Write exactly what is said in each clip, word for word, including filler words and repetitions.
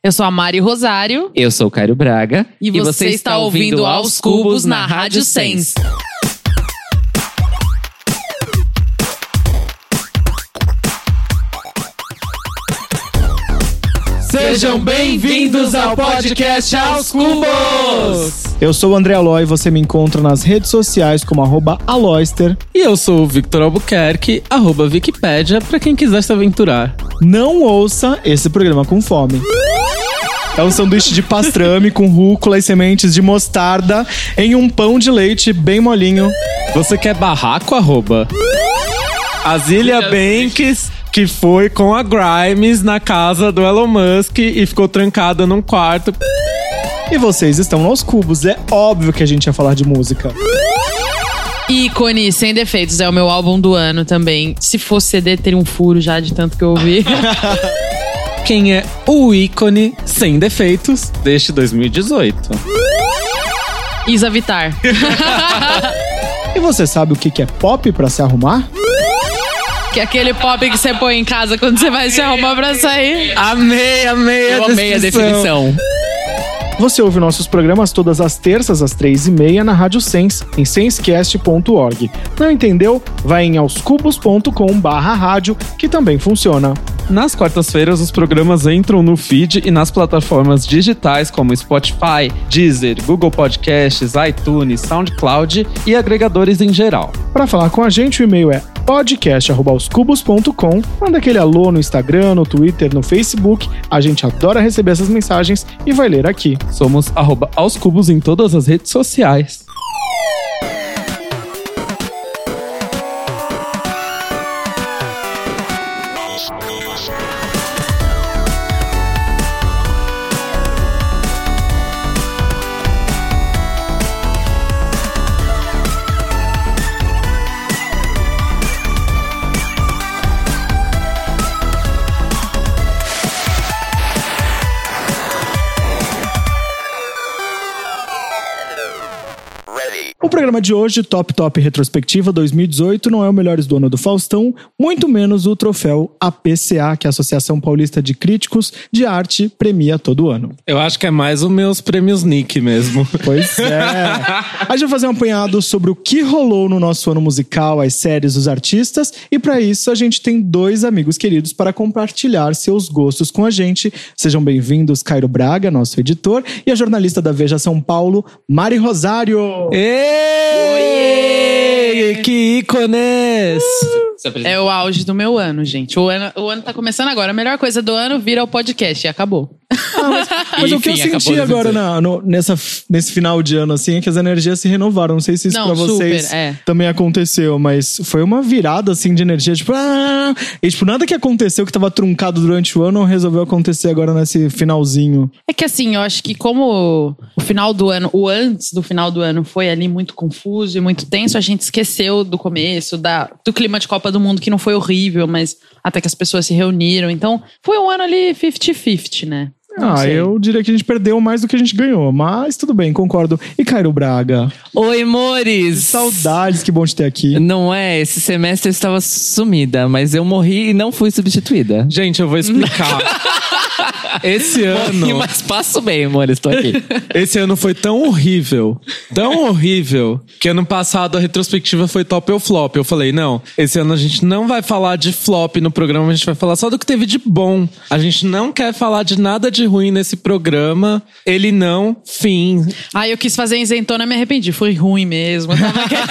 Eu sou a Mari Rosário. Eu sou o Cairo Braga. E você, e você está ouvindo Aos Cubos na Rádio Sense. Sejam bem-vindos ao podcast Aos Cubos! Eu sou o André Aloy e você me encontra nas redes sociais como arroba Aloyster. E eu sou o Victor Albuquerque, arroba Wikipédia, pra quem quiser se aventurar. Não ouça esse programa com fome. É um sanduíche de pastrame com rúcula e sementes de mostarda em um pão de leite bem molinho. Você quer barraco, arroba? Azilia Banks, que foi com a Grimes na casa do Elon Musk e ficou trancada num quarto. E vocês estão nos cubos, é óbvio que a gente ia falar de música. Ícone, Sem Defeitos, é o meu álbum do ano também. Se fosse C D, teria um furo já de tanto que eu ouvi. Quem é o ícone Sem Defeitos deste dois mil e dezoito? Isa Vittar. E você sabe o que é pop pra se arrumar? Que é aquele pop que você põe em casa quando você vai se arrumar pra sair. Amei, amei a Eu amei a definição. Você ouve nossos programas todas as terças, às três e meia, na Rádio Sense, em sensecast ponto org. Não entendeu? Vai em aoscubos ponto com barra rádio, que também funciona. Nas quartas-feiras, os programas entram no feed e nas plataformas digitais como Spotify, Deezer, Google Podcasts, iTunes, SoundCloud e agregadores em geral. Para falar com a gente, o e-mail é podcast arroba aoscubos ponto com. Manda aquele alô no Instagram, no Twitter, no Facebook. A gente adora receber essas mensagens e vai ler aqui. Somos arroba Aos Cubos em todas as redes sociais. O programa de hoje, Top Top Retrospectiva dois mil e dezoito, não é o Melhores do Ano do Faustão, muito menos o troféu A P C A, que é a Associação Paulista de Críticos de Arte, premia todo ano. Eu acho que é mais os meus prêmios Nick mesmo. Pois é. A gente vai fazer um apanhado sobre o que rolou no nosso ano musical, as séries, os artistas, e para isso a gente tem dois amigos queridos para compartilhar seus gostos com a gente. Sejam bem-vindos, Cairo Braga, nosso editor, e a jornalista da Veja São Paulo, Mari Rosário. Êêêê! Oiê! Que ícones! É o auge do meu ano, gente. O ano, o ano tá começando agora. A melhor coisa do ano vira o podcast e acabou. Ah, mas mas Enfim, o que eu senti agora na, no, nessa, nesse final de ano, assim, é que as energias se renovaram. Não sei se isso Não, pra vocês super, é. também aconteceu, mas foi uma virada, assim, de energia. Tipo, ah! E, tipo, nada que aconteceu que tava truncado durante o ano resolveu acontecer agora nesse finalzinho. É que assim, eu acho que como o final do ano, o antes do final do ano foi ali muito confuso e muito tenso, a gente esqueceu do começo, da, do clima de Copa do Mundo, que não foi horrível, mas até que as pessoas se reuniram. Então, foi um ano ali cinquenta cinquenta, né? Não ah, sei. eu diria que a gente perdeu mais do que a gente ganhou, mas tudo bem, concordo. E Cairo Braga? Oi, amores! Saudades, que bom te ter aqui. Não é, esse semestre eu estava sumida, mas eu morri e não fui substituída. Gente, eu vou explicar. Esse ano... Morri, mas passo bem, amores, tô aqui. Esse ano foi tão horrível, tão horrível, que ano passado a retrospectiva foi top ou flop. Eu falei, não, esse ano a gente não vai falar de flop no programa, a gente vai falar só do que teve de bom. A gente não quer falar de nada de ruim nesse programa. Ele não, fim. Ah, eu quis fazer isentona e me arrependi. Foi ruim mesmo. Eu tava, querendo...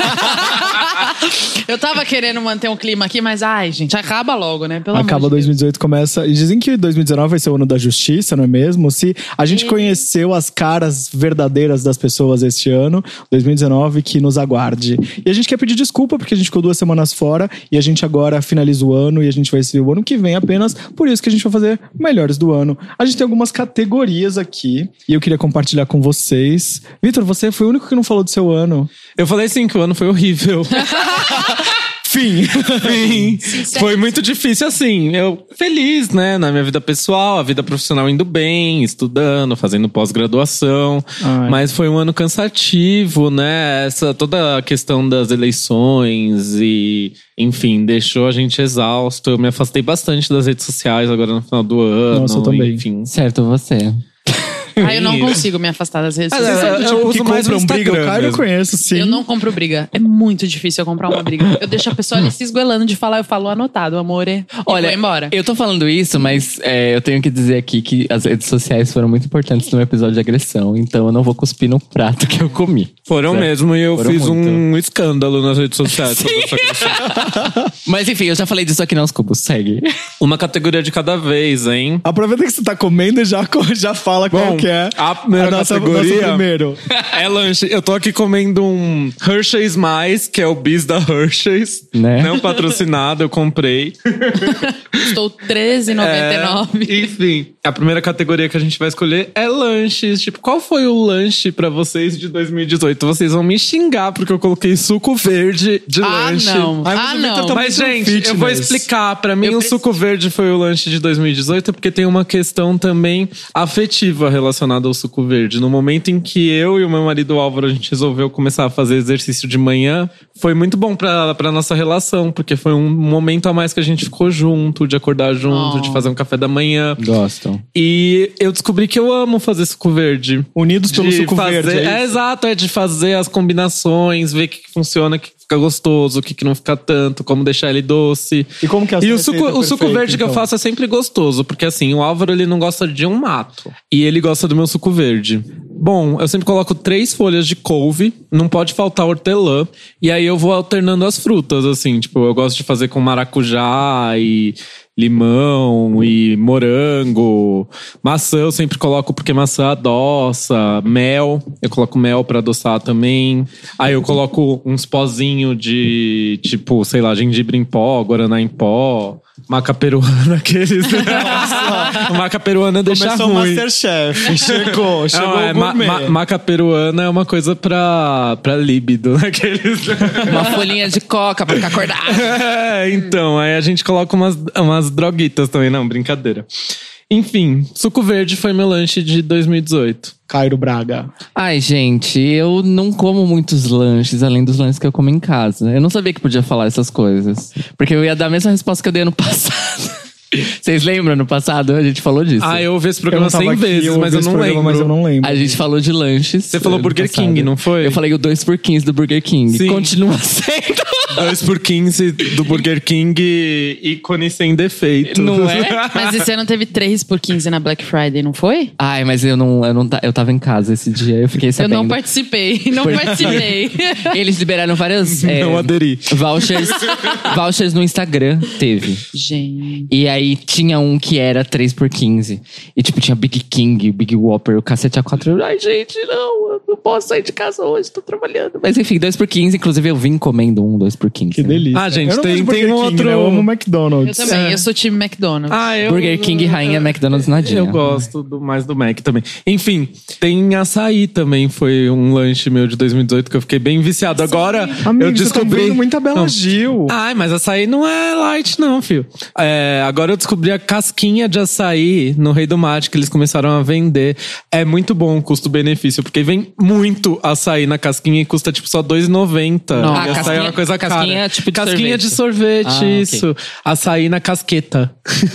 eu tava querendo manter um clima aqui, mas ai, gente, acaba logo, né? Pelo Acaba amor de dois mil e dezoito, começa... E dizem que dois mil e dezenove vai ser o ano da justiça, não é mesmo? Se a gente e... conheceu as caras verdadeiras das pessoas este ano, dois mil e dezenove, que nos aguarde. E a gente quer pedir desculpa, porque a gente ficou duas semanas fora, e a gente agora finaliza o ano, e a gente vai ver o ano que vem apenas, por isso que a gente vai fazer melhores do ano. A gente tem algumas categorias aqui, e eu queria compartilhar com vocês. Vitor, você foi o único que não falou do seu ano. Eu falei sim que o ano foi horrível. Fim. Fim. Foi muito difícil, assim. Eu feliz, né? Na minha vida pessoal, a vida profissional indo bem, estudando, fazendo pós-graduação. Ai. Mas foi um ano cansativo, né? Essa, toda a questão das eleições e, enfim, deixou a gente exausto. Eu me afastei bastante das redes sociais agora no final do ano. Nossa, eu também. Enfim. Certo, você. Ah, eu não consigo me afastar das redes Ah, sociais. é, Sabe, eu tipo, uso que mais compram o briga? O Instagram Caio eu mesmo. conheço, sim. Eu não compro briga. É muito difícil eu comprar uma briga. Eu deixo a pessoa ali se esgoelando de falar, eu falo anotado, amor. E Olha, vou embora. eu tô falando isso, mas é, eu tenho que dizer aqui que as redes sociais foram muito importantes no episódio de agressão. Então eu não vou cuspir no prato que eu comi. Foram Certo. mesmo, e eu Foram fiz muito. um escândalo nas redes sociais sobre essa questão. Mas enfim, eu já falei disso aqui nos cubos. Segue. Uma categoria de cada vez, hein? Aproveita que você tá comendo e já, já fala qual Bom, que é a primeira nossa, categoria- nosso primeiro. É lanche. Eu tô aqui comendo um Hershey's Mais, que é o bis da Hershey's. Né? Não patrocinado, eu comprei. Estou treze reais e noventa e nove. É, enfim, a primeira categoria que a gente vai escolher é lanches. Tipo, qual foi o lanche pra vocês de dois mil e dezoito? Vocês vão me xingar porque eu coloquei suco verde de Ah, lanche. não. Ai, mas Ah, o Vitor não. tá Mas, muito gente, fitness. eu vou explicar. Pra mim, Eu o preciso- suco verde foi o lanche de dois mil e dezoito, porque tem uma questão também afetiva relacionada ao suco verde. No momento em que eu e o meu marido Álvaro, a gente resolveu começar a fazer exercício de manhã, foi muito bom pra, pra nossa relação, porque foi um momento a mais que a gente ficou junto, de acordar junto, Oh. de fazer um café da manhã. Gostam. E eu descobri que eu amo fazer suco verde. Unidos pelo De suco fazer- verde. É, É isso? exato, é de fazer as combinações, ver o que, que funciona, o que fica gostoso, o que, que não fica tanto, como deixar ele doce. E como que é a E o receita suco, o suco perfeita, verde que eu então? faço é sempre gostoso, porque assim, o Álvaro ele não gosta de um mato. E ele gosta do meu suco verde. Bom, eu sempre coloco três folhas de couve, não pode faltar hortelã, e aí eu vou alternando as frutas, assim, tipo, eu gosto de fazer com maracujá e limão e morango. Maçã eu sempre coloco porque maçã adoça. Mel, eu coloco mel pra adoçar também. Aí eu coloco uns pozinhos de, tipo, sei lá, gengibre em pó, guaraná em pó. Maca peruana, aqueles. Maca peruana deixa Começou o ruim. Masterchef. Chegou, chegou Não, é, o ma, gourmet. ma, maca peruana é uma coisa pra, pra líbido, né? Aqueles... Uma folhinha de coca pra ficar acordado. É, então, aí a gente coloca umas, umas droguitas também, não, brincadeira. Enfim, suco verde foi meu lanche de dois mil e dezoito. Cairo Braga. Ai, gente, eu não como muitos lanches, além dos lanches que eu como em casa. Eu não sabia que podia falar essas coisas. Porque eu ia dar a mesma resposta que eu dei ano passado. Vocês lembram, no passado? A gente falou disso. Ah, eu ouvi esse Eu programa não tava cem aqui, vezes, eu mas ouvi eu esse não programa, lembro. Mas eu não lembro. A gente falou de lanches. Você falou ano Burger passado. King, não foi? Eu falei o dois por quinze do Burger King. Sim. Continua sendo. dois por quinze do Burger King, ícone sem defeito. Não é? Mas esse ano teve três por quinze na Black Friday, não foi? Ai, mas eu não, eu não ta- eu tava em casa esse dia, eu fiquei Eu sabendo. não participei, não Por- participei. Eles liberaram várias é, Não aderi. vouchers, vouchers no Instagram, teve. Gente. E aí tinha um que era três por quinze. E tipo, tinha Big King, Big Whopper, o cacete A quatro. Eu, Ai, gente, não, eu não posso sair de casa hoje, tô trabalhando. Mas enfim, dois por quinze, inclusive eu vim comendo um dois por quinze. Que delícia. Ah, gente, eu não tem- vejo tem Burger um King, outro- né? Eu amo Eu McDonald's. também, eu sou time McDonald's. Ah, eu, Burger King, rainha, McDonald's, nadinha. Eu gosto do, mais do Mac também. Enfim, tem açaí também. Foi um lanche meu de dois mil e dezoito que eu fiquei bem viciado. Agora Amigo, eu você tá descobri. ouvindo muita Bela Não. Gil. Ai, mas açaí não é light, não, filho. É, agora eu descobri a casquinha de açaí no Rei do Mate, que eles começaram a vender. É muito bom o custo-benefício, porque vem muito açaí na casquinha e custa tipo só dois reais e noventa centavos. Ah, E açaí é casquinha- uma coisa cara. casquinha tipo de casquinha sorvete. de sorvete, Ah, ok. isso. Açaí na casqueta.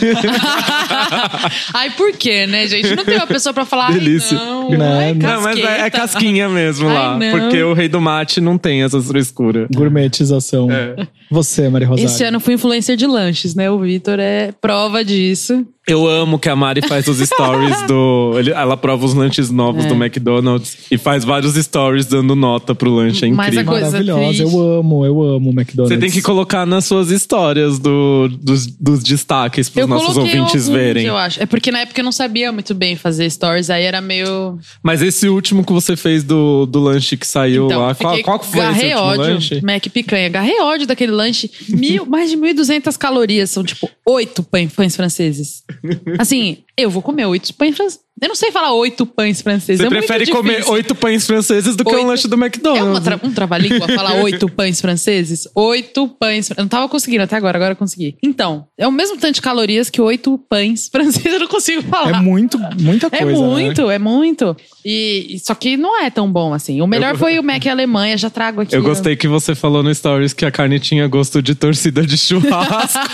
Ai, por quê, né, gente? Não tem uma pessoa pra falar, Delícia. ai, não, Não, ai, Não, mas é, é casqueta. casquinha mesmo Ai, lá. não. Porque o Rei do Mate não tem essa frescura. Gourmetização. É. Você, Maria Rosário. Esse ano eu fui influencer de lanches, né? O Vitor é prova disso. Eu amo que a Mari faz os stories do... ele- Ela prova os lanches novos É. do McDonald's e faz vários stories dando nota pro lanche. É Mas a incrível. coisa Maravilhosa. triste. Eu amo, eu amo o McDonald's. Você tem que colocar nas suas histórias do, dos, dos destaques pros Eu nossos coloquei ouvintes alguns, verem. eu acho. É porque na época eu não sabia muito bem fazer stories, aí era meio... Mas esse último que você fez do, do lanche que saiu Então, lá, qual, fiquei- qual que foi esse garrei último ódio, lanche? Mac picanha. Garrei ódio daquele lanche. Mil, mais de mil e duzentas calorias. São tipo oito pães, pães franceses. Assim, eu vou comer oito pães, fran- Eu não sei falar oito pães franceses. Você é prefere muito comer difícil. oito pães franceses do que Oito- um lanche do McDonald's. É uma tra- um trava-língua falar oito pães franceses? Oito pães. Eu não tava conseguindo até agora, agora eu consegui. Então, é o mesmo tanto de calorias que oito pães franceses, eu não consigo falar. É muito, muita É coisa. muito, né? é muito. E, e- só que não é tão bom assim. O melhor Eu- foi o Mac Alemanha, já trago aqui. Eu gostei que você falou no Stories que a carne tinha gosto de torcida de churrasco.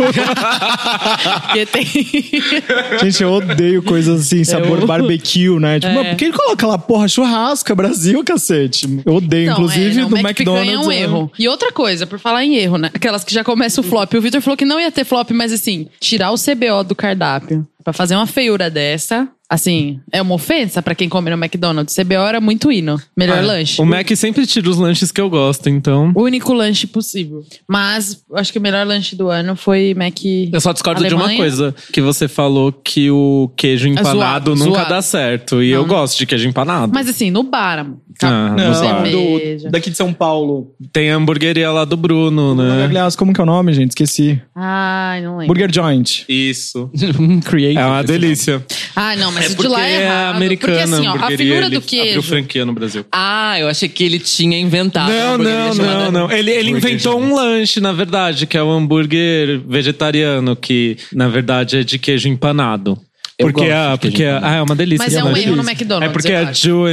Porque tem... Gente, eu odeio coisas assim, sabor Eu- barbecue, né? Tipo, É. mas por que ele coloca lá, porra, churrasco, é Brasil, cacete? Eu odeio, Não, inclusive, é, não, do Mac picanha McDonald's. é um né? erro. E outra coisa, por falar em erro, né? Aquelas que já começam o flop. O Victor falou que não ia ter flop, mas assim, tirar o C B O do cardápio pra fazer uma feiura dessa, assim, é uma ofensa pra quem come no McDonald's. C B O era muito hino. Melhor lanche. O Mac sempre tira os lanches que eu gosto, então. O único lanche possível. Mas eu acho que o melhor lanche do ano foi Mac Eu só discordo de uma Alemanha. coisa, que você falou que o queijo empanado zoado, nunca zoado. dá certo. E Não, eu não. gosto de queijo empanado. Mas assim, no bar, amor. Ah, Não, Vamos lá. cerveja. do, daqui de São Paulo. Tem a hamburgueria lá do Bruno, né? Aliás, como que é o nome, gente? Esqueci. Ai, não lembro. Burger Joint. Isso. Creative. É uma delícia. Ah, não, mas É o de porque lá é é errado. americana Porque assim, ó, a hamburgueria, figura ele do queijo. abriu franquia no Brasil. Ah, eu achei que ele tinha inventado. uma Não, hamburgueria não, chamada não, não. Ele, ele Burger inventou Joint. um lanche, na verdade, que é o hambúrguer vegetariano, que, na verdade, é de queijo empanado. Eu Porque, gosto a, de queijo porque a- empanado. ah, é uma delícia. Mas é uma um erro delícia. no McDonald's, É porque eu a acho. Jill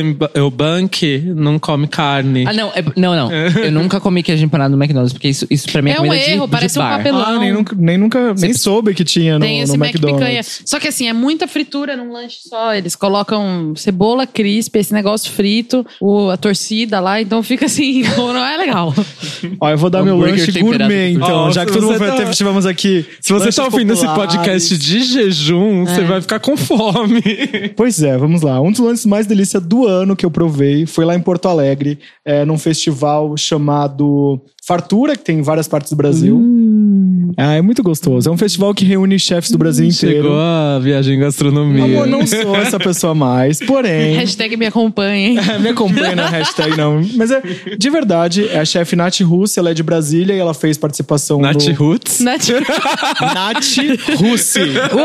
Eubank não come carne. Ah, não, é- não, não. Eu nunca comi queijo empanado no McDonald's, porque isso, isso pra mim é, É um comida de, erro, de parece um bar. papelão. Ah, nem nunca, nem, nunca, nem soube que tinha no, Tem no esse Mac picanha. McDonald's. Só que assim, é muita fritura num lanche só. Eles colocam cebola crisp, esse negócio frito, o, a torcida lá, então fica assim, não é legal. Ó, eu vou dar meu Hambúrguer lanche temperado gourmet, por então. Ó, já que se todo mundo você vai tá- ter, tivemos aqui. Se você lanches tá ouvindo esse populares. podcast de jejum, você vai ficar com fome. Pois é, vamos lá. Um dos lances mais delícia do ano que eu provei foi lá em Porto Alegre, é, num festival chamado Fartura, que tem em várias partes do Brasil. Ah, é muito gostoso. É um festival que reúne chefes do Brasil inteiro. Chegou a viagem em gastronomia. Amor, não sou essa pessoa mais, porém... Hashtag me acompanhem. Me acompanha na hashtag, não. Mas é, de verdade, é a chefe Nath Russe, ela é de Brasília e ela fez participação Nath no... Roots. Nath. Nath Russe.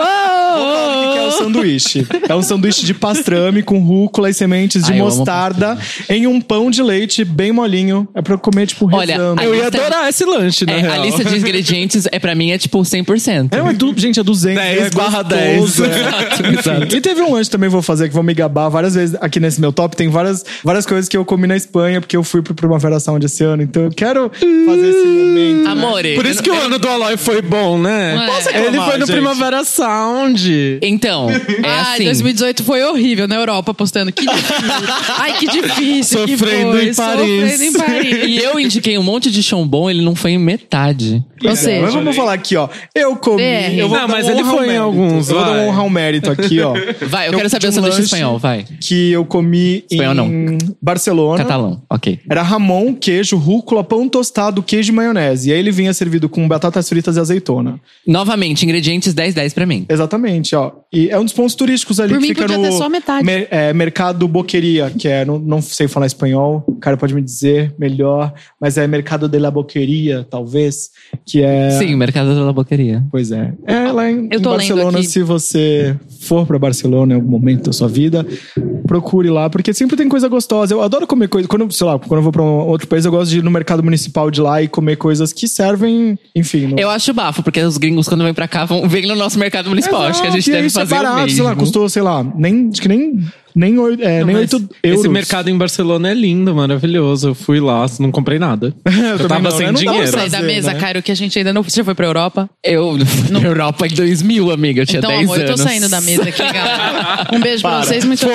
Uou! O que é o sanduíche? É um sanduíche de pastrame com rúcula e sementes de Ai, eu amo mostarda em um pão de leite bem molinho. É pra eu comer, tipo, Olha, rezando. Eu ia lista- adorar esse lanche, na É, real. a lista de ingredientes, é, pra mim, é tipo cem por cento. É, mas du- gente, é duzentos. dez é barra gostoso, dez. é. Enfim. E teve um lanche também, vou fazer, que vou me gabar várias vezes aqui nesse meu top. Tem várias, várias coisas que eu comi na Espanha, porque eu fui pro Primavera Sound esse ano. Então eu quero fazer esse momento. né? Amore. Por isso eu que não- o ano do Aloy foi bom, né? Posso Ele reclamar, foi no gente? Primavera Sound. Então, é Ai, assim. dois mil e dezoito foi horrível na Europa, postando. Que difícil. Ai, que difícil. que Sofrendo foi. em Paris. Sofrendo em Paris. E eu indiquei um monte de chão bom, ele não foi em metade. Ou Mas seja, vamos falar aqui, ó. Eu comi. D R. Eu vou Não, dar mas um ele honra ao foi em mérito. alguns, Eu vou dar vai. um honrar ao mérito aqui, ó. Vai, eu, Eu quero saber o pedi um sanduíche lanche espanhol, vai. Que eu comi Espanhol em não. Barcelona. Catalão, ok. Era ramon, queijo, rúcula, pão tostado, queijo e maionese. E aí ele vinha servido com batatas fritas e azeitona. Novamente, ingredientes dez dez pra mim. Exatamente, ó. E é um dos pontos turísticos ali Por que mim, fica podia no ter só metade. mer- é, Mercado Boqueria, que é, não, não sei falar espanhol, o cara pode me dizer melhor, mas é Mercado de la Boqueria, talvez, que é... Sim, Mercado da Boqueria. Pois é. É lá em, Eu em tô lendo Barcelona, aqui. se você for pra Barcelona em algum momento da sua vida, procure lá, porque sempre tem coisa gostosa. Eu adoro comer coisa, quando, sei lá, quando eu vou pra um outro país, eu gosto de ir no mercado municipal de lá e comer coisas que servem, enfim... No... Eu acho bafo, porque os gringos, quando vêm pra cá, vão vêm no nosso mercado municipal. Acho que a gente Exato, e deve isso é fazer barato, o mesmo. sei lá, custou, sei lá, nem, acho que nem, nem, oi- é, nem Mas oito euros. Esse mercado em Barcelona é lindo, maravilhoso. Eu fui lá, não comprei nada. eu também tava não, sem né? Não dá pra dinheiro. sai da fazer, mesa, né? Cairo, que a gente ainda não. Você já foi pra Europa? Eu, na Europa em dois mil, amiga, eu tinha Então, dez amor, anos. eu tô saindo da mesa aqui, galera. Um beijo pra vocês, muito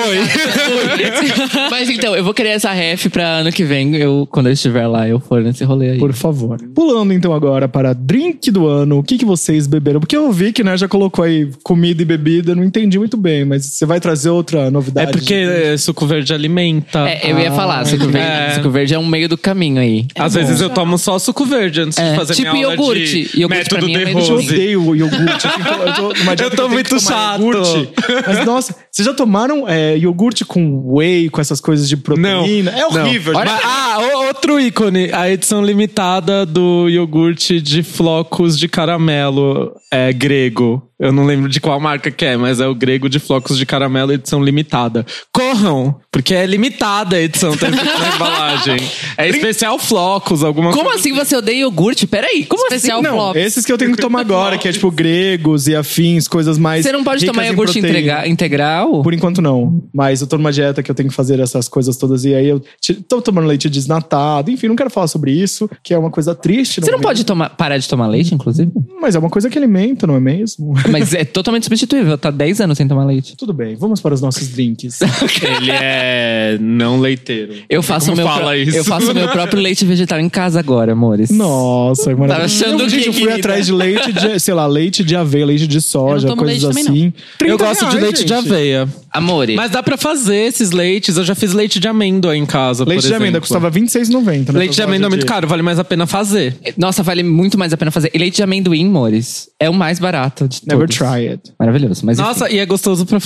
obrigada. Mas então, eu vou querer essa ref pra ano que vem, eu, quando eu estiver lá, eu for nesse rolê aí. Por favor. Pulando então agora para drink do ano, o que, que vocês beberam? Porque eu vi que, né, já colocou aí comida e bebida, não entendi muito bem, mas você vai trazer outra novidade? É porque é, suco verde alimenta. É, eu ia falar, suco verde, É. suco verde é um meio do caminho aí. Às vezes eu tomo só suco verde antes de fazer Tipo minha aula iogurte. de Iogurte pra método mim é de meio Eu de Rose. odeio o iogurte. Eu, tô, eu, tô, numa dieta Eu que tô tenho que muito tomar chato. Iogurte. Mas, nossa, vocês já tomaram é, iogurte com whey, com essas coisas de Não. proteína? É horrível. Não. gente. Mas- ah, o- outro ícone. A edição limitada do iogurte de flocos de caramelo é, grego. Eu não lembro de qual marca que é, mas é o grego de flocos de caramelo edição limitada. Corram! Porque é limitada a edição, tá escrito na embalagem. É especial flocos, alguma Como coisa. assim você odeia iogurte? Peraí, como Especial assim? Não, flop. esses que eu tenho que tomar agora, que é tipo gregos e afins, coisas mais. Você não pode ricas tomar em iogurte proteína. integra- integral? Por enquanto não. Mas eu tô numa dieta que eu tenho que fazer essas coisas todas. E aí eu t- tô tomando leite desnatado. Enfim, não quero falar sobre isso, que é uma coisa triste. Você não momento. pode tomar, parar de tomar leite, inclusive? Mas é uma coisa que alimenta, não é mesmo? Mas é totalmente substituível. Tá dez anos sem tomar leite. Tudo bem, vamos para os nossos drinks. Ele é não leiteiro. Eu faço, Como meu fala pró- isso? eu faço meu próprio leite vegetal em casa agora, amores. Nossa, é maravilhoso. Tava achando Não, o gente, quê, eu fui querida? atrás de leite de, sei lá, leite de aveia, leite de soja, tomo coisas leite também, assim. Eu trinta gosto de reais, leite de gente. aveia. Amore. Mas dá pra fazer esses leites. Eu já fiz leite de amêndoa em casa, Leite por de amêndoa exemplo. custava vinte e seis reais e noventa centavos. Né, Leite de amêndoa é muito caro, vale mais a pena fazer. Nossa, vale muito mais a pena fazer. E leite de amendoim, amores, é o mais barato de Never todos. try it. Maravilhoso. Mas Nossa, enfim. e é gostoso pra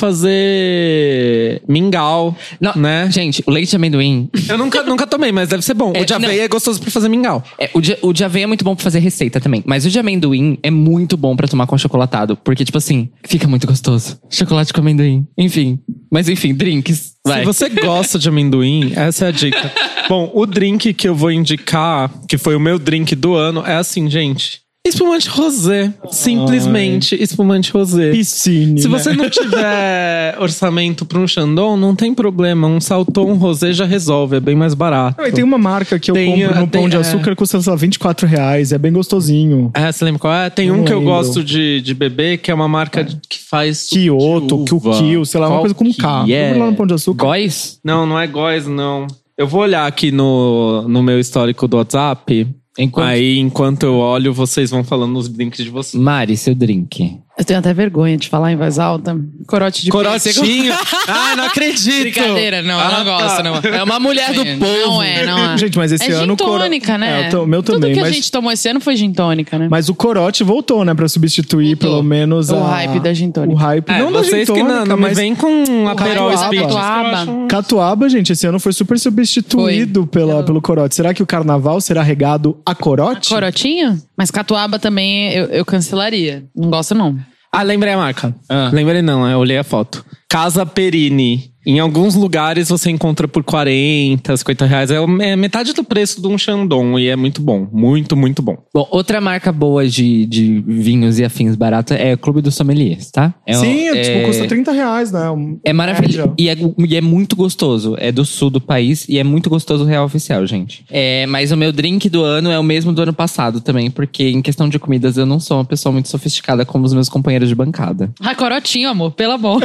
fazer mingau, Não, né? Gente, o leite de amendoim... Eu nunca, nunca tomei, mas deve ser bom. É, o de aveia não. é gostoso pra fazer mingau. É, o, de, o de aveia é muito bom pra fazer receita também. Mas o de amendoim é muito bom pra tomar com achocolatado. Porque, tipo assim, fica muito gostoso. Chocolate com amendoim. Enfim. Mas enfim, drinks. Vai. Se você gosta de amendoim, essa é a dica. Bom, o drink que eu vou indicar, que foi o meu drink do ano, é assim, gente. Espumante rosé. Simplesmente espumante rosé. Piscine, Se né? você não tiver orçamento pra um Chandon, não tem problema. Um Salton rosé já resolve, é bem mais barato. Não, e tem uma marca que eu Tem, compro no tem, Pão de é. Açúcar, custa, sei lá, vinte e quatro reais. É bem gostosinho. É, você lembra qual é? Tem Não um que eu lembro. gosto de, de beber, que é uma marca de- que faz suco Kyoto, de uva. Kyukyu, sei lá, uma Qual coisa com K. que é? Vamos lá no Pão de Açúcar. Góis? Não, não é góis, não. Eu vou olhar aqui no, no meu histórico do WhatsApp. Enquanto- Aí, enquanto eu olho, vocês vão falando os drinks de vocês. Mari, seu drink. Eu tenho até vergonha de falar em voz alta. Corote de pêssego. Corotinho! Ah, não acredito! Brincadeira, não, eu Ah, não gosto, tá. não. É uma mulher do É, povo. Não é, não é. Gente, mas esse é ano... gin o coro- tônica, né? É, o to- meu também, Tudo que mas... a gente tomou esse ano foi gin tônica, né? Mas o corote voltou, né? Pra substituir, Voltou. pelo menos, O a... hype da gin tônica. O hype, É, não da gin vocês que tônica, não, não me mas... vem com Aperol Catuaba. Spritz. Catuaba. Catuaba, gente, esse ano foi super substituído pela, Pelo- pelo corote. Será que o carnaval será regado a corote? Corotinho? Mas catuaba também eu, eu cancelaria. Não gosto, não. Ah, lembrei a marca. Ah. Lembrei não, eu olhei a foto. Casa Perini. Em alguns lugares você encontra por quarenta, cinquenta reais. É é metade do preço de um Chandon e é muito bom. Muito, muito bom. Bom, outra marca boa de, de vinhos e afins barata é o Clube dos Sommeliers, tá? É um- Sim, é, tipo, é- custa trinta reais, né? Um- É maravilhoso. média. E é, e é muito gostoso. É do sul do país e é muito gostoso o real oficial, gente. É, mas o meu drink do ano é o mesmo do ano passado também, porque em questão de comidas eu não sou uma pessoa muito sofisticada como os meus companheiros de bancada. Ai, corotinho, amor, pelo amor.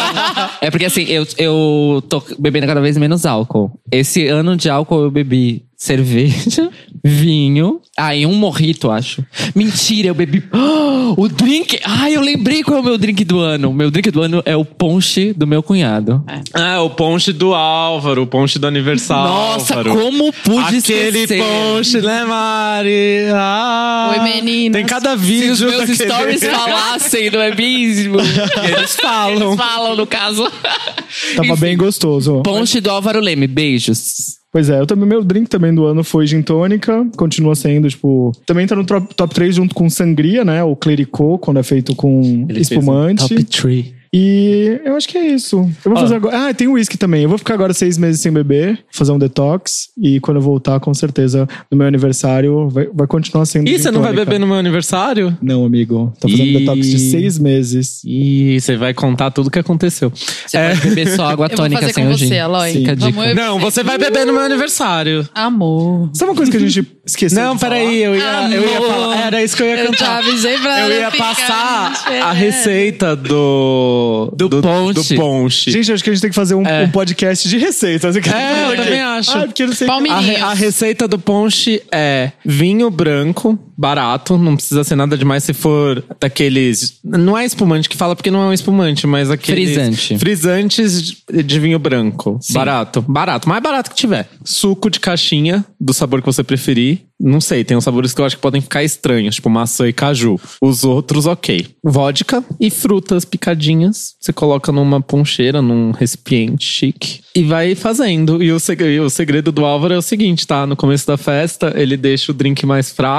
É porque assim, eu, eu tô bebendo cada vez menos álcool. Esse ano de álcool eu bebi cerveja, vinho. Ah, e um mojito, acho. Mentira, eu bebi. Ah, o drink. Ai, eu lembrei qual é o meu drink do ano. O meu drink do ano é o ponche do meu cunhado. Ah, o ponche do Álvaro, o ponche do aniversário. Nossa, Álvaro. como pude Aquele esquecer? ponche, né, Mari? Ah, Oi, meninas. Tem cada Se vídeo os meus daquele- stories falassem, não é mesmo? Eles falam. Eles falam, no caso. Tava Enfim. bem gostoso. Ponche do Álvaro Leme, beijos. Pois é, eu também, meu drink também do ano foi gin tônica, continua sendo, tipo, também tá no top, top três junto com sangria, né, o clericot, quando é feito com Ele fez um espumante. top três. E eu acho que é isso. Eu vou fazer agora. Ah, tem uísque também. Eu vou ficar agora seis meses sem beber, fazer um detox. E quando eu voltar, com certeza, no meu aniversário, vai, vai continuar sendo. Ih, gin você não vai tônica. beber no meu aniversário? Não, amigo. Tô fazendo Ih. detox de seis meses. Ih, você vai contar tudo o que aconteceu. Você pode beber só água Eu vou tônica fazer sem com o gin. você, Aloy. Fica a dica. Vamos, eu- Não, você vai beber no meu aniversário. Amor. Sabe uma coisa que a gente esqueceu? Não, de peraí, eu ia, eu ia Amor. falar. Era isso que eu ia Eu cantar. já avisei pra Eu ela ia ficar passar esperando. a receita do. Do ponche. Do ponche. Gente, acho que a gente tem que fazer um, É. um podcast de receitas. É, eu também acho. Ah, porque eu não sei. Palmeiras. A, re- a receita do ponche é vinho branco, barato, não precisa ser nada demais se for daqueles. Não é espumante que fala porque não é um espumante, mas aqueles. Frisante. Frisantes de, de vinho branco. Barato. Barato. Mais barato que tiver. Suco de caixinha, do sabor que você preferir. Não sei, tem uns sabores que eu acho que podem ficar estranhos, tipo maçã e caju. Os outros, ok. Vodka e frutas picadinhas. Você coloca numa poncheira, num recipiente chique. E vai fazendo. E o segredo, o segredo do Álvaro é o seguinte, tá? No começo da festa, ele deixa o drink mais fraco.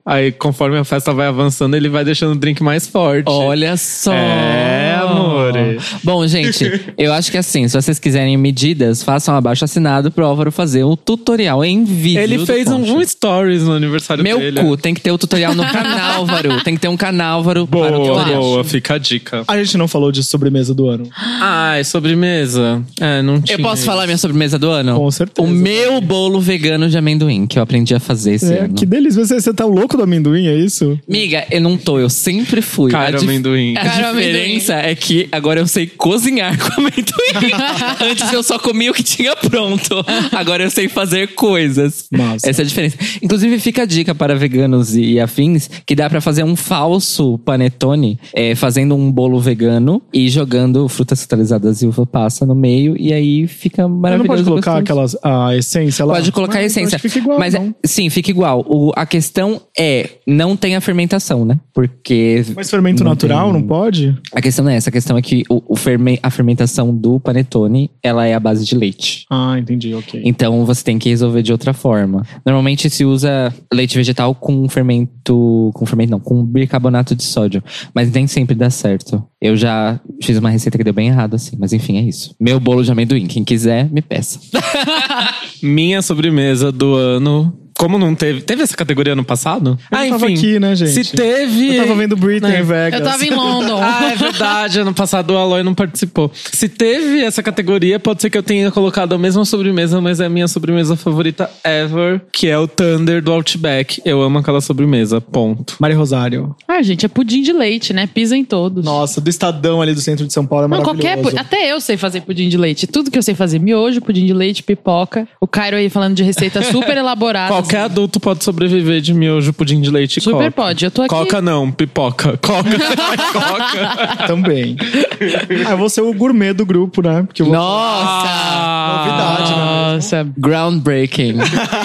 Aí, conforme a festa vai avançando, ele vai deixando o drink mais forte. Olha só! É, amor. Bom, gente, eu acho que assim, se vocês quiserem medidas, façam um abaixo assinado pro Álvaro fazer um tutorial em vídeo. Ele fez um, um stories no aniversário Meu dele. cu, tem que ter o tutorial no canal, Álvaro. Tem que ter um canal, Álvaro. Boa, para o tutorial. boa, fica a dica. A gente não falou de sobremesa do ano. Ah, é sobremesa? É, não tinha. Eu posso isso. falar minha sobremesa do ano? Com certeza. O meu bolo vegano de amendoim, que eu aprendi a fazer esse É, ano. que delícia. Você, você tá louco do amendoim, é isso? Miga, eu não tô, eu sempre fui. Cara, a dif- amendoim. A Cara, diferença é que agora eu sei cozinhar com amendoim. Antes eu só comia o que tinha pronto. Agora eu sei fazer coisas. Massa. Essa é a diferença. Inclusive, fica a dica para veganos e, e afins que dá pra fazer um falso panetone é, fazendo um bolo vegano e jogando frutas cristalizadas e uva passa no meio. E aí fica Você maravilhoso. não pode colocar gostoso. aquelas, a essência lá? Pode colocar a Mas eu essência. acho que fica igual, mas é- não. sim, fica igual. O, a questão é, não tem a fermentação, né? Porque. Mas fermento não natural, tem- não pode? A questão não é essa. A questão é que o, o ferme- a fermentação do panetone, ela é a base de leite. Ah, entendi, ok. Então você tem que resolver de outra forma. Normalmente se usa leite vegetal com fermento. Com fermento não, com bicarbonato de sódio. Mas nem sempre dá certo. Eu já fiz uma receita que deu bem errado, assim. Mas enfim, é isso. Meu bolo de amendoim. Quem quiser, me peça. Minha sobremesa do ano. Como não teve. Teve essa categoria ano passado? Eu ah, tava enfim. aqui, né, gente? Se teve. Eu tava vendo Britney né? em Vegas. Eu tava em London. Ah, é verdade. Ano passado o Aloy não participou. Se teve essa categoria, pode ser que eu tenha colocado a mesma sobremesa, mas é a minha sobremesa favorita ever, que é o Thunder do Outback. Eu amo aquela sobremesa, ponto. Maria Rosário. Ah, gente, é pudim de leite, né? Pisa em todos. Nossa, do Estadão ali do centro de São Paulo é Não, maravilhoso. qualquer. pu- Até eu sei fazer pudim de leite. Tudo que eu sei fazer. Miojo, pudim de leite, pipoca. O Cairo aí falando de receitas super elaboradas. Qualquer adulto pode sobreviver de miojo, pudim de leite e Super coca. pode. Eu tô aqui. Coca não, pipoca. Coca, coca. Também. Ah, eu vou ser o gourmet do grupo, né? Porque eu vou... Nossa! Novidade, né? Nossa. Groundbreaking.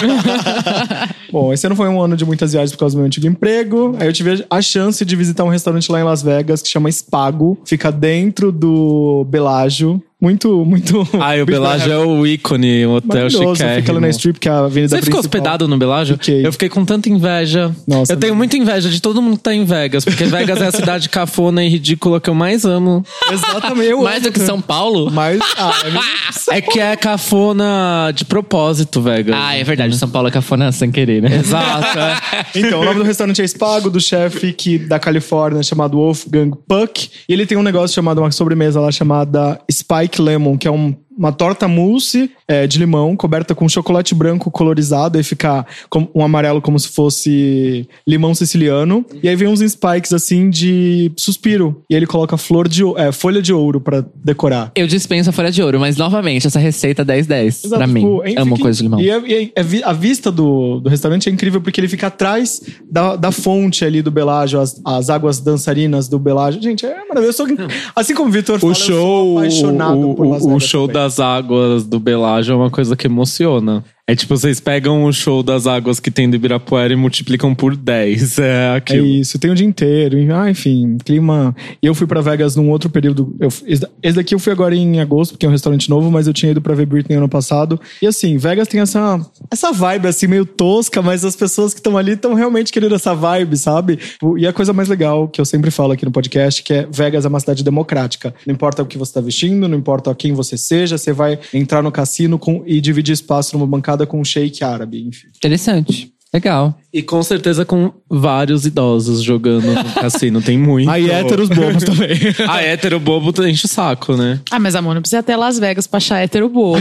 Bom, esse ano foi um ano de muitas viagens por causa do meu antigo emprego. Aí eu tive a chance de visitar um restaurante lá em Las Vegas que chama Spago. Fica dentro do Bellagio. Muito, muito... Ah, e o Bellagio é o ícone, o hotel maravilhoso. chiquérrimo. Fica ali na Strip, que é a avenida Você ficou principal. hospedado no Bellagio? Fiquei. Eu fiquei com tanta inveja. Nossa, eu tenho não. muita inveja de todo mundo que tá em Vegas, porque Vegas é a cidade cafona e ridícula que eu mais amo. Exatamente. Eu Mais amo do que São Paulo? Mas, ah, é mesmo- É que é cafona de propósito, Vegas. Ah, é verdade. São Paulo é cafona sem querer, né? Exato. é. Então, o nome do restaurante é Spago, do chefe que, da Califórnia, chamado Wolfgang Puck. E ele tem um negócio chamado, uma sobremesa lá chamada Spike Lemon, que é um, uma torta mousse é, de limão, coberta com chocolate branco colorizado, e fica com um amarelo como se fosse limão siciliano. E aí vem uns spikes assim de suspiro. E ele coloca flor de, ou- é, folha de ouro pra decorar. Eu dispenso a folha de ouro, mas novamente, essa receita dez dez pra mim. tipo, é- Amo fica- coisa de limão. E, é- e é- é vi- a vista do, do restaurante é incrível porque ele fica atrás da, da fonte ali do Bellagio, as, as águas dançarinas do Bellagio. Gente, é maravilhoso. Eu sou, assim como o Vitor fala, O eu sou show, apaixonado o, por Las o, o Vegas show também. das águas do Bellagio é uma coisa que emociona. É tipo, vocês pegam o show das águas que tem do Ibirapuera e multiplicam por dez. É É aquilo. isso, tem o dia inteiro. e, Ah, enfim, clima. E eu fui pra Vegas num outro período. Eu, esse da- esse daqui eu fui agora em agosto, porque é um restaurante novo, mas eu tinha ido pra ver Britney ano passado. E assim, Vegas tem essa, essa vibe assim, meio tosca, mas as pessoas que estão ali estão realmente querendo essa vibe, sabe? E a coisa mais legal que eu sempre falo aqui no podcast, que é Vegas é uma cidade democrática. Não importa o que você tá vestindo, não importa quem você seja, você vai entrar no cassino com, e dividir espaço numa bancada com um sheik árabe, enfim. Interessante. Legal. E com certeza com vários idosos jogando no cassino. Tem muito. Aí héteros bobos também. Ah, hétero bobo enche o saco, né? Ah, mas amor, não precisa até Las Vegas pra achar hétero bobo.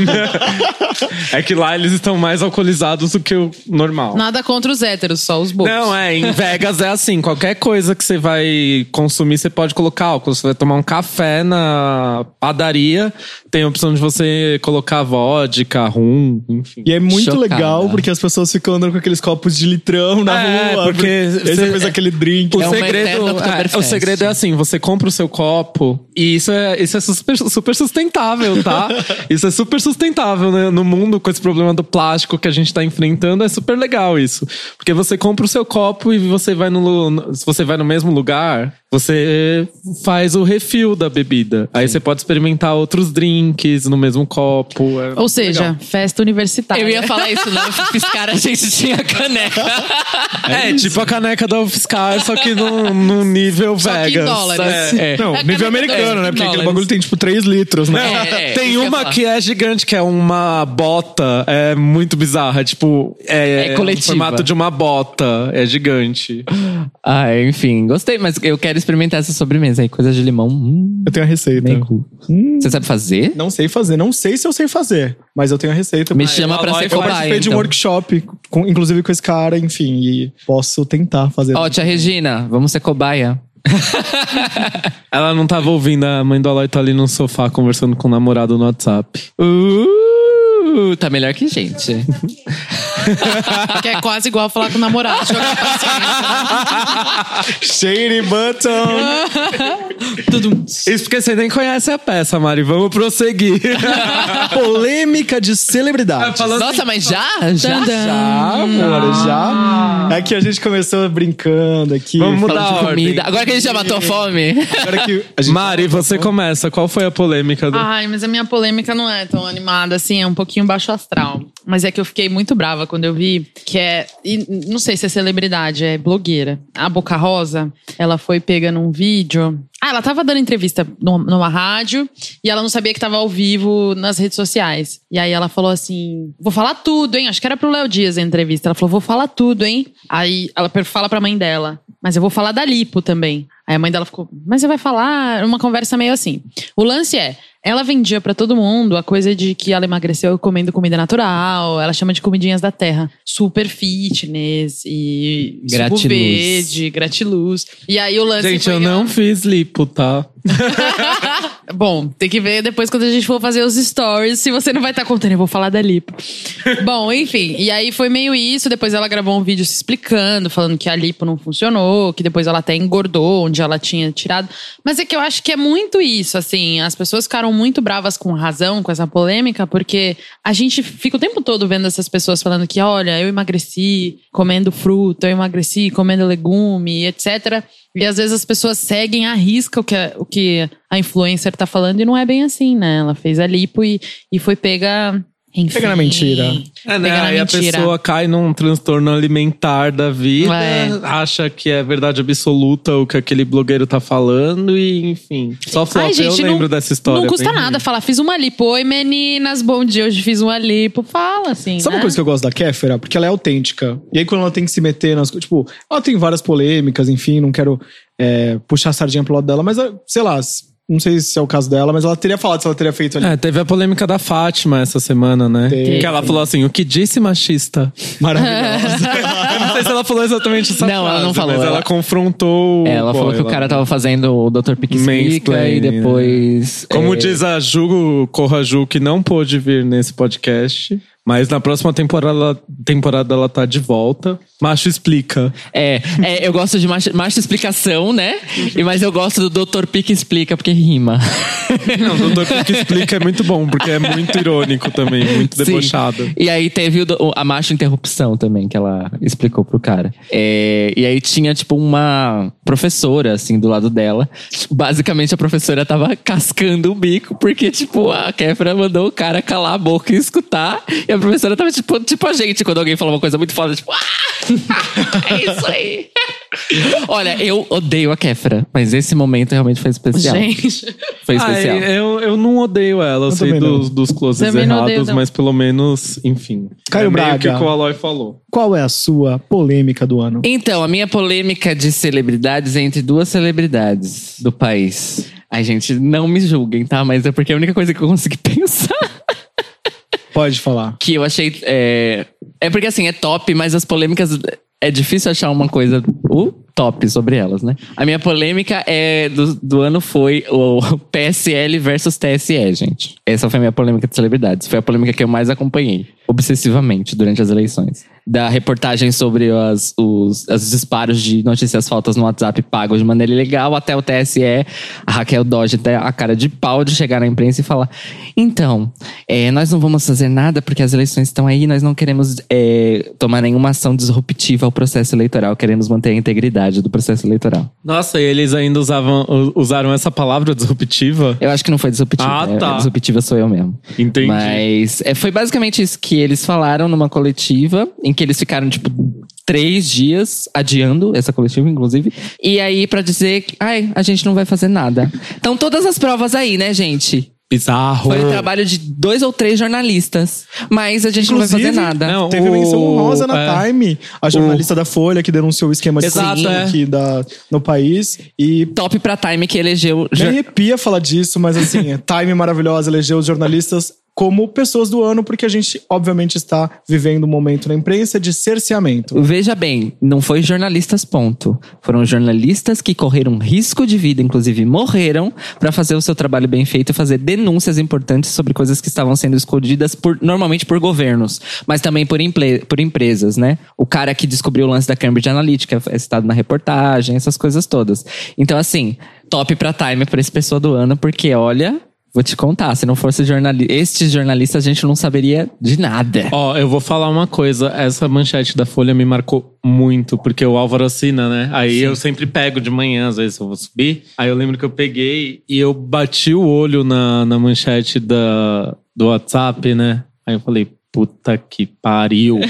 É que lá eles estão mais alcoolizados do que o normal. Nada contra os héteros, só os bobos. Não, é, em Vegas é assim, qualquer coisa que você vai consumir, você pode colocar álcool. Você vai tomar um café na padaria, tem a opção de você colocar vodka, rum, enfim. E é muito Chocada. legal, porque as pessoas ficam andando com aqueles copos de litrão na É, rua. porque Aí você você- fez aquele drink. O É uma segredo, eterna é, Oktoberfest. o segredo é assim, você compra o seu copo e isso é, isso é super, super sustentável, tá? Isso é super sustentável, né? No mundo, com esse problema do plástico que a gente tá enfrentando, é super legal isso. Porque você compra o seu copo e você vai no, no- se você vai no mesmo lugar, você faz o refill da bebida. Aí você pode experimentar outros drinks no mesmo copo. é Ou seja, legal. festa universitária. Eu ia falar isso, né? Piscar, a gente tinha caneta. caneca. É, tipo a caneca da UFSCar, só que no, no nível Só que em Vegas. dólares. É. Não, É a nível caneca americano, do- né? Porque aquele dólares. bagulho tem tipo três litros, né? Não, É, é, tem isso que eu ia uma falar. que é gigante, que é uma bota. É muito bizarra. É tipo. É, É coletiva. o formato de uma bota. É gigante. Ah, enfim, gostei, mas eu quero experimentar essa sobremesa aí. Coisa de limão. Hum, Eu tenho a receita. bem cool. Hum, Você sabe fazer? não sei fazer. Não sei se eu sei fazer, mas eu tenho a receita. Me Mas chama eu- pra eu ser eu cobaia, participei de um então. workshop, com- inclusive com esse cara, enfim, e posso tentar fazer. Ó, tia Regina, vamos ser cobaia. Ela não tava ouvindo, a mãe do Aloy tá ali no sofá conversando com o namorado no WhatsApp. Uh, tá melhor que gente. Que é quase igual falar com o namorado. Jogar paciência. Shady Button! Tudo. Isso porque você nem conhece a peça, Mari. Vamos prosseguir. Polêmica de celebridade. Falando Nossa, mas já? Já? Tandam. Já, amor, já. É que a gente começou brincando aqui. Vamos mudar Falando de a ordem. comida. Agora que a gente já matou a fome. Agora que a gente Mari, você começa. Qual foi a polêmica? Do... Ai, mas a minha polêmica não é tão animada assim, é um pouquinho baixo astral. Mas é que eu fiquei muito brava quando eu vi que é. E não sei se é celebridade, é blogueira. A Boca Rosa, ela foi pega num vídeo. Ah, ela tava dando entrevista num- numa rádio e ela não sabia que tava ao vivo nas redes sociais. E aí ela falou assim: vou falar tudo, hein? Acho que era pro Léo Dias a entrevista. Ela falou: vou falar tudo, hein? Aí ela per- fala pra mãe dela: mas eu vou falar da lipo também. Aí a mãe dela ficou: mas você vai falar? Uma conversa meio assim. O lance é: ela vendia pra todo mundo a coisa de que ela emagreceu comendo comida natural. Ela chama de comidinhas da terra. Super fitness e suco Gratiluz. verde, gratiluz. E aí o lance Gente, foi, eu não fiz lipo, tá? Bom, tem que ver depois quando a gente for fazer os stories se você não vai estar contando. Eu vou falar da lipo. Bom, enfim. E aí foi meio isso. Depois ela gravou um vídeo se explicando, falando que a lipo não funcionou, que depois ela até engordou, onde ela tinha tirado. Mas é que eu acho que é muito isso, assim. As pessoas ficaram muito bravas com razão, com essa polêmica, porque a gente fica o tempo todo vendo essas pessoas falando que, olha, eu emagreci comendo fruta, eu emagreci comendo legume, etcétera. E às vezes as pessoas seguem à risca o que a, o que a influencer tá falando e não é bem assim, né? Ela fez a lipo e, e foi pega... Enfim, Pega na mentira. É, né? Pega na Aí a mentira. pessoa cai num transtorno alimentar da vida, É. acha que é verdade absoluta o que aquele blogueiro tá falando e, enfim. Só flop, Ai, gente, eu lembro não, dessa história. Não custa bem nada ruim. falar, fiz uma lipo. Oi, meninas, bom dia, hoje fiz uma lipo. Fala, assim, Sabe né? uma coisa que eu gosto da Kéfera? Porque ela é autêntica. E aí, quando ela tem que se meter nas coisas. Tipo, ela tem várias polêmicas, enfim, não quero é, puxar a sardinha pro lado dela, mas sei lá, não sei se é o caso dela, mas ela teria falado se ela teria feito ali. É, teve a polêmica da Fátima essa semana, né? Teve. Que ela falou assim, o que disse machista? Maravilhosa. Eu não sei se ela falou exatamente essa Não, frase, ela não falou, mas ela, ela- confrontou... É, ela pô, falou que o cara tava fazendo o doutor Pique Explica Mansplaining, e depois... Como é, diz a Ju, Corra Ju, que não pôde vir nesse podcast, mas na próxima temporada, temporada ela tá de volta. Macho explica. É, é, eu gosto de macho, macho explicação, né? E, mas eu gosto do doutor Pique Explica, porque rima. Não, o doutor Pique explica é muito bom, porque é muito irônico também, muito Sim. debochado. E aí teve o do- o- a macho interrupção também, que ela explicou pro cara. É, e aí tinha, tipo, uma professora, assim, do lado dela. Basicamente, a professora tava cascando o bico, porque, tipo, a Kéfera mandou o cara calar a boca e escutar. E a professora tava, tipo, tipo a gente, quando alguém fala uma coisa muito foda, tipo... Ah! É isso aí! Olha, eu odeio a Kéfera, mas esse momento realmente foi especial. Gente, Foi Ah, especial. eu, eu não odeio ela, eu, Eu sei também não. dos, dos closes Também não errados, odeio, não. mas pelo menos, enfim. Caio é meio Braga. que o que o Aloy falou. Qual é a sua polêmica do ano? Então, a minha polêmica de celebridades é entre duas celebridades do país. Ai, gente, não me julguem, tá? Mas é porque é a única coisa que eu consegui pensar. Pode falar. Que eu achei. É, é porque assim, é top, mas as polêmicas. É difícil achar uma coisa. O top sobre elas, né? A minha polêmica é do, do ano foi o P S L versus T S E, gente. Essa foi a minha polêmica de celebridades. Foi a polêmica que eu mais acompanhei, obsessivamente, durante as eleições. Da reportagem sobre as, os, os disparos de notícias falsas no WhatsApp pagos de maneira ilegal, até o T S E, a Raquel Dodge até a cara de pau de chegar na imprensa e falar: então, é, nós não vamos fazer nada porque as eleições estão aí, nós não queremos é, tomar nenhuma ação disruptiva ao processo eleitoral, queremos manter a integridade do processo eleitoral. Nossa, e eles ainda usavam, usaram essa palavra disruptiva? Eu acho que não foi disruptiva. Ah, é, tá. disruptiva sou eu mesmo. Entendi. Mas é, foi basicamente isso que eles falaram numa coletiva, em que eles ficaram, tipo, três dias, adiando essa coletiva, inclusive. E aí, pra dizer que, ai, a gente não vai fazer nada. Então, todas as provas aí, né, gente? Bizarro. Foi o trabalho de dois ou três jornalistas. Mas a gente Inclusive, não vai fazer nada. Não, Teve o- menção honrosa na é. Time, a jornalista da Folha que denunciou o esquema de Exato, corrupção é. aqui da, no país. E Top pra Time que elegeu... me arrepia falar disso, mas assim, Time maravilhosa, elegeu os jornalistas como pessoas do ano, porque a gente, obviamente, está vivendo um momento na imprensa de cerceamento. Veja bem, não foi jornalistas, ponto. Foram jornalistas que correram risco de vida, inclusive morreram, pra fazer o seu trabalho bem feito e fazer denúncias importantes sobre coisas que estavam sendo escondidas por, normalmente por governos, mas também por, emple- por empresas, né? O cara que descobriu o lance da Cambridge Analytica é citado na reportagem, essas coisas todas. Então, assim, top pra Time pra esse pessoa do ano, porque olha... Vou te contar, se não fosse jornali- estes jornalistas, a gente não saberia de nada. Ó, eu vou falar uma coisa. Essa manchete da Folha me marcou muito, porque o Álvaro assina, né? Aí eu sempre pego de manhã, às vezes eu vou subir. Aí eu lembro que eu peguei e eu bati o olho na, na manchete da, do WhatsApp, né? Aí eu falei, puta que pariu.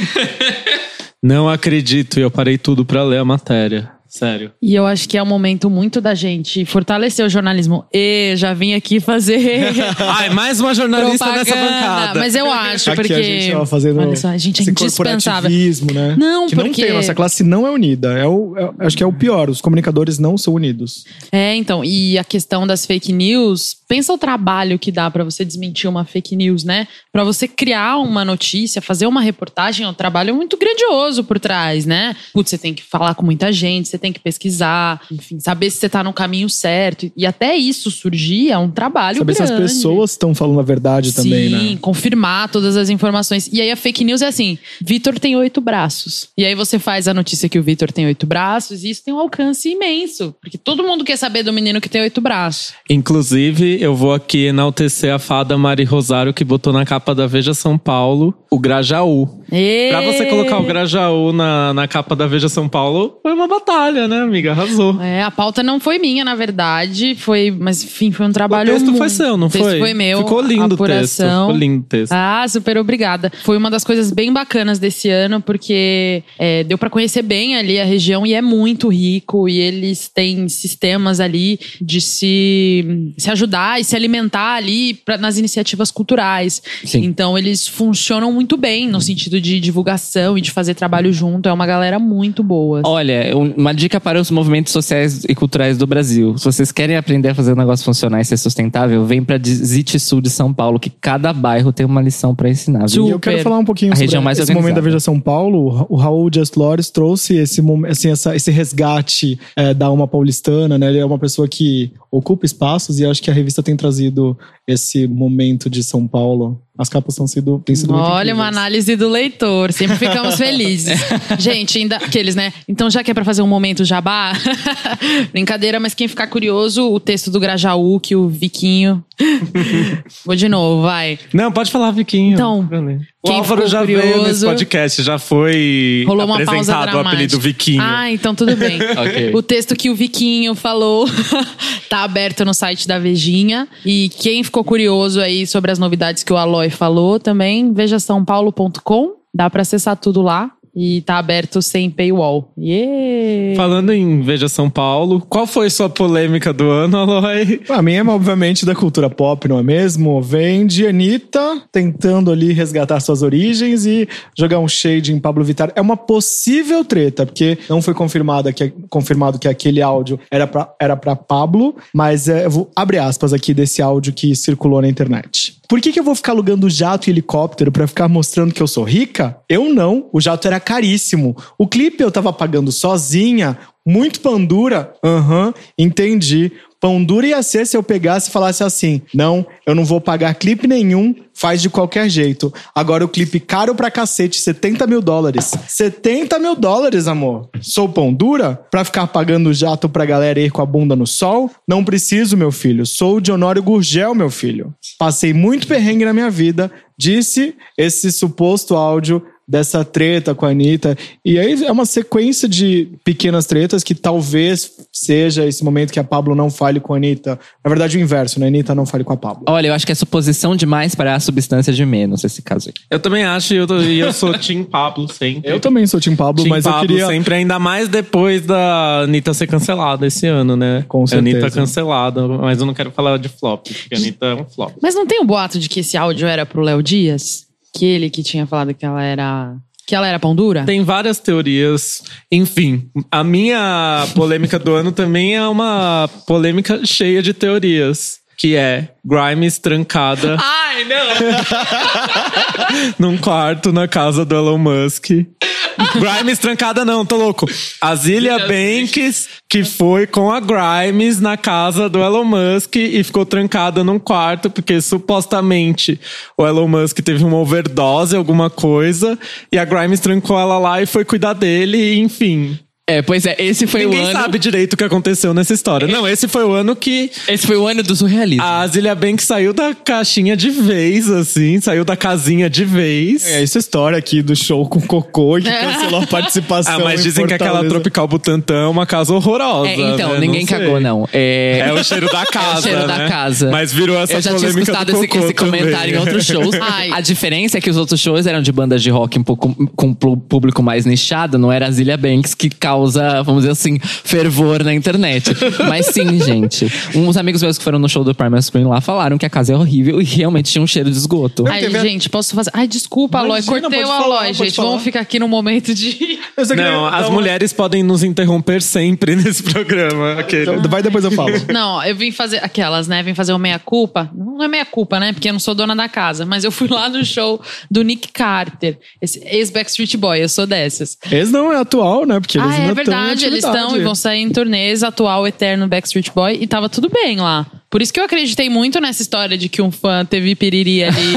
Não acredito. E eu parei tudo pra ler a matéria. Sério. E eu acho que é um momento muito da gente fortalecer o jornalismo. E já vim aqui fazer Ai, mais uma jornalista propaganda. nessa bancada. Mas eu acho, Aqui porque... a gente tava fazendo Olha só, a gente é esse indispensável. corporativismo, né? Não, que porque... não tem, nossa classe não é unida. É o, é- acho que é o pior, os comunicadores não são unidos. É, então, e a questão das fake news, pensa o trabalho que dá pra você desmentir uma fake news, né? Pra você criar uma notícia, fazer uma reportagem, é um trabalho muito grandioso por trás, né? Putz, você tem que falar com muita gente, você tem que pesquisar, enfim, saber se você tá no caminho certo. E até isso surgir é um trabalho Saber grande. se as pessoas estão falando a verdade também, Sim, né? confirmar todas as informações. E aí a fake news é assim, Vitor tem oito braços. E aí você faz a notícia que o Vitor tem oito braços e isso tem um alcance imenso. Porque todo mundo quer saber do menino que tem oito braços. Inclusive, eu vou aqui enaltecer a fada Mari Rosário, que botou na capa da Veja São Paulo o Grajaú. E... Pra você colocar o Grajaú na, na capa da Veja São Paulo, foi uma batalha, né, amiga? Arrasou. É, a pauta não foi minha, na verdade. Foi, mas enfim, foi um trabalho. O texto muito- foi seu, não o texto foi? foi meu. Ficou lindo o texto. apuração. Ficou lindo o texto. Ah, super obrigada. Foi uma das coisas bem bacanas desse ano, porque é, deu pra conhecer bem ali a região e é muito rico. E eles têm sistemas ali de se, se ajudar e se alimentar ali pra, nas iniciativas culturais. Sim. Então eles funcionam muito bem no sentido de divulgação e de fazer trabalho junto. É uma galera muito boa. Olha, um- uma dica para os movimentos sociais e culturais do Brasil. Se vocês querem aprender a fazer o negócio funcionar e ser sustentável, vem pra Zite Sul de São Paulo, que cada bairro tem uma lição pra ensinar. viu? E eu quero falar um pouquinho A sobre região mais esse momento da organizada. Veja São Paulo. O Raul Just Lores trouxe esse, mom- assim, essa- esse resgate é, da alma paulistana, né? Ele é uma pessoa que ocupa espaços e acho que a revista tem trazido esse momento de São Paulo. As capas têm sido, têm sido muito Olha, uma incríveis. análise do leitor. Sempre ficamos felizes. Gente, ainda aqueles, né? Então, já que é pra fazer um momento jabá, brincadeira, mas quem ficar curioso, o texto do Grajaú, que o Viquinho. Vou de novo, vai. Não, pode falar, Viquinho. Então, o quem Álvaro ficou já veio curioso- nesse podcast, já foi Rolou uma pausa apresentado o dramática. apelido Viquinho. Ah, então tudo bem. Ok. O texto que o Viquinho falou tá aberto no site da Vejinha. E quem ficou curioso aí sobre as novidades que o Aloy falou, também veja são paulo ponto com. Dá pra acessar tudo lá. E tá aberto sem paywall. Yeah! Falando em Veja São Paulo, qual foi sua polêmica do ano, Aloy? A minha é, obviamente, da cultura pop, não é mesmo? Vem de Anitta tentando ali resgatar suas origens e jogar um shade em Pablo Vittar. É uma possível treta, porque não foi confirmado que, confirmado que aquele áudio era pra, era pra Pablo, mas é, eu vou abrir aspas aqui desse áudio que circulou na internet. Por que que eu vou ficar alugando jato e helicóptero pra ficar mostrando que eu sou rica? Eu não. O jato era caríssimo. O clipe eu tava pagando sozinha. Muito pão dura? Aham, entendi. Pão dura ia ser se eu pegasse e falasse assim: não, eu não vou pagar clipe nenhum, faz de qualquer jeito. Agora o clipe caro pra cacete, setenta mil dólares. setenta mil dólares, amor. Sou pão dura? Pra ficar pagando jato pra galera ir com a bunda no sol? Não preciso, meu filho. Sou o de Honório Gurgel, meu filho. Passei muito perrengue na minha vida, disse esse suposto áudio dessa treta com a Anitta. E aí é uma sequência de pequenas tretas que talvez seja esse momento que a Pabllo não fale com a Anitta. Na verdade, o inverso, né? A Anitta não fale com a Pabllo. Olha, eu acho que é suposição demais para a substância de menos, esse caso aí. Eu também acho, e eu, tô- e eu sou Team Pabllo sempre. Eu também sou Team Pabllo, Team mas Pabllo eu queria... sempre, ainda mais depois da Anitta ser cancelada esse ano, né? Com A certeza. Anitta cancelada, mas eu não quero falar de flop, porque a Anitta é um flop. Mas não tem um boato de que esse áudio era pro Léo Dias? Que ele que tinha falado que ela era... Que ela era pão dura? Tem várias teorias. Enfim, a minha polêmica do ano também é uma polêmica cheia de teorias. Que é Grimes trancada Ai, não! num quarto na casa do Elon Musk. Grimes trancada não, tô louco. A Zilia Banks, que foi com a Grimes na casa do Elon Musk e ficou trancada num quarto, porque supostamente o Elon Musk teve uma overdose, alguma coisa, e a Grimes trancou ela lá e foi cuidar dele, e enfim. É, pois é, esse foi Ninguém o ano... sabe direito o que aconteceu nessa história. Não, esse foi o ano que Esse foi o ano do surrealismo. a Zilia Banks saiu da caixinha de vez, assim, saiu da casinha de vez. É, essa história aqui do show com cocô e que cancelou a participação. Ah, mas em dizem que aquela Fortaleza. Tropical Butantã é uma casa horrorosa. É, então, né? ninguém Não sei. cagou, não. É... É o cheiro da casa. É o cheiro né? da casa. Mas virou essa Eu já tinha polêmica escutado do esse, cocô esse comentário também. em outros shows. Ai. A diferença é que os outros shows eram de bandas de rock um pouco com um público mais nichado, não era a Zilia Banks que causa, vamos dizer assim, fervor na internet. Mas sim, gente. Uns amigos meus que foram no show do Primal Scream lá falaram que a casa é horrível e realmente tinha um cheiro de esgoto. Ai, teve a- gente, posso fazer... Ai, desculpa, Aloy. Imagina, Cortei pode o falar, Aloy, pode gente. falar. Vamos ficar aqui no momento de... Eu só queria Não, dar as uma- mulheres podem nos interromper sempre nesse programa. Aquele. Então, vai, depois eu falo. Não, eu vim fazer aquelas, né? Vim fazer o meia-culpa. Não é meia-culpa, né? Porque eu não sou dona da casa. Mas eu fui lá no show do Nick Carter, esse ex-Backstreet Boy. Eu sou dessas. Esse não é atual, né? Porque eles Ah, ainda é estão em verdade. Eles atividade. estão e vão sair em turnês, atual, eterno Backstreet Boy. E tava tudo bem lá. Por isso que eu acreditei muito nessa história de que um fã teve piriri ali.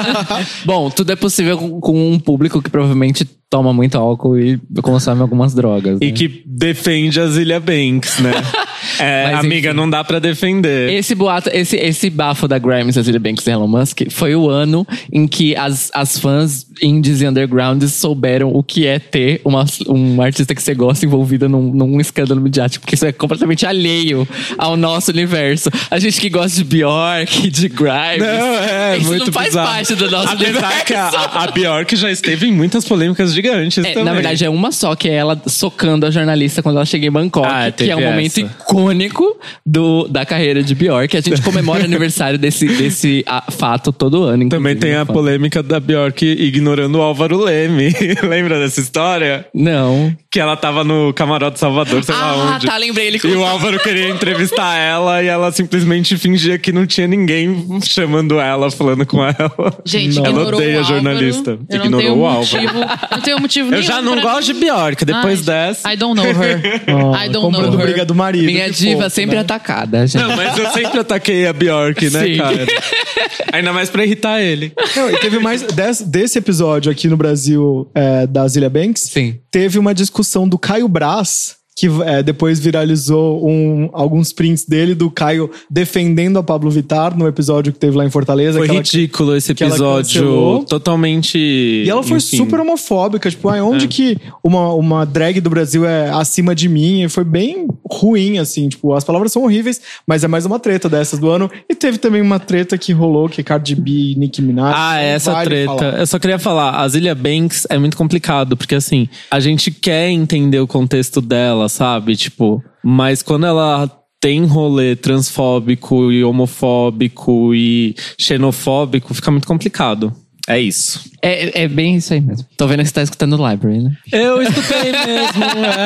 Bom, tudo é possível com, com um público que provavelmente toma muito álcool e consome algumas drogas. E né? que defende a Zilia Banks, né? É, Mas, amiga, enfim. não dá pra defender. Esse boato, esse, esse bafo da Grimes, a Zilia Banks e Elon Musk foi o ano em que as, as fãs indies e undergrounds souberam o que é ter uma, um artista que você gosta envolvida num, num escândalo midiático, porque isso é completamente alheio ao nosso universo. A gente que gosta de Bjork, de Grimes, Não, é, isso muito não faz bizarro. parte do nosso Apesar universo. que a, a Bjork já esteve em muitas polêmicas gigantes É, também. na verdade, é uma só, que é ela socando a jornalista quando ela chega em Bangkok, Ah, que é um teve momento essa. icônico do, da carreira de Bjork. A gente comemora o aniversário desse, desse ah, fato todo ano. Também inclusive, tem né, a fã? polêmica da Bjork ignorando o Álvaro Leme. Lembra dessa história? Não. Que ela tava no Camarote Salvador, sei lá Ah, onde. tá, lembrei. Ele E o Álvaro queria entrevistar ela e ela simplesmente fingia que não tinha ninguém chamando ela, falando com ela. Gente, Ela ignorou odeia o Álvaro. jornalista. Eu não Ignorou tenho o Álvaro. motivo. Não tenho motivo Eu nenhum. já não pra gosto mim. de Bjork. Depois Ai, dessa... I don't know her. Ó, I don't know comprando her. briga do marido. Minha que diva fofo, sempre né? atacada, gente. Não, mas eu sempre ataquei a Bjork, né, Sim. cara? Ainda mais pra irritar ele. Não, e teve mais desse, desse episódio aqui no Brasil é, da Zilia Banks. Sim. Teve uma discussão do Caio Brás, que é, depois viralizou um, alguns prints dele, do Caio defendendo a Pabllo Vittar no episódio que teve lá em Fortaleza. Foi que ela- ridículo esse que ela episódio. cancelou. Totalmente... E ela foi enfim. super homofóbica. Tipo, ah, onde É. que uma, uma drag do Brasil é acima de mim? E foi bem ruim, assim. Tipo, as palavras são horríveis, mas é mais uma treta dessas do ano. E teve também uma treta que rolou, que Cardi B e Nicki Minaj. Ah, não essa vale treta. falar. Eu só queria falar, a Zilia Banks é muito complicado, porque assim, a gente quer entender o contexto dela, sabe? Tipo, mas quando ela tem rolê transfóbico e homofóbico e xenofóbico, fica muito complicado. É isso. É, é bem isso aí mesmo. Tô vendo que você tá escutando o Library, né? Eu escutei mesmo.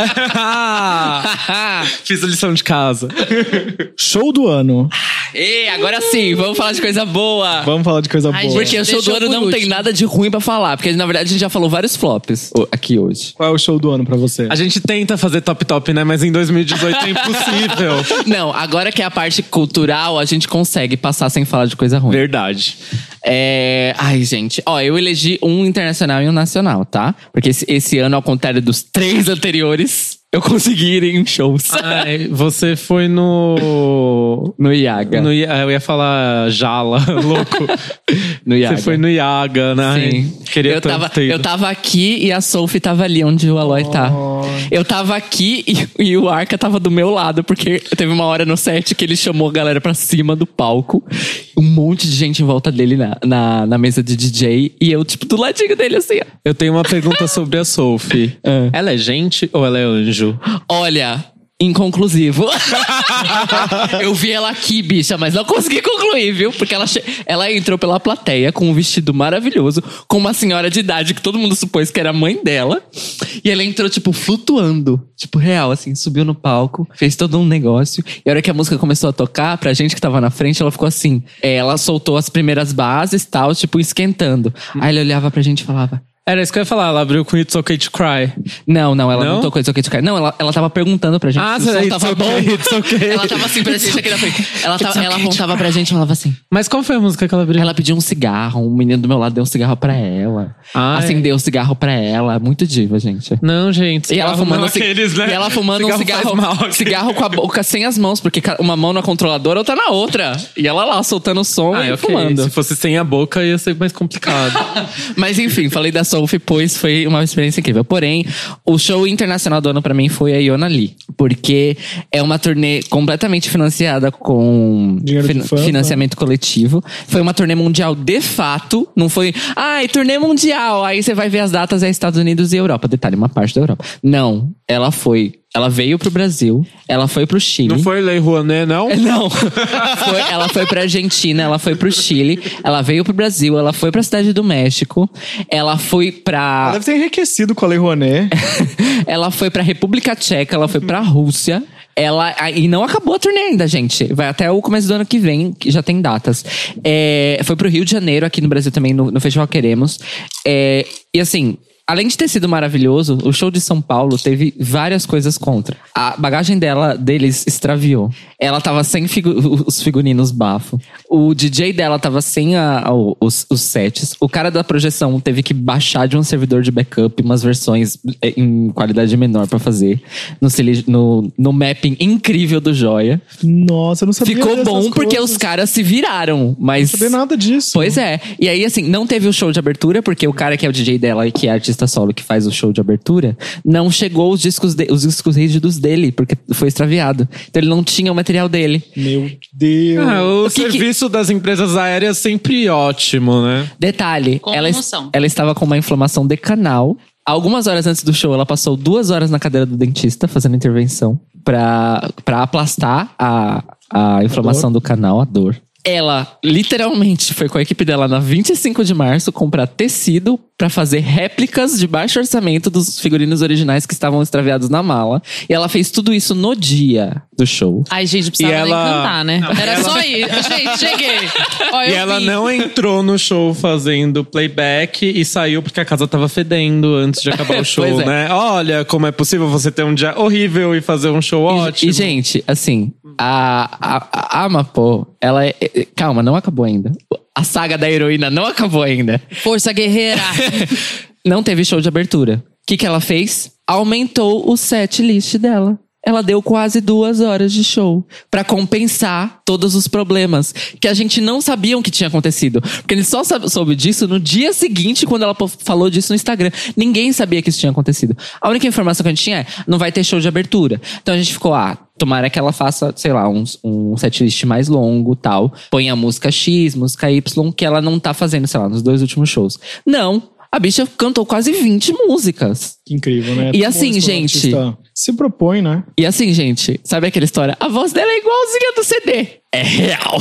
É. Fiz a lição de casa. Show do ano. E agora sim, vamos falar de coisa boa. Vamos falar de coisa Ai, boa. gente. Porque o show Deixou do ano por não tem último. nada de ruim pra falar. Porque, na verdade, a gente já falou vários flops o- aqui hoje. Qual é o show do ano pra você? A gente tenta fazer top-top, né? Mas em dois mil e dezoito é impossível. Não, agora que é a parte cultural, a gente consegue passar sem falar de coisa ruim. Verdade. É... Ai, gente. Ó, eu elegi um internacional e um nacional, tá? Porque esse, esse ano, ao contrário dos três anteriores, eu consegui ir em shows. Ai, você foi no... No Iaga. no I- eu ia falar Jala, louco. No Iaga. Você foi no Iaga, né? Sim. Queria eu, tanto tava, ter ido. eu tava aqui e a Sophie tava ali onde o Aloy tá. Eu tava aqui e, e o Arca tava do meu lado, porque teve uma hora no set que ele chamou a galera pra cima do palco. Um monte de gente em volta dele na, na, na mesa de D J. E eu, tipo, do ladinho dele, assim, ó. Eu tenho uma pergunta sobre a Sophie. Ah. Ela é gente ou ela é anjo? Olha, inconclusivo. Eu vi ela aqui, bicha, mas não consegui concluir, viu? Porque ela, che... ela entrou pela plateia com um vestido maravilhoso, com uma senhora de idade que todo mundo supôs que era a mãe dela. E ela entrou, tipo, flutuando. Tipo, real, assim, subiu no palco, fez todo um negócio. E a hora que a música começou a tocar, pra gente que tava na frente, ela ficou assim. É, ela soltou as primeiras bases e tal, tipo, esquentando. Aí ele olhava pra gente e falava... Era isso que eu ia falar, ela abriu com It's Okay to Cry. Não, não, ela não, Não? tocou It's Okay to Cry. Não, ela, ela tava perguntando pra gente Ah, se o som it's tava okay, bom. it's okay. Ela tava assim pra gente aqui na frente. Ela, tava, ela apontava pra gente e falava assim. Mas qual foi a música que ela abriu? Ela pediu um cigarro, um menino do meu lado deu um cigarro pra ela. Ah, Acendeu o cigarro pra ela. Muito diva, gente. Não, gente. E ela cigarro fumando, não um ci- aqueles, né? e ela fumando um Cigarro cigarro, faz mal. cigarro com a boca sem as mãos, porque ca- uma mão na controladora, outra na outra. E ela lá soltando o som Ah, e ok. fumando. Se fosse sem a boca, ia ser mais complicado. Mas enfim, falei da Sophie, pois foi uma experiência incrível. Porém, o show internacional do ano pra mim foi a Iona Lee. Porque é uma turnê completamente financiada com Dinheiro de fãs, financiamento coletivo. Foi uma turnê mundial de fato. Não foi, ai, turnê mundial. Aí você vai ver as datas, é Estados Unidos e Europa. Detalhe, uma parte da Europa. Não, ela foi... Ela veio pro Brasil, ela foi pro Chile. Não foi Lei Rouanet, não? Não. Foi, ela foi pra Argentina, ela foi pro Chile, ela veio pro Brasil, ela foi pra Cidade do México, ela foi pra... Ela deve ter enriquecido com a Lei Rouanet. Ela foi pra República Tcheca, ela foi pra Rússia. Ela, e não acabou a turnê ainda, gente. Vai até o começo do ano que vem, que já tem datas. É, foi pro Rio de Janeiro, aqui no Brasil também, no, no Festival Queremos. É, e assim... Além de ter sido maravilhoso, o show de São Paulo teve várias coisas contra. A bagagem dela, deles extraviou. Ela tava sem figu- os figurinos bafo. O D J dela tava sem a- a- os, os sets. O cara da projeção teve que baixar de um servidor de backup umas versões eh, em qualidade menor pra fazer. No, sili- no, no mapping incrível do Joia. Nossa, eu não sabia Ficou dessas bom porque coisas. os caras se viraram. Mas... Não sabia nada disso. Pois é. E aí, assim, não teve o show de abertura, porque o cara que é o D J dela e que é artista solo que faz o show de abertura, não chegou os discos, de, os discos rígidos dele, porque foi extraviado. Então ele não tinha o material dele. Meu Deus. Ah, o, O que que- serviço das empresas aéreas sempre ótimo, né? Detalhe, Com ela, es- emoção. ela estava com uma inflamação decanal. Algumas horas antes do show, ela passou duas horas na cadeira do dentista fazendo intervenção pra, pra aplastar a, a inflamação do canal, a dor. Ela, literalmente, foi com a equipe dela na vinte e cinco de março comprar tecido pra fazer réplicas de baixo orçamento dos figurinos originais que estavam extraviados na mala. E ela fez tudo isso no dia do show. Ai, gente, precisava E nem ela- cantar, né? Não, Era ela- só isso. Gente, cheguei. Ó, E eu ela vi. não entrou no show fazendo playback e saiu porque a casa tava fedendo antes de acabar o show, Pois é. né? Olha como é possível você ter um dia horrível e fazer um show E- ótimo. E, gente, assim, a, a, a Amapô, ela é, é- calma, não acabou ainda. A saga da heroína não acabou ainda. Força guerreira. Não teve show de abertura. O que, que ela fez? Aumentou o set list dela. Ela deu quase duas horas de show pra compensar todos os problemas que a gente não sabiam que tinha acontecido. Porque a gente só sabe- soube disso no dia seguinte, quando ela po- falou disso no Instagram. Ninguém sabia que isso tinha acontecido. A única informação que a gente tinha é, não vai ter show de abertura. Então a gente ficou, ah, tomara que ela faça, sei lá, um, um setlist mais longo, tal. Põe a música X, música Y, que ela não tá fazendo, sei lá, nos dois últimos shows. Não. A bicha cantou quase vinte músicas. Que incrível, né? E Tão assim, bom isso quando o gente- artista se propõe, né? E assim, gente, sabe aquela história? A voz dela é igualzinha do C D. É real.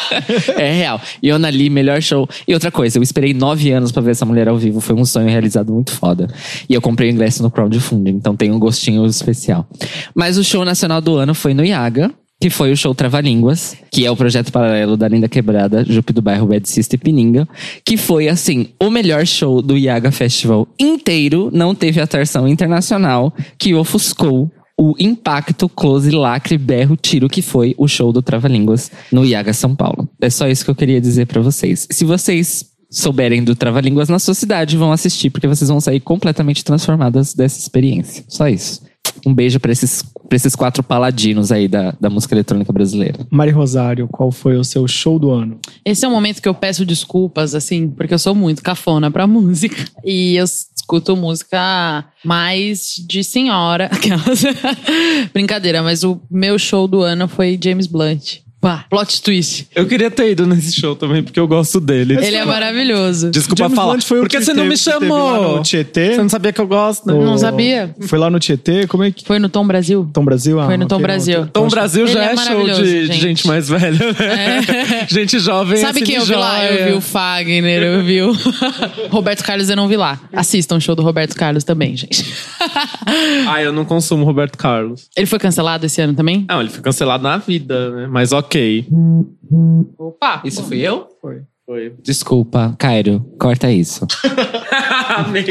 É real. Iona Lee, melhor show. E outra coisa, eu esperei nove anos pra ver essa mulher ao vivo. Foi um sonho realizado muito foda. E eu comprei o ingresso no crowdfunding, então tem um gostinho especial. Mas o show nacional do ano foi no Iaga, que foi o show Trava-Línguas, que é o projeto paralelo da Linda Quebrada, Jupe do Bairro, Bad Sister e Pininga, que foi, assim, o melhor show do Iaga Festival inteiro. Não teve atração internacional, que ofuscou o impacto, close, lacre, berro, tiro que foi o show do Trava-Línguas no Iaga São Paulo. É só isso que eu queria dizer pra vocês. Se vocês souberem do Trava-Línguas na sua cidade, vão assistir, porque vocês vão sair completamente transformadas dessa experiência. Só isso. Um beijo pra esses, pra esses quatro paladinos aí da, da música eletrônica brasileira. Mari Rosário, qual foi o seu show do ano? Esse é um momento que eu peço desculpas, assim, porque eu sou muito cafona pra música. E eu escuto música mais de senhora. Aquelas. Brincadeira, mas o meu show do ano foi James Blunt. Pá, plot twist. Eu queria ter ido nesse show também, porque eu gosto dele. Ele é maravilhoso. Desculpa James falar. Blunt foi o Porque que você não teve- me que teve chamou. lá no Tietê? Você não sabia que eu gosto, né? Não O- sabia? Foi lá no Tietê? Como é que... Foi no Tom Brasil. Tom Brasil? Ah, Foi no Tom ok, Brasil. não. Tom Brasil já Ele é é, show maravilhoso, de de gente. gente. mais velha, né? Gente jovem. Sabe assim, quem eu vi lá? joia. Eu vi o Fagner, eu vi o Roberto Carlos, eu não vi lá. Assistam o show do Roberto Carlos também, gente. Ah, eu não consumo Roberto Carlos. Ele foi cancelado esse ano também? Não, ele foi cancelado na vida, né? Mas ok. Opa! Isso fui eu? Foi. Foi. Desculpa, Cairo, corta isso. Amei.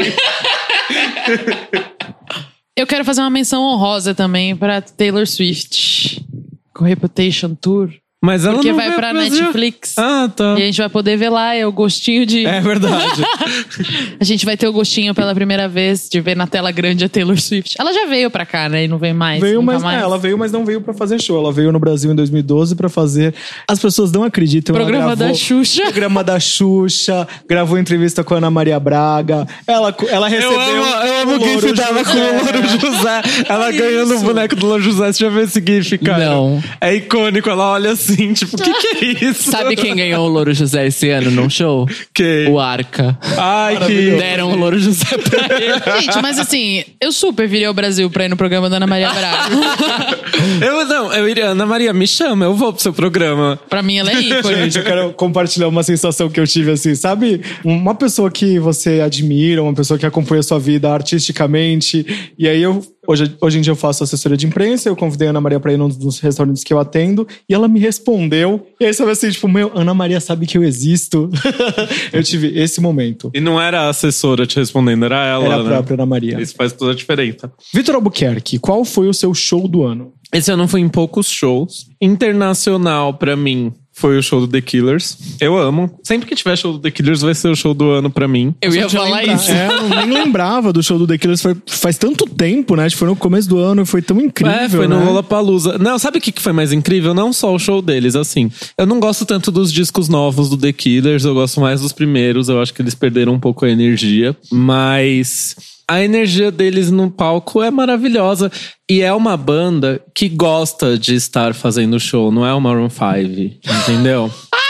Eu quero fazer uma menção honrosa também pra Taylor Swift. Com Reputation Tour. Mas ela Porque não vai veio pra pro Brasil. Netflix. Ah, tá. E a gente vai poder ver lá, é o gostinho de... É verdade. A gente vai ter o gostinho pela primeira vez de ver na tela grande a Taylor Swift. Ela já veio pra cá, né? E não veio mais. Veio, nunca mas mais. é, ela veio, mas não veio pra fazer show. Ela veio no Brasil em dois mil e doze pra fazer. As pessoas não acreditam. ela Programa gravou- da Xuxa. Programa da Xuxa. Gravou entrevista com a Ana Maria Braga. Ela, ela recebeu. Eu amo, eu amo o quem Louro se dava com o José. Louro José. Ela ganhando o boneco do Louro José. Você já viu esse gif, cara? Não. É icônico. Ela olha assim, tipo, o que que é isso? Sabe quem ganhou o Louro José esse ano num show? Quem? O Arca. Ai, que... Deram o Louro José pra ele. Gente, mas assim, eu super virei ao Brasil pra ir no programa da Ana Maria Braga. Eu não, eu iria... Ana Maria, me chama. Eu vou pro seu programa. Pra mim, ela é ícone. Gente, eu quero compartilhar uma sensação que eu tive assim, sabe? Uma pessoa que você admira, uma pessoa que acompanha a sua vida artisticamente. E aí eu, hoje, hoje em dia eu faço assessoria de imprensa, eu convidei a Ana Maria pra ir num dos restaurantes que eu atendo, e ela me respondeu. E aí sabe assim, tipo, meu, Ana Maria sabe que eu existo. Eu tive esse momento. E não era a assessora te respondendo, era ela, Era a né? própria Ana Maria. Isso faz toda a diferença. Vitor Albuquerque, qual foi o seu show do ano? Esse ano foi em poucos shows. Internacional, pra mim, foi o show do The Killers. Eu amo. Sempre que tiver show do The Killers, vai ser o show do ano pra mim. Eu ia Só de falar lembrar. isso. É, eu nem lembrava do show do The Killers. Foi, faz tanto tempo, né? Acho que foi no começo do ano e foi tão incrível. É, foi né? no Lollapalooza. Não, sabe o que que foi mais incrível? Não só o show deles, assim. Eu não gosto tanto dos discos novos do The Killers, eu gosto mais dos primeiros. Eu acho que eles perderam um pouco a energia. Mas a energia deles no palco é maravilhosa. E é uma banda que gosta de estar fazendo show, não é o Maroon five, entendeu?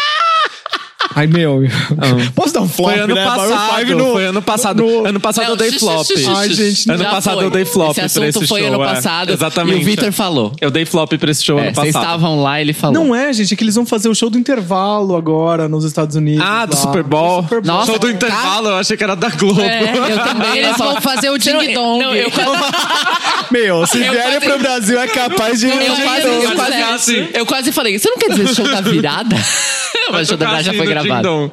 Ai, meu. Posso dar um flop, Foi ano né? Maroon passado, five no- foi ano passado. no- Ano passado Não, eu dei xixi, flop. xixi, Ai, gente, Ano Já passado foi. eu dei flop Esse pra assunto esse foi show. ano é. passado. Exatamente. E o Vitor falou. Eu dei flop pra esse show É, ano vocês passado. estavam lá, ele falou. Não é, gente, é que eles vão fazer o show do intervalo agora nos Estados Unidos. Ah, do lá. Super Bowl. Do Super Bowl. Nossa, show do cara. intervalo, eu achei que era da Globo. É, eu também. Eles vão fazer o Você não- Ding Dong. Não, eu Meu, se Eu vierem quase- pro Brasil é capaz de... Eu Não, quase, não, eu, não, quase, não, assim. eu quase falei, você não quer dizer show da virada? Mas o show da virada já foi gravado.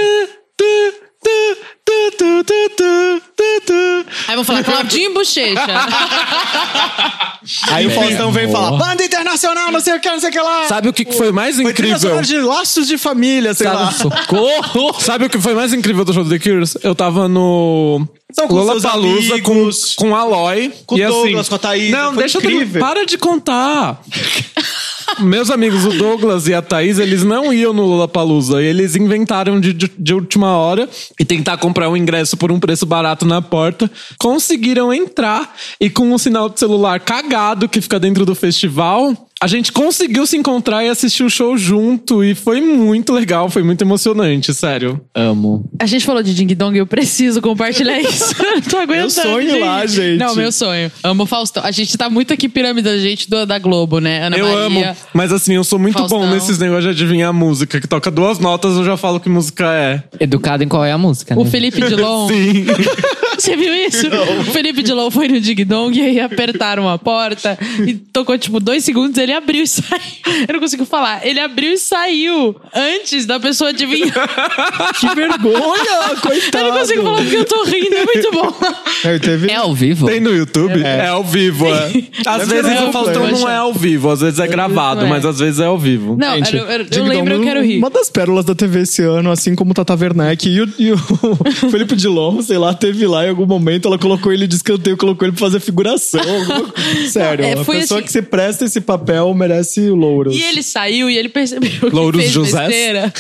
Aí vão falar Claudinho Bochecha. Aí o Meu Faustão vem amor. falar, banda internacional, não sei o que, não sei o que lá. Sabe o que que foi mais Foi trilha incrível? sonora de laços de família, sei lá. Socorro! Sabe o que foi mais incrível do show do The Cures? Eu tava no São com seus Lollapalooza com, amigos. com o Aloy. Com o e Douglas, assim, com a Thaís, Não, foi deixa incrível. eu... Para de contar. Meus amigos, o Douglas e a Thaís, eles não iam no Lollapalooza. E eles inventaram de, de, de última hora e tentar comprar um ingresso por um preço barato na porta. Conseguiram entrar e com um sinal de celular cagado que fica dentro do festival... A gente conseguiu se encontrar e assistir o show junto. E foi muito legal, foi muito emocionante, sério. Amo. A gente falou de Ding Dong e eu preciso compartilhar isso. Eu não tô aguentando. sonho lá, gente. Não, meu sonho. Amo o Faustão. A gente tá muito aqui pirâmide da gente do, da Globo, né? Ana Eu Maria. amo, mas assim, eu sou muito Faustão. bom nesses negócios de adivinhar a música. Que toca duas notas, eu já falo que música é. Educado em qual é a música, O né? Felipe Dilon. Sim. Você viu isso? O Felipe Dilon foi no Ding Dong e aí apertaram a porta e tocou tipo dois segundos, ele abriu e saiu. Eu não consigo falar. Ele abriu e saiu antes da pessoa adivinhar. Que vergonha, coitado. Eu não consigo falar porque eu tô rindo, é muito bom. É, teve... É ao vivo? Tem no YouTube? É. É, ao vivo, é. Às Deve vezes ser o no Faustão Flash. não é ao vivo, às vezes é gravado, é. mas às vezes é ao vivo. Não, Gente, eu, eu, eu Ding lembro, Dong, eu quero rir. Uma das pérolas da T V esse ano, assim como o Tata Werneck e o, e o Felipe Dilon, sei lá, teve lá. algum momento ela colocou ele de escanteio, colocou ele pra fazer figuração. alguma- Sério, É, a foi pessoa assim- que você presta esse papel merece louros. E ele saiu e ele percebeu que Louros fez Josés? besteira.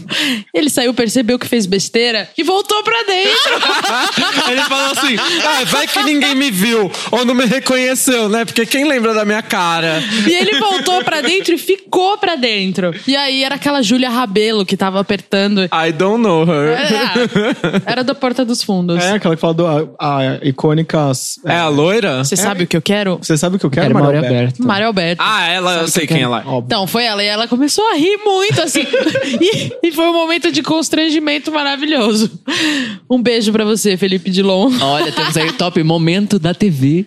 Ele saiu, percebeu que fez besteira e voltou pra dentro. Ele falou assim: ah, vai que ninguém me viu ou não me reconheceu, né? Porque quem lembra da minha cara? E ele voltou pra dentro e ficou pra dentro. E aí era aquela Júlia Rabelo que tava apertando. I don't know her. Era, era da Porta dos Fundos. É, aquela que fala do, a, a icônica. É a loira? Você sabe o que eu quero? Você sabe o que eu quero, Era Maria Maria Alberto? Alberto. Mário Alberto. Ah, ela, eu sei quem ela é. Óbvio. Então, foi ela. E ela começou a rir muito, assim. e, e foi um momento de constrangimento maravilhoso. Um beijo pra você, Felipe Dilon. Olha, temos aí o top momento da T V.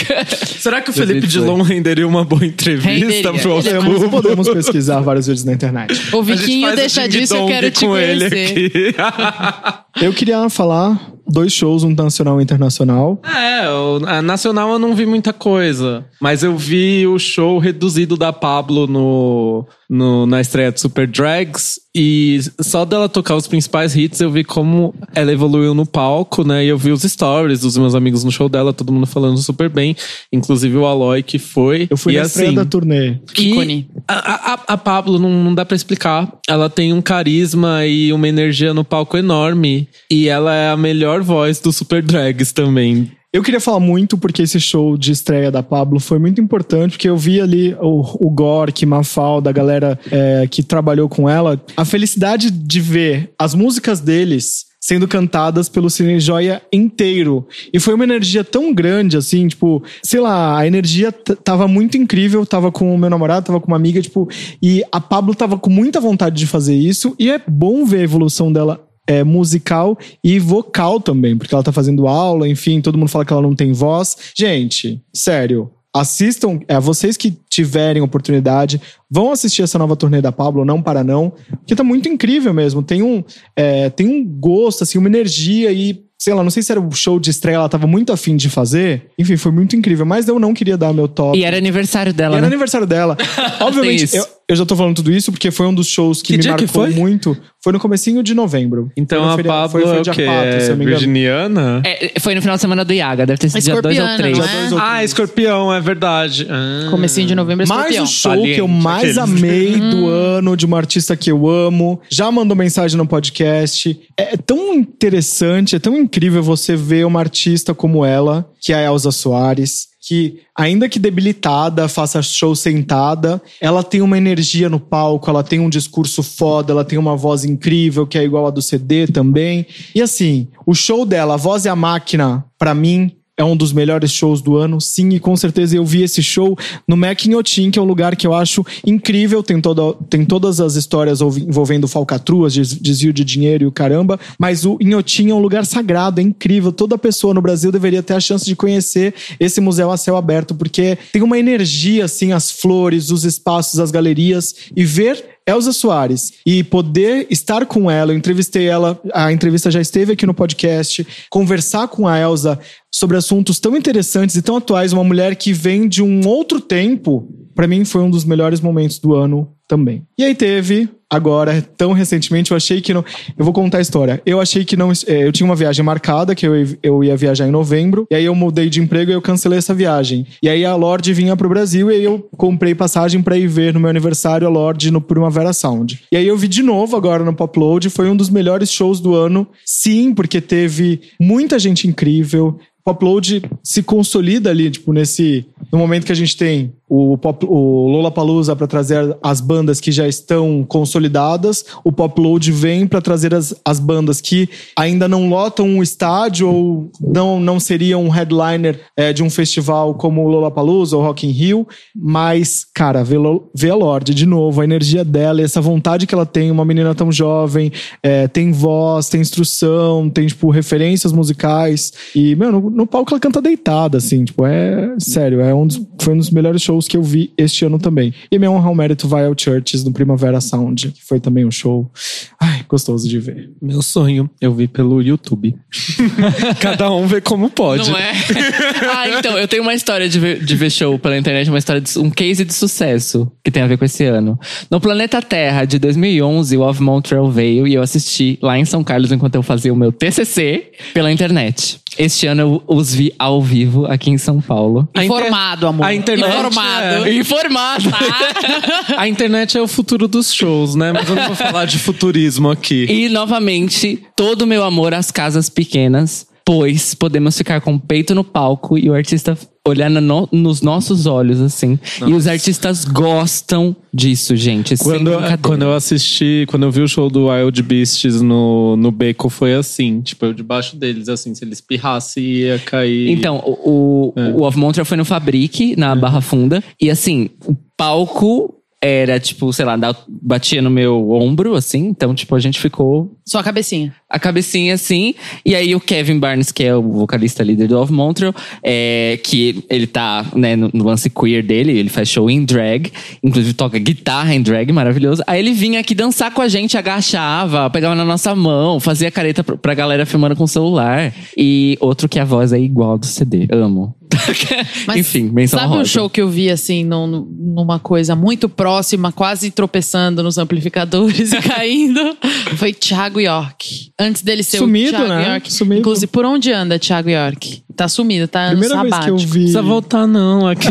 Será que o Felipe Acredito. Dilon renderia uma boa entrevista Renderia. pro Ele é Podemos, Oscar? podemos pesquisar vários vídeos na internet. O A gente Viquinho faz o deixa ding disso, eu dong quero te com ele conhecer. aqui. Eu queria falar dois shows, um nacional e um internacional. É, o, a Nacional eu não vi muita coisa. Mas eu vi o show reduzido da Pablo no, no, na estreia de Super Drags. E só dela tocar os principais hits, eu vi como ela evoluiu no palco, né? E eu vi os stories dos meus amigos no show dela, todo mundo falando super bem. Inclusive o Aloy, que foi. Eu fui e na estreia assim, da turnê. que Ícone. A, a, a Pablo não, não dá pra explicar. Ela tem um carisma e uma energia no palco enorme. E ela é a melhor voz do Super Drags também. Eu queria falar muito porque esse show de estreia da Pablo foi muito importante, porque eu vi ali o, o Gork, Mafalda, a galera é, que trabalhou com ela. A felicidade de ver as músicas deles sendo cantadas pelo Cine Joia inteiro. E foi uma energia tão grande, assim, tipo, sei lá, a energia t- tava muito incrível, tava com o meu namorado, tava com uma amiga, tipo, e a Pablo tava com muita vontade de fazer isso, e é bom ver a evolução dela é, musical e vocal também, porque ela tá fazendo aula, enfim, todo mundo fala que ela não tem voz. Gente, sério, assistam, é, vocês que tiverem oportunidade, vão assistir essa nova turnê da Pablo, não para não, porque tá muito incrível mesmo, tem um, é, tem um gosto, assim, uma energia e, sei lá, não sei se era o show de estreia, ela tava muito afim de fazer, enfim, foi muito incrível, mas eu não queria dar meu top. E era aniversário E dela, era né? aniversário dela. Obviamente, isso. eu, eu já tô falando tudo isso porque foi um dos shows que, Que me dia que marcou foi? muito. Foi no comecinho de novembro. Então Foi no a feriado- Pablo foi, foi é o dia quê? quatro, se eu É me engano. virginiana? É, foi no final de semana do Iaga, deve ter sido dia dois ou Escorpiana, três. não Dia é? dois ou Ah, três. Escorpião, é verdade. Ah. Comecinho de novembro, é Mas Escorpião. o show Valiente, que eu mais aqueles. amei do ano, de uma artista que eu amo, já mandou mensagem no podcast. É tão interessante, é tão incrível você ver uma artista como ela, que é a Elza Soares, que, ainda que debilitada, faça show sentada, ela tem uma energia no palco, ela tem um discurso foda, ela tem uma voz incrível, que é igual a do C D também. E assim, o show dela, A Voz e a Máquina, pra mim, é um dos melhores shows do ano, sim, e com certeza eu vi esse show no Mac Inhotim, que é um lugar que eu acho incrível, tem, toda, tem todas as histórias envolvendo falcatruas, des- desvio de dinheiro e o caramba, mas o Inhotim é um lugar sagrado, é incrível, toda pessoa no Brasil deveria ter a chance de conhecer esse museu a céu aberto, porque tem uma energia, assim, as flores, os espaços, as galerias, e ver Elza Soares e poder estar com ela, eu entrevistei ela, a entrevista já esteve aqui no podcast, conversar com a Elza sobre assuntos tão interessantes e tão atuais, uma mulher que vem de um outro tempo, pra mim foi um dos melhores momentos do ano também. E aí teve, agora, tão recentemente, eu achei que não... Eu vou contar a história. Eu achei que não... é, Eu tinha uma viagem marcada, que eu, eu ia viajar em novembro, e aí eu mudei de emprego e eu cancelei essa viagem. E aí a Lorde vinha pro Brasil e aí eu comprei passagem pra ir ver no meu aniversário a Lorde no Primavera Sound. E aí eu vi de novo agora no Popload, foi um dos melhores shows do ano. Sim, porque teve muita gente incrível. O Popload se consolida ali, tipo, nesse... No momento que a gente tem o, pop, o Lollapalooza para trazer as bandas que já estão consolidadas, o Popload vem para trazer as, as bandas que ainda não lotam um estádio ou não, não seriam um headliner é, de um festival como o Lollapalooza ou Rock in Rio, mas, cara, vê, vê a Lorde de novo, a energia dela, essa vontade que ela tem, uma menina tão jovem, é, tem voz, tem instrução, tem, tipo, referências musicais e, meu, no, no palco ela canta deitada, assim, tipo, é sério, é um dos, foi um dos melhores shows que eu vi este ano também. E minha honra ao mérito vai ao Churches no Primavera Sound, que foi também um show, ai, gostoso de ver. Meu sonho, eu vi pelo YouTube. Cada um vê como pode. Não é? Ah, então, eu tenho uma história de ver, de ver show pela internet, uma história de um case de sucesso que tem a ver com esse ano. No Planeta Terra, de dois mil e onze, o Of Montreal veio e eu assisti lá em São Carlos enquanto eu fazia o meu T C C pela internet. Este ano eu os vi ao vivo aqui em São Paulo. A inter- Informado, amor. a internet Informado. é- Informado! A internet é o futuro dos shows, né? Mas eu não vou falar de futurismo aqui. E, novamente, todo o meu amor às casas pequenas, pois podemos ficar com o peito no palco e o artista olhando no, nos nossos olhos, assim. Nossa. E os artistas gostam disso, gente. Sem Quando, eu- brincadeira. quando eu assisti, quando eu vi o show do Wild Beasts no, no Beco, foi assim. Tipo, eu debaixo deles, assim. Se ele espirrasse, ia cair. Então, o, o, É. o Of Montreal foi no Fabric, na Barra Funda. E assim, o palco era, tipo, sei lá, da- batia no meu ombro, assim. Então, tipo, a gente ficou Só a cabecinha. a cabecinha assim. E aí o Kevin Barnes, que é o vocalista líder do Of Montreal, é, que ele tá, né, no, no lance queer dele, ele faz show em drag, inclusive toca guitarra em drag, maravilhoso. Aí ele vinha aqui dançar com a gente, agachava, pegava na nossa mão, fazia careta pra, pra galera filmando com o celular. E outro que a voz é igual do C D. Amo. Mas Enfim, menção sabe um rosa. show que eu vi, assim, num- numa coisa muito próxima, quase tropeçando nos amplificadores e caindo? Foi Thiago York. Antes dele ser Sumido, o Thiago né? York. Sumido. Inclusive, por onde anda Thiago York? Tá sumido, tá ano Primeira vez que sabático. eu vi. Não precisa voltar, não. Aqui.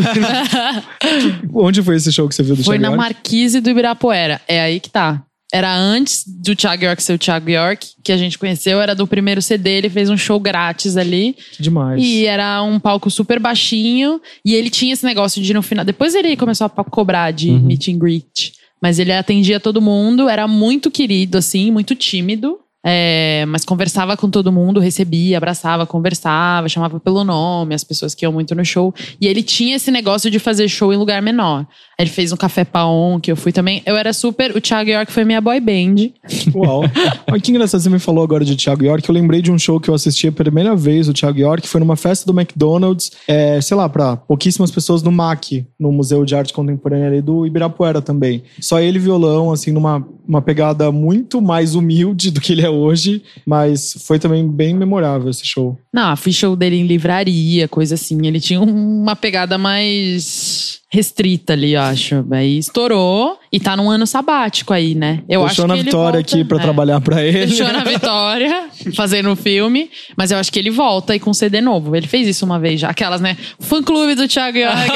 Onde foi esse show que você viu do Foi Thiago na York? Marquise do Ibirapuera. É aí que tá. Era antes do Thiago York ser o Thiago York, que a gente conheceu. Era do primeiro C D, ele fez um show grátis ali. Que demais. E era um palco super baixinho. E ele tinha esse negócio de no final... Depois ele começou a cobrar de Uhum. meet and greet. Mas ele atendia todo mundo. Era muito querido, assim, muito tímido. É, mas conversava com todo mundo, recebia, abraçava, conversava, chamava pelo nome as pessoas que iam muito no show. E ele tinha esse negócio de fazer show em lugar menor. Ele fez um Café Paon, que eu fui também. Eu era super... O Thiago York foi minha boy band. Uau. Olha que engraçado, você me falou agora de Thiago York. Eu lembrei de um show que eu assisti a primeira vez, o Thiago York. Foi numa festa do McDonald's, é, sei lá, pra pouquíssimas pessoas no M A C, no Museu de Arte Contemporânea ali do Ibirapuera também. Só ele violão, assim, numa uma pegada muito mais humilde do que ele é hoje. Mas foi também bem memorável esse show. Não, fiz show dele em livraria, coisa assim. Ele tinha um- uma pegada mais restrita ali, eu acho. Aí estourou e tá num ano sabático aí, né? Eu Deixou acho na que ele Vitória volta, aqui pra é. trabalhar pra ele. Deixou na Vitória, fazendo o filme. Mas eu acho que ele volta aí com C D novo. Ele fez isso uma vez já. Aquelas, né? Fã-clube do Thiago York.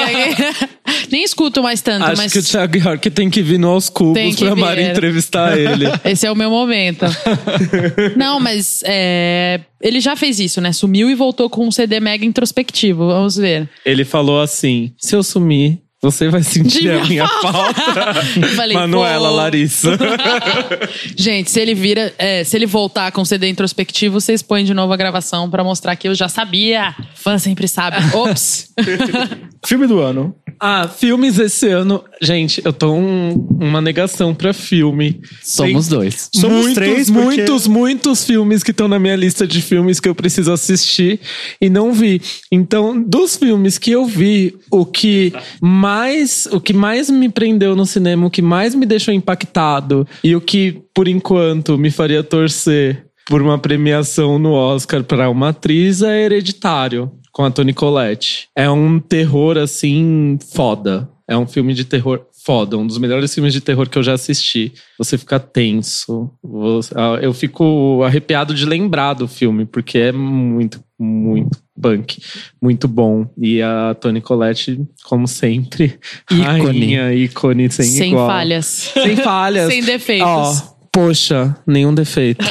Nem escuto mais tanto, Acho mas... que o Thiago York tem que vir no Aos Tem Cubos que pra vir, Mari é. entrevistar ele. Esse é o meu momento. Não, mas é, ele já fez isso, né? Sumiu e voltou com um C D mega introspectivo. Vamos ver. Ele falou assim: se eu sumir, você vai sentir De a minha minha falta. Eu falei, Manuela pô. Larissa. Gente, se ele vira, é, se ele voltar com C D introspectivo, vocês põem de novo a gravação pra mostrar que eu já sabia. Fã sempre sabe. Ops. Filme do ano. Ah, filmes esse ano. Gente, eu tô um- uma negação pra filme. Somos Tem dois. Somos muitos, três, porque- muitos, muitos filmes que estão na minha lista de filmes que eu preciso assistir e não vi. Então, dos filmes que eu vi, o que mais, o que mais me prendeu no cinema, o que mais me deixou impactado e o que, por enquanto, me faria torcer por uma premiação no Oscar para uma atriz é Hereditário, com a Toni Collette. É um terror, assim, foda. É um filme de terror foda. Um dos melhores filmes de terror que eu já assisti. Você fica tenso. Você- ah, eu fico arrepiado de lembrar do filme, porque é muito, muito punk. Muito bom. E a Toni Collette, como sempre, Ícone. rainha, ícone, sem, Sem igual. falhas. Sem falhas. Sem defeitos. Ó, poxa, nenhum defeito.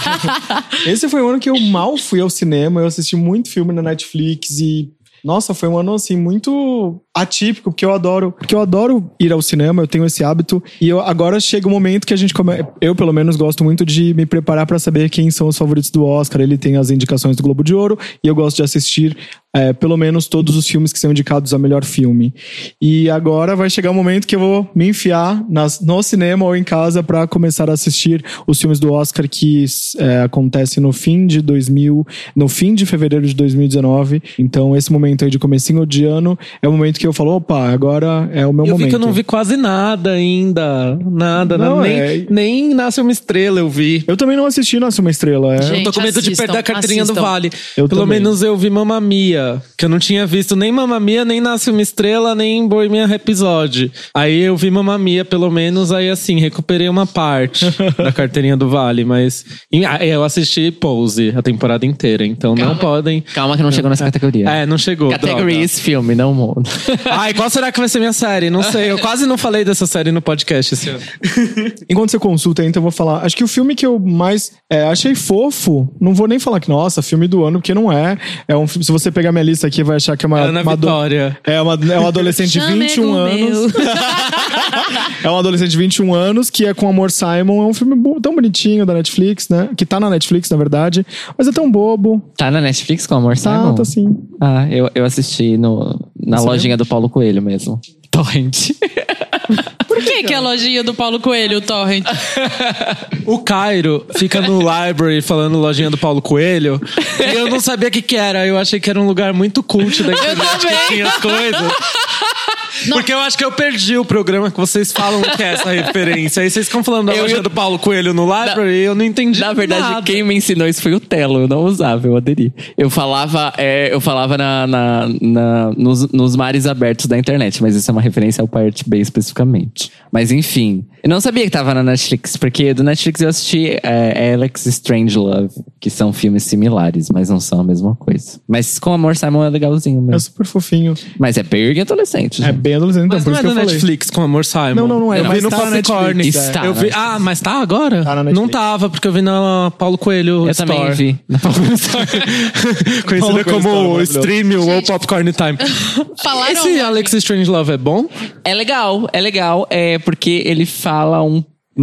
Esse foi um ano que eu mal fui ao cinema. Eu assisti muito filme na Netflix e... Nossa, foi um ano, assim, muito atípico, porque eu adoro, porque eu adoro ir ao cinema, eu tenho esse hábito, e eu, agora chega o momento que a gente come, eu pelo menos gosto muito de me preparar pra saber quem são os favoritos do Oscar. Ele tem as indicações do Globo de Ouro, e eu gosto de assistir é, pelo menos todos os filmes que são indicados a melhor filme. E agora vai chegar o momento que eu vou me enfiar nas, no cinema ou em casa pra começar a assistir os filmes do Oscar que é, acontecem no fim de dois mil, no fim de fevereiro de dois mil e dezenove. Então esse momento aí de comecinho de ano é o momento que eu falo, opa, agora é o meu Eu momento. vi que eu não vi quase nada ainda. Nada, Não, nem, é- nem Nasce Uma Estrela eu vi. Eu também não assisti Nasce Uma Estrela. É. Gente, Eu tô com medo de assistam, perder a carteirinha do assistam. Vale. Eu Pelo também. menos eu vi Mamma Mia. Mia, que eu não tinha visto nem Mamma Mia, nem Nasce Uma Estrela, nem Bohemian Rhapsody. Aí eu vi Mamma Mia, pelo menos, aí assim, recuperei uma parte da carteirinha do Vale, mas eu assisti Pose a temporada inteira, então Calma. não podem... Calma que não chegou nessa categoria. É, não chegou. Categoria is filme, não mundo. Ai, qual será que vai ser minha série? Não sei, eu quase não falei dessa série no podcast esse ano. Enquanto você consulta aí, então eu vou falar. Acho que o filme que eu mais é, achei fofo, não vou nem falar que, nossa, filme do ano, porque não é. É um filme, se você pegar minha lista aqui, vai achar que é uma... Ana uma Vitória. Do, é, uma, é um adolescente de vinte e um anos. É um adolescente de vinte e um anos, que é com Amor Simon. É um filme tão bonitinho da Netflix, né? Que tá na Netflix, na verdade. Mas é tão bobo. Tá na Netflix com Amor Simon? Tá, tá sim. Ah, eu, eu assisti no, na Você lojinha viu? do Paulo Coelho mesmo. Torrent. Por que que é a lojinha do Paulo Coelho, o Torrent? O Cairo fica no library falando lojinha do Paulo Coelho. E eu não sabia o que que era. Eu achei que era um lugar muito cult da internet que tinha as coisas. Não. Porque eu acho que eu perdi o programa que vocês falam que é essa referência. Aí vocês ficam falando da eu, loja eu... do Paulo Coelho no library e eu não entendi Na verdade, nada. Quem me ensinou isso foi o Telo. Eu não usava, eu aderi. Eu falava, é, eu falava na, na, na, nos, nos mares abertos da internet, mas isso é uma referência ao Pirate Bay especificamente. Mas enfim, eu não sabia que tava na Netflix, porque do Netflix eu assisti é, Alex Strangelove, que são filmes similares, mas não são a mesma coisa. Mas com Amor Simon é legalzinho mesmo. É super fofinho. Mas é bem adolescente. É bem adolescente, então, mas por não isso é que na eu falei. Netflix com Amor Simon. Não, não, não é. Eu mas vi no tá Popcorn. Está. Eu vi, ah, mas tá agora? Tá na Netflix. Não tava, porque eu vi na Paulo Coelho Eu Store. também vi. Na Paulo Coelho Store. Conhecida como o Stream ou Popcorn Time. Falaram Esse Alex Strangelove é bom? É legal, é legal. É porque ele fala um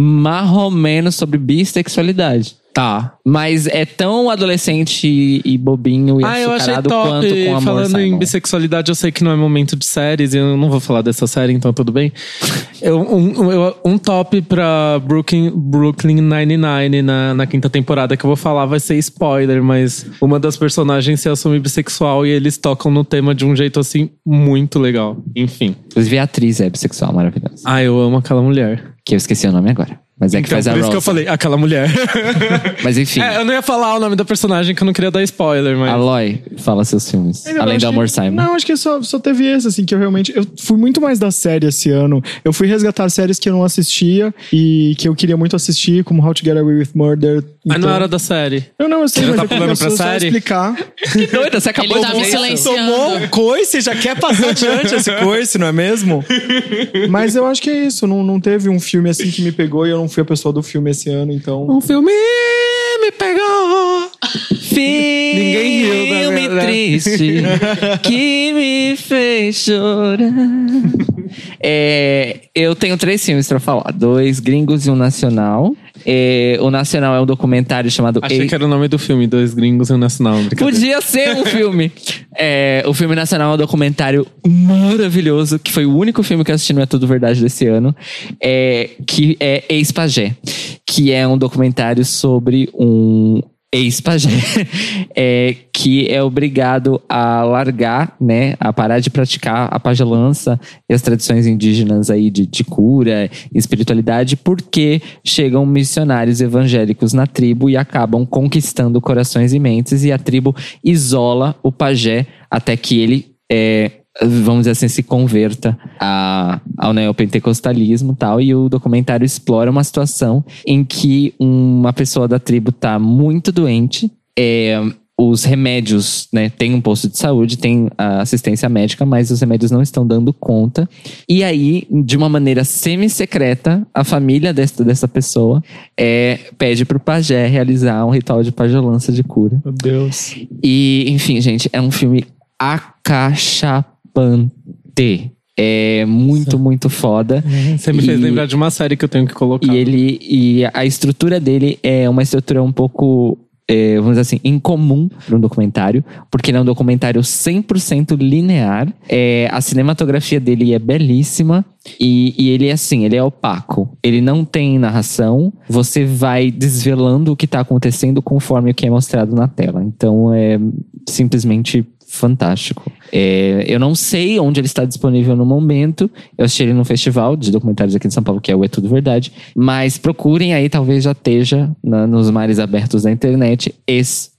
marromeno sobre bissexualidade. Tá. Mas é tão adolescente e, e bobinho e ah, eu achei açucarado top. quanto com Amor Falando Simon. em bissexualidade, eu sei que não é momento de séries e eu não vou falar dessa série, então tudo bem. eu, um, eu, um top pra Brooklyn, Brooklyn Nine-Nine na, na quinta temporada que eu vou falar vai ser spoiler, mas uma das personagens se assume bissexual e eles tocam no tema de um jeito assim muito legal. Enfim. Inclusive a atriz é bissexual, maravilhosa. Ah, eu amo aquela mulher. Que eu esqueci o nome agora. Mas é que então, faz a por isso Rosa. que eu falei, aquela mulher. Mas enfim. É, eu não ia falar o nome da personagem que eu não queria dar spoiler, mas... Aloy, fala seus filmes. Ainda além do Amor que, Simon. Não, acho que só, só teve esse, assim, que eu realmente... Eu fui muito mais da série esse ano. Eu fui resgatar séries que eu não assistia e que eu queria muito assistir, como How to Get Away with Murder. Mas então... não era da série. Eu não, eu sei, Você mas tá eu pulando pra só série? explicar. Que doida, você acabou Ele tá de me ver. silenciando. Tomou um coice, já quer passar adiante esse coice, não é mesmo? Mas eu acho que é isso. Não, não teve um filme assim que me pegou e eu não fui a pessoa do filme esse ano, então... Um filme me pegou. Ninguém riu, Filme triste que me fez chorar. É, eu tenho três filmes pra falar. Dois gringos e um nacional. É, o nacional é um documentário chamado... Achei Ei... que era o nome do filme, Dois Gringos e um Nacional. Podia ser um filme. É, o filme nacional é um documentário maravilhoso, que foi o único filme que eu assisti, não é tudo verdade, desse ano. É, que é Ex-Pajé. Que é um documentário sobre um... ex-pajé, é, que é obrigado a largar, né, a parar de praticar a pagelança e as tradições indígenas aí de, de cura e espiritualidade, porque chegam missionários evangélicos na tribo e acabam conquistando corações e mentes, e a tribo isola o pajé até que ele é, vamos dizer assim, se converta a, ao neopentecostalismo e tal. E o documentário explora uma situação em que uma pessoa da tribo tá muito doente, é, os remédios, né, tem um posto de saúde, tem a assistência médica, mas os remédios não estão dando conta. E aí, de uma maneira semi-secreta, a família dessa, dessa pessoa é, pede pro pajé realizar um ritual de pagelança de cura. Meu Deus. E, enfim, gente, é um filme acachapante. É muito, muito foda. Você me e, fez lembrar de uma série que eu tenho que colocar. E ele e a estrutura dele é uma estrutura um pouco, é, vamos dizer assim, incomum para um documentário, porque ele é um documentário cem por cento linear. É, a cinematografia dele é belíssima. E, e ele é assim, ele é opaco. Ele não tem narração. Você vai desvelando o que está acontecendo conforme o que é mostrado na tela. Então é simplesmente fantástico. É, eu não sei onde ele está disponível no momento. Eu assisti ele num festival de documentários aqui de São Paulo, que é o É Tudo Verdade. Mas procurem aí, talvez já esteja na, nos mares abertos da internet, Ex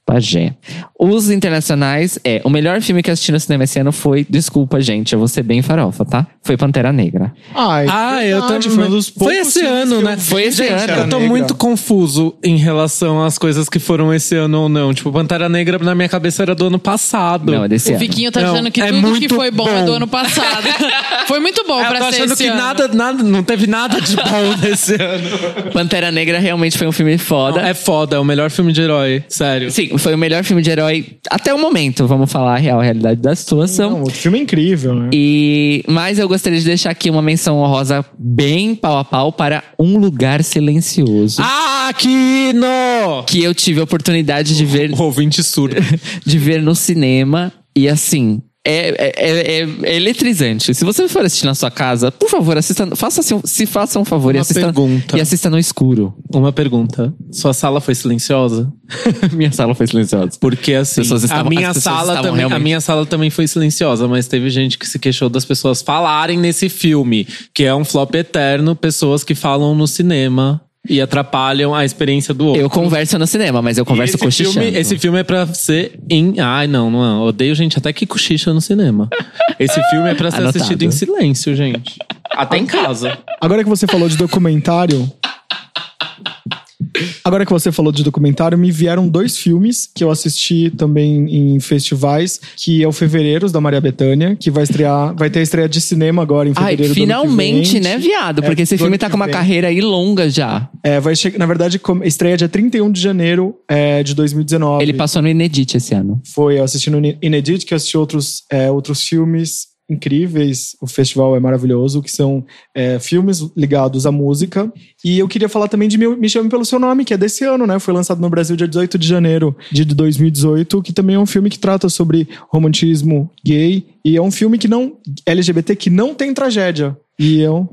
Pajé. Os internacionais, é, o melhor filme que eu assisti no cinema esse ano foi, desculpa gente, eu vou ser bem farofa, tá? Foi Pantera Negra. Ai, Ah, eu verdade, também. foi um dos Foi poucos esse filmes ano, que né? eu vi. Foi esse Gente, ano. Pantera Eu tô Negra. muito confuso em relação às coisas que foram esse ano ou não. Tipo, Pantera Negra na minha cabeça era do ano passado. Não, é desse O ano. Fiquinho tá Não, achando que é tudo que muito foi bom, é do bom. ano passado. Foi muito bom Eu pra tô ser achando esse que ano. nada, nada, não teve nada de bom nesse ano. Pantera Negra realmente foi um filme foda. É foda, é o melhor filme de herói, sério. Sim, foi o melhor filme de herói até o momento, vamos falar a real a realidade da situação. Não, o filme é incrível, né? E, mas eu gostaria de deixar aqui uma menção honrosa bem pau a pau para Um Lugar Silencioso. Ah, Aquino! Que eu tive a oportunidade de ver, O ouvinte surdo. de ver no cinema. E assim, é, é, é, é eletrizante. Se você for assistir na sua casa, por favor, assista. Faça, se faça um favor e Uma assista, pergunta. e assista no escuro. Uma pergunta. Sua sala foi silenciosa? Minha sala foi silenciosa. Porque assim, Pessoas estavam- a minha as pessoas sala estavam também, a realmente- minha sala também foi silenciosa, mas teve gente que se queixou das pessoas falarem nesse filme, que é um flop eterno, pessoas que falam no cinema e atrapalham a experiência do outro. Eu converso no cinema, mas eu converso esse cochichando. filme, esse filme é pra ser em... Ai, não, não é. Odeio gente até que cochicha no cinema. Esse filme é pra ser Anotado. assistido em silêncio, gente. Até em casa. Agora que você falou de documentário. Agora que você falou de documentário, me vieram dois filmes que eu assisti também em festivais, que é o Fevereiros, da Maria Bethânia, que vai estrear, vai ter a estreia de cinema agora em Ai, fevereiro do ano que finalmente, vem. né, viado? É, Porque esse do filme ano tá que com uma vem. carreira aí longa já. É, vai chegar, na verdade, com- estreia dia trinta e um de janeiro é, de dois mil e dezenove. Ele passou no Inedit esse ano. Foi assistindo Inedit, que eu assisti outros, é, outros filmes incríveis. O festival é maravilhoso, que são é, filmes ligados à música. E eu queria falar também de Me, Me Chame Pelo Seu Nome, que é desse ano, né? Foi lançado no Brasil dia dezoito de janeiro de dois mil e dezoito, que também é um filme que trata sobre romantismo gay. E é um filme que não L G B T que não tem tragédia. E eu...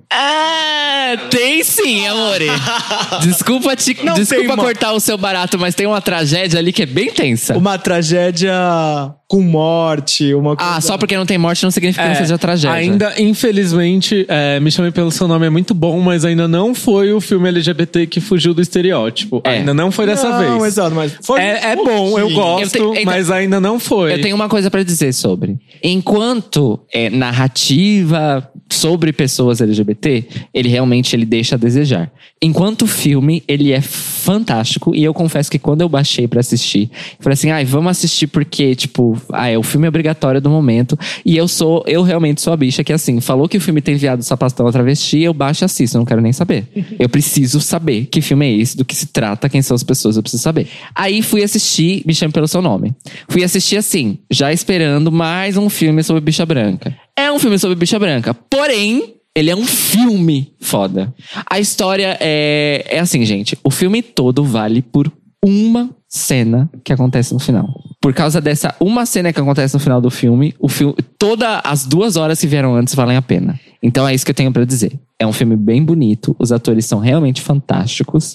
Ah, tem sim, amore. Desculpa, te, Não tem desculpa uma- cortar o seu barato, mas tem uma tragédia ali que é bem tensa. Uma tragédia com morte, uma coisa... Ah, só porque não tem morte não significa que não seja tragédia. Ainda, infelizmente, é, Me Chame Pelo Seu Nome é muito bom, mas ainda não foi o filme L G B T que fugiu do estereótipo. É. Ainda não foi dessa Não, vez. exato, mas foi É, é um bom, eu pouquinho. gosto, Eu te- então- mas ainda não foi. Eu tenho uma coisa pra dizer sobre. Enquanto é, narrativa sobre pessoas L G B T, ele realmente ele deixa a desejar. Enquanto filme, ele é fantástico. E eu confesso que quando eu baixei pra assistir, eu falei assim, ai, vamos assistir porque, tipo, ah, é o filme obrigatório do momento. E eu sou, eu realmente sou a bicha que, assim, falou que o filme tem viado sapatão a travesti, eu baixo e assisto, eu não quero nem saber. Eu preciso saber que filme é esse, do que se trata, quem são as pessoas, eu preciso saber. Aí fui assistir Me Chame Pelo Seu Nome. Fui assistir assim, já esperando mais um filme sobre bicha branca. É um filme sobre bicha branca, porém, ele é um filme foda. A história é, é assim, gente. O filme todo vale por uma cena que acontece no final. Por causa dessa uma cena que acontece no final do filme, o filme, todas as duas horas que vieram antes valem a pena. Então é isso que eu tenho pra dizer. É um filme bem bonito, os atores são realmente fantásticos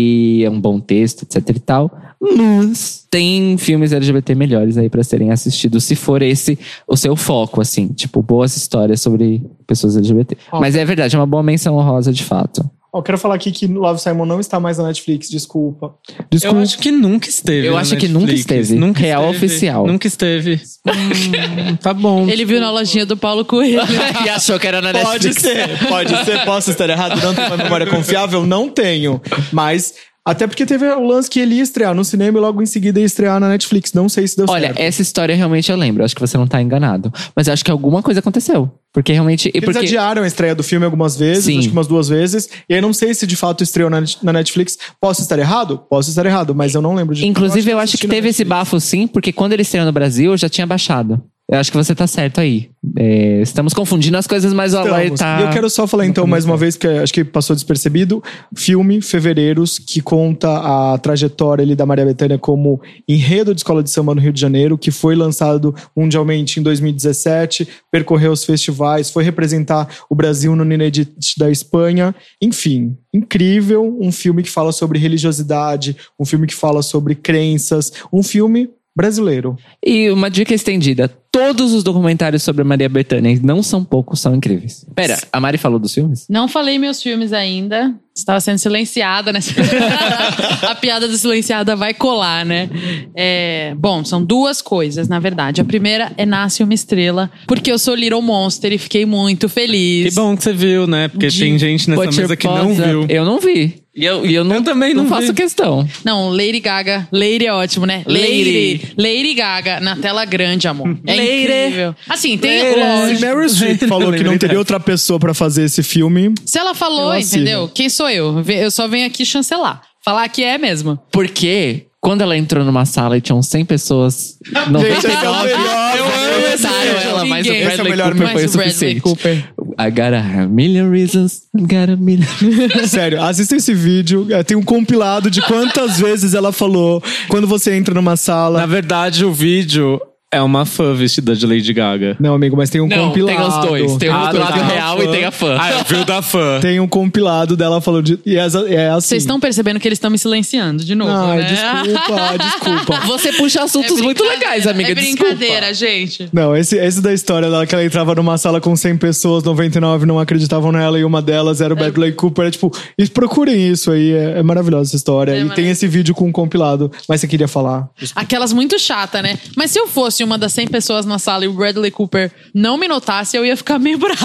e é um bom texto, etc e tal. Mas tem filmes L G B T melhores aí pra serem assistidos, se for esse o seu foco, assim. Tipo, boas histórias sobre pessoas L G B T. Ó. Mas é verdade, é uma boa menção honrosa de fato. Ó, quero falar aqui que Love, Simon não está mais na Netflix, desculpa. Eu Desculpa. acho que nunca esteve. Eu na acho que Netflix. nunca esteve. Nunca Real esteve. oficial. Nunca esteve. Hum, tá bom. Ele viu na lojinha do Paulo Coelho. E achou que era na Pode Netflix. ser, pode ser. Posso estar errado? Não tenho uma memória confiável? Não tenho. Mas, até porque teve o lance que ele ia estrear no cinema e logo em seguida ia estrear na Netflix. Não sei se deu Olha, certo. essa história realmente eu lembro. Acho que você não tá enganado. Mas eu acho que alguma coisa aconteceu. Porque realmente... E Eles porque... adiaram a estreia do filme algumas vezes, Sim. acho que umas duas vezes. E aí não sei se de fato estreou na, na Netflix. Posso estar errado? Posso estar errado, mas eu não lembro de... Inclusive, eu acho assisti que na teve esse Netflix. bafo sim, porque quando ele estreou no Brasil, eu já tinha baixado. Eu acho que você tá certo aí. É, estamos confundindo as coisas, mas o Aloy Estamos. tá... E eu quero só falar então mais uma vez, porque acho que passou despercebido, filme Fevereiros, que conta a trajetória ali da Maria Bethânia como enredo de escola de samba no Rio de Janeiro, que foi lançado mundialmente em dois mil e dezessete, percorreu os festivais, foi representar o Brasil no Inedit da Espanha. Enfim, incrível, um filme que fala sobre religiosidade, um filme que fala sobre crenças, um filme brasileiro. E uma dica estendida. Todos os documentários sobre a Maria Bethânia, e não são poucos, são incríveis. Pera, a Mari falou dos filmes? Não falei meus filmes ainda. Estava sendo silenciada, né? A piada do silenciada vai colar, né? É, bom, são duas coisas, na verdade. A primeira é Nasce Uma Estrela, porque eu sou Little Monster e fiquei muito feliz. Que bom que você viu, né? Porque De tem gente nessa Put mesa your que paws não up. viu. Eu não vi. E eu, e eu, não, Eu também não faço vi. questão. Não, Lady Gaga. Lady é ótimo, né? Lady. Lady, Lady Gaga na tela grande, amor. É Lady. incrível. Assim, tem Se lógico. Meryl Streep falou que não teria outra pessoa pra fazer esse filme, Se ela falou, Eu assino. entendeu? Quem sou eu? Eu só venho aqui chancelar. Falar que é mesmo. Porque quando ela entrou numa sala e tinham cem pessoas, noventa e nove eu amo esse comentaram vídeo. ela, mas o Ninguém. Bradley Esse é o melhor Cooper Mas foi o o Bradley suficiente. Cooper. I got a million reasons, I got a million... sério, assista esse vídeo. É, tem um compilado de quantas vezes ela falou quando você entra numa sala. Na verdade, o vídeo é uma fã vestida de Lady Gaga. Não, amigo, mas tem um Não, compilado. tem os dois. Tem o Ah, lado tá. real e tem a fã. Ah, eu vi o da fã. Tem um compilado dela falando de. E essa, é assim. Vocês estão percebendo que eles estão me silenciando de novo, Ai, né? desculpa, desculpa. Você puxa assuntos É muito brincadeira, legais, amiga. É brincadeira, Desculpa. gente. Não, esse, esse da história dela, que ela entrava numa sala com cem pessoas, noventa e nove não acreditavam nela e uma delas era o Bradley Cooper. É tipo, e procurem isso aí, é, é maravilhosa essa história. É e tem maravilhoso. esse vídeo com um compilado. Mas você queria falar? Aquelas muito chata, né? Mas se eu fosse uma das cem pessoas na sala e o Bradley Cooper não me notasse, eu ia ficar meio brava.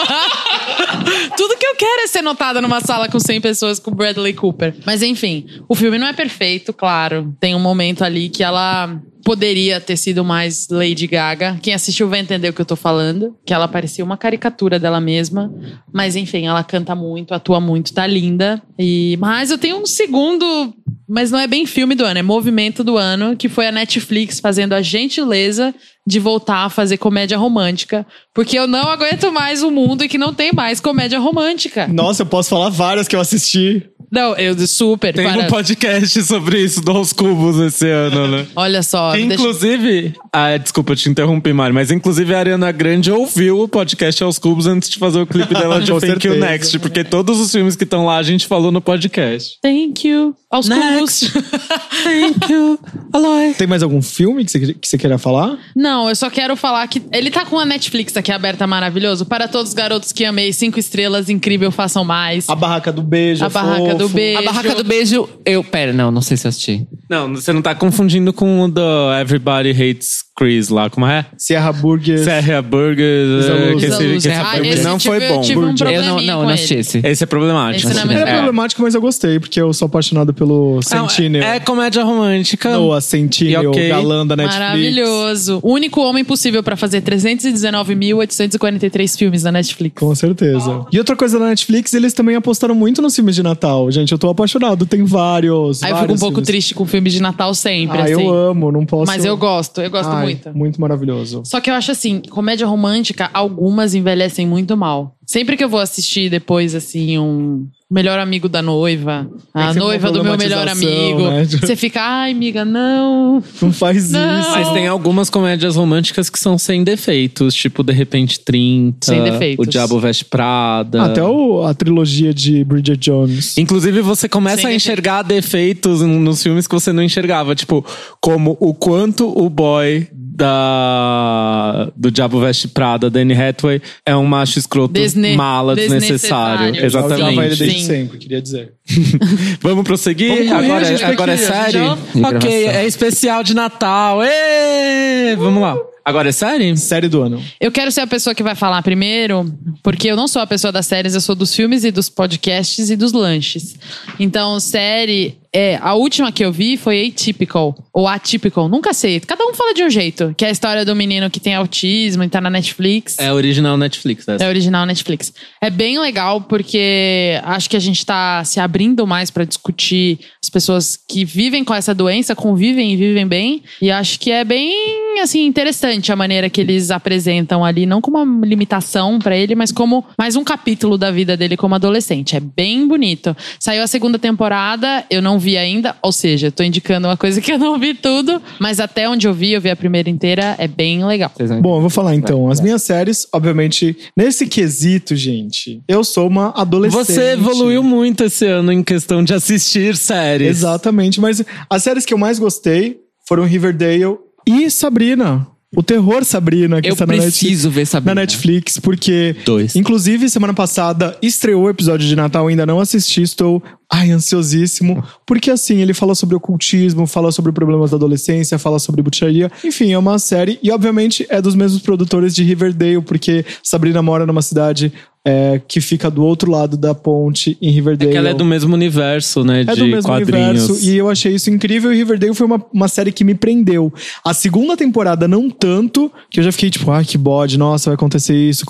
Tudo que eu quero é ser notada numa sala com cem pessoas com o Bradley Cooper. Mas enfim, o filme não é perfeito, claro. Tem um momento ali que ela poderia ter sido mais Lady Gaga. Quem assistiu vai entender o que eu tô falando. Que ela parecia uma caricatura dela mesma. Mas enfim, ela canta muito, atua muito, tá linda. E... Mas eu tenho um segundo... Mas não é bem filme do ano, é movimento do ano, que foi a Netflix fazendo a gentileza de voltar a fazer comédia romântica. Porque eu não aguento mais o mundo e que não tem mais comédia romântica. Nossa, eu posso falar várias que eu assisti. Não, eu super. Tem para... um podcast sobre isso do Aos Cubos esse ano, né? Olha só. Que, deixa- inclusive... Ah, desculpa, eu te interrompi, Mari. Mas inclusive a Ariana Grande ouviu o podcast Aos Cubos antes de fazer o clipe dela de Com Thank You certeza. Next. Porque todos os filmes que estão lá a gente falou no podcast. Thank you. Aos Next. cubos. Thank you. Aloy. Tem mais algum filme que você, que você queira falar? Não, eu só quero falar que ele tá com a Netflix aqui aberta, maravilhoso. Para todos os garotos que amei, cinco estrelas, incrível, façam mais. A Barraca do Beijo. A Barraca fofo. do Beijo. A Barraca do Beijo, eu... Pera, não, não sei se eu assisti. Não, você não tá confundindo com o do Everybody Hates Chris lá. Como é? Sierra Burgers. Serra Burger. Isa Luz. Que Isa esse, Luz. que esse Ah, filme esse não tive- foi bom. tive um Burger. Eu não, probleminha não, com não ele. assisti esse. Esse é problemático. Esse não é muito Ele é É. problemático, mas eu gostei, porque eu sou apaixonado pelo Sentinel. É comédia romântica. Noah Sentinel, E ok. galã da Netflix. Maravilhoso. O único homem possível pra fazer trezentos e dezenove mil oitocentos e quarenta e três filmes na Netflix. Com certeza. E outra coisa da Netflix, eles também apostaram muito nos filmes de Natal. Gente, eu tô apaixonado. Tem vários. Aí eu fico um vários pouco filmes. triste com filme de Natal sempre, Ah, assim. eu amo, não posso. Mas eu gosto, eu gosto Ai, muito. Muito maravilhoso. Só que eu acho assim, comédia romântica, algumas envelhecem muito mal. Sempre que eu vou assistir depois, assim, um Melhor Amigo da Noiva, a sempre uma noiva do meu melhor problematização, amigo, né? você fica, ai, amiga, não. Não faz Não. isso. Mas tem algumas comédias românticas que são sem defeitos, tipo De Repente trinta, Sem defeitos. O Diabo Veste Prada. Até o- a trilogia de Bridget Jones. Inclusive, você começa Sem a enxergar defeitos n- nos filmes que você não enxergava. Tipo, como o quanto o boy da do Diabo Veste Prada, Danny Hathaway, é um macho escroto Desne- mala, desnecessário. desnecessário. Eu odiava ele Exatamente. desde Sim. sempre, queria dizer. Vamos prosseguir? Vamos correr, agora gente, é, agora é porque a gente série? já- Ok, Gravação. é especial de Natal. Ê! Vamos lá. Agora é série? Série do ano. Eu quero ser a pessoa que vai falar primeiro, porque eu não sou a pessoa das séries, eu sou dos filmes e dos podcasts e dos lanches. Então, série... É, a última que eu vi foi Atypical, ou Atypical, nunca sei. Cada um fala de um jeito. Que é a história do menino que tem autismo e tá na Netflix. É original Netflix, essa. É original Netflix. É bem legal porque acho que a gente tá se abrindo mais pra discutir as pessoas que vivem com essa doença, convivem e vivem bem. E acho que é bem, assim, interessante a maneira que eles apresentam ali, não como uma limitação pra ele, mas como mais um capítulo da vida dele como adolescente. É bem bonito. Saiu a segunda temporada, eu não vi ainda, ou seja, tô indicando uma coisa que eu não vi tudo, mas até onde eu vi, eu vi a primeira inteira, é bem legal. Vocês vão- Bom, eu vou falar então. Vai, As vai. minhas séries, obviamente, nesse quesito, gente, eu sou uma adolescente. Você evoluiu muito esse ano em questão de assistir séries. Exatamente, mas as séries que eu mais gostei foram Riverdale e Sabrina. O terror Sabrina, que Eu está na preciso Netflix, ver Sabrina. na Netflix, porque Dois. inclusive semana passada estreou o episódio de Natal, ainda não assisti, estou ai, ansiosíssimo, porque assim, ele fala sobre ocultismo, fala sobre problemas da adolescência, fala sobre bruxaria, enfim, é uma série, e obviamente é dos mesmos produtores de Riverdale, porque Sabrina mora numa cidade é, que fica do outro lado da ponte em Riverdale. É que ela é do mesmo universo, né? É de do mesmo quadrinhos. universo, e eu achei isso incrível. E Riverdale foi uma, uma série que me prendeu. A segunda temporada, não tanto, que eu já fiquei tipo, ai, que bode, nossa, vai acontecer isso.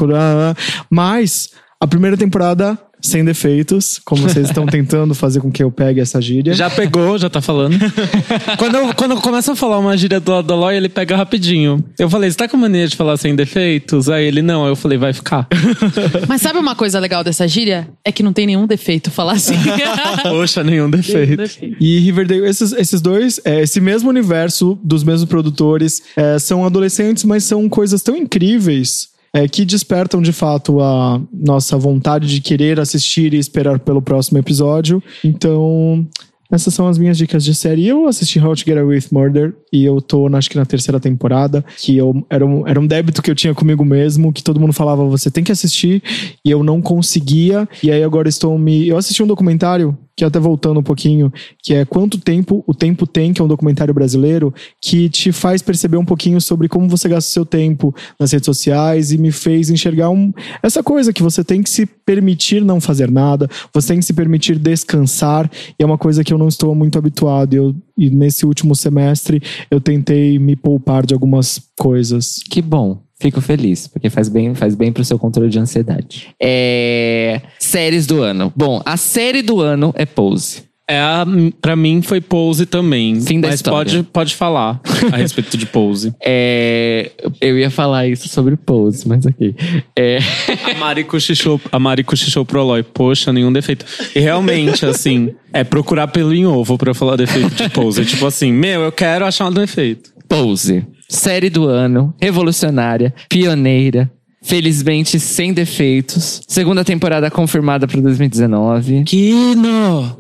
Mas a primeira temporada, sem defeitos, como vocês estão tentando fazer com que eu pegue essa gíria. Já pegou, já tá falando. quando, eu, quando eu começo a falar uma gíria do Adaloy, ele pega rapidinho. Eu falei, você tá com mania de falar sem defeitos? Aí ele, não. Aí eu falei, vai ficar. Mas sabe uma coisa legal dessa gíria? É que não tem nenhum defeito falar assim. Poxa, nenhum defeito. E Riverdale, esses, esses dois, é, esse mesmo universo dos mesmos produtores, é, são adolescentes, mas são coisas tão incríveis é, que despertam de fato a nossa vontade de querer assistir e esperar pelo próximo episódio. Então, essas são as minhas dicas de série. Eu assisti How to Get Away with Murder e eu tô, acho que na terceira temporada, que eu, era, um, era um débito que eu tinha comigo mesmo, que todo mundo falava, você tem que assistir, e eu não conseguia. E aí agora estou me... Eu assisti um documentário, que até voltando um pouquinho, que é Quanto Tempo o Tempo Tem, que é um documentário brasileiro, que te faz perceber um pouquinho sobre como você gasta o seu tempo nas redes sociais, e me fez enxergar um, essa coisa que você tem que se permitir não fazer nada, você tem que se permitir descansar, e é uma coisa que eu não estou muito habituado. Eu, e nesse último semestre eu tentei me poupar de algumas coisas. Que bom. Fico feliz, porque faz bem, faz bem pro seu controle de ansiedade. É... Séries do ano. Bom, a série do ano é Pose. É a, pra mim foi Pose também. Fim da mas história. pode, pode falar a respeito de Pose. É... Eu ia falar isso sobre Pose, mas ok. É... A Mari cochichou, a Mari cochichou pro Aloy. Poxa, nenhum defeito. E realmente, assim, é procurar pelo em ovo pra falar defeito de Pose. É tipo assim, meu, eu quero achar um defeito. Pose. Série do ano, revolucionária, pioneira, felizmente sem defeitos. Segunda temporada confirmada para dois mil e dezenove. Kino!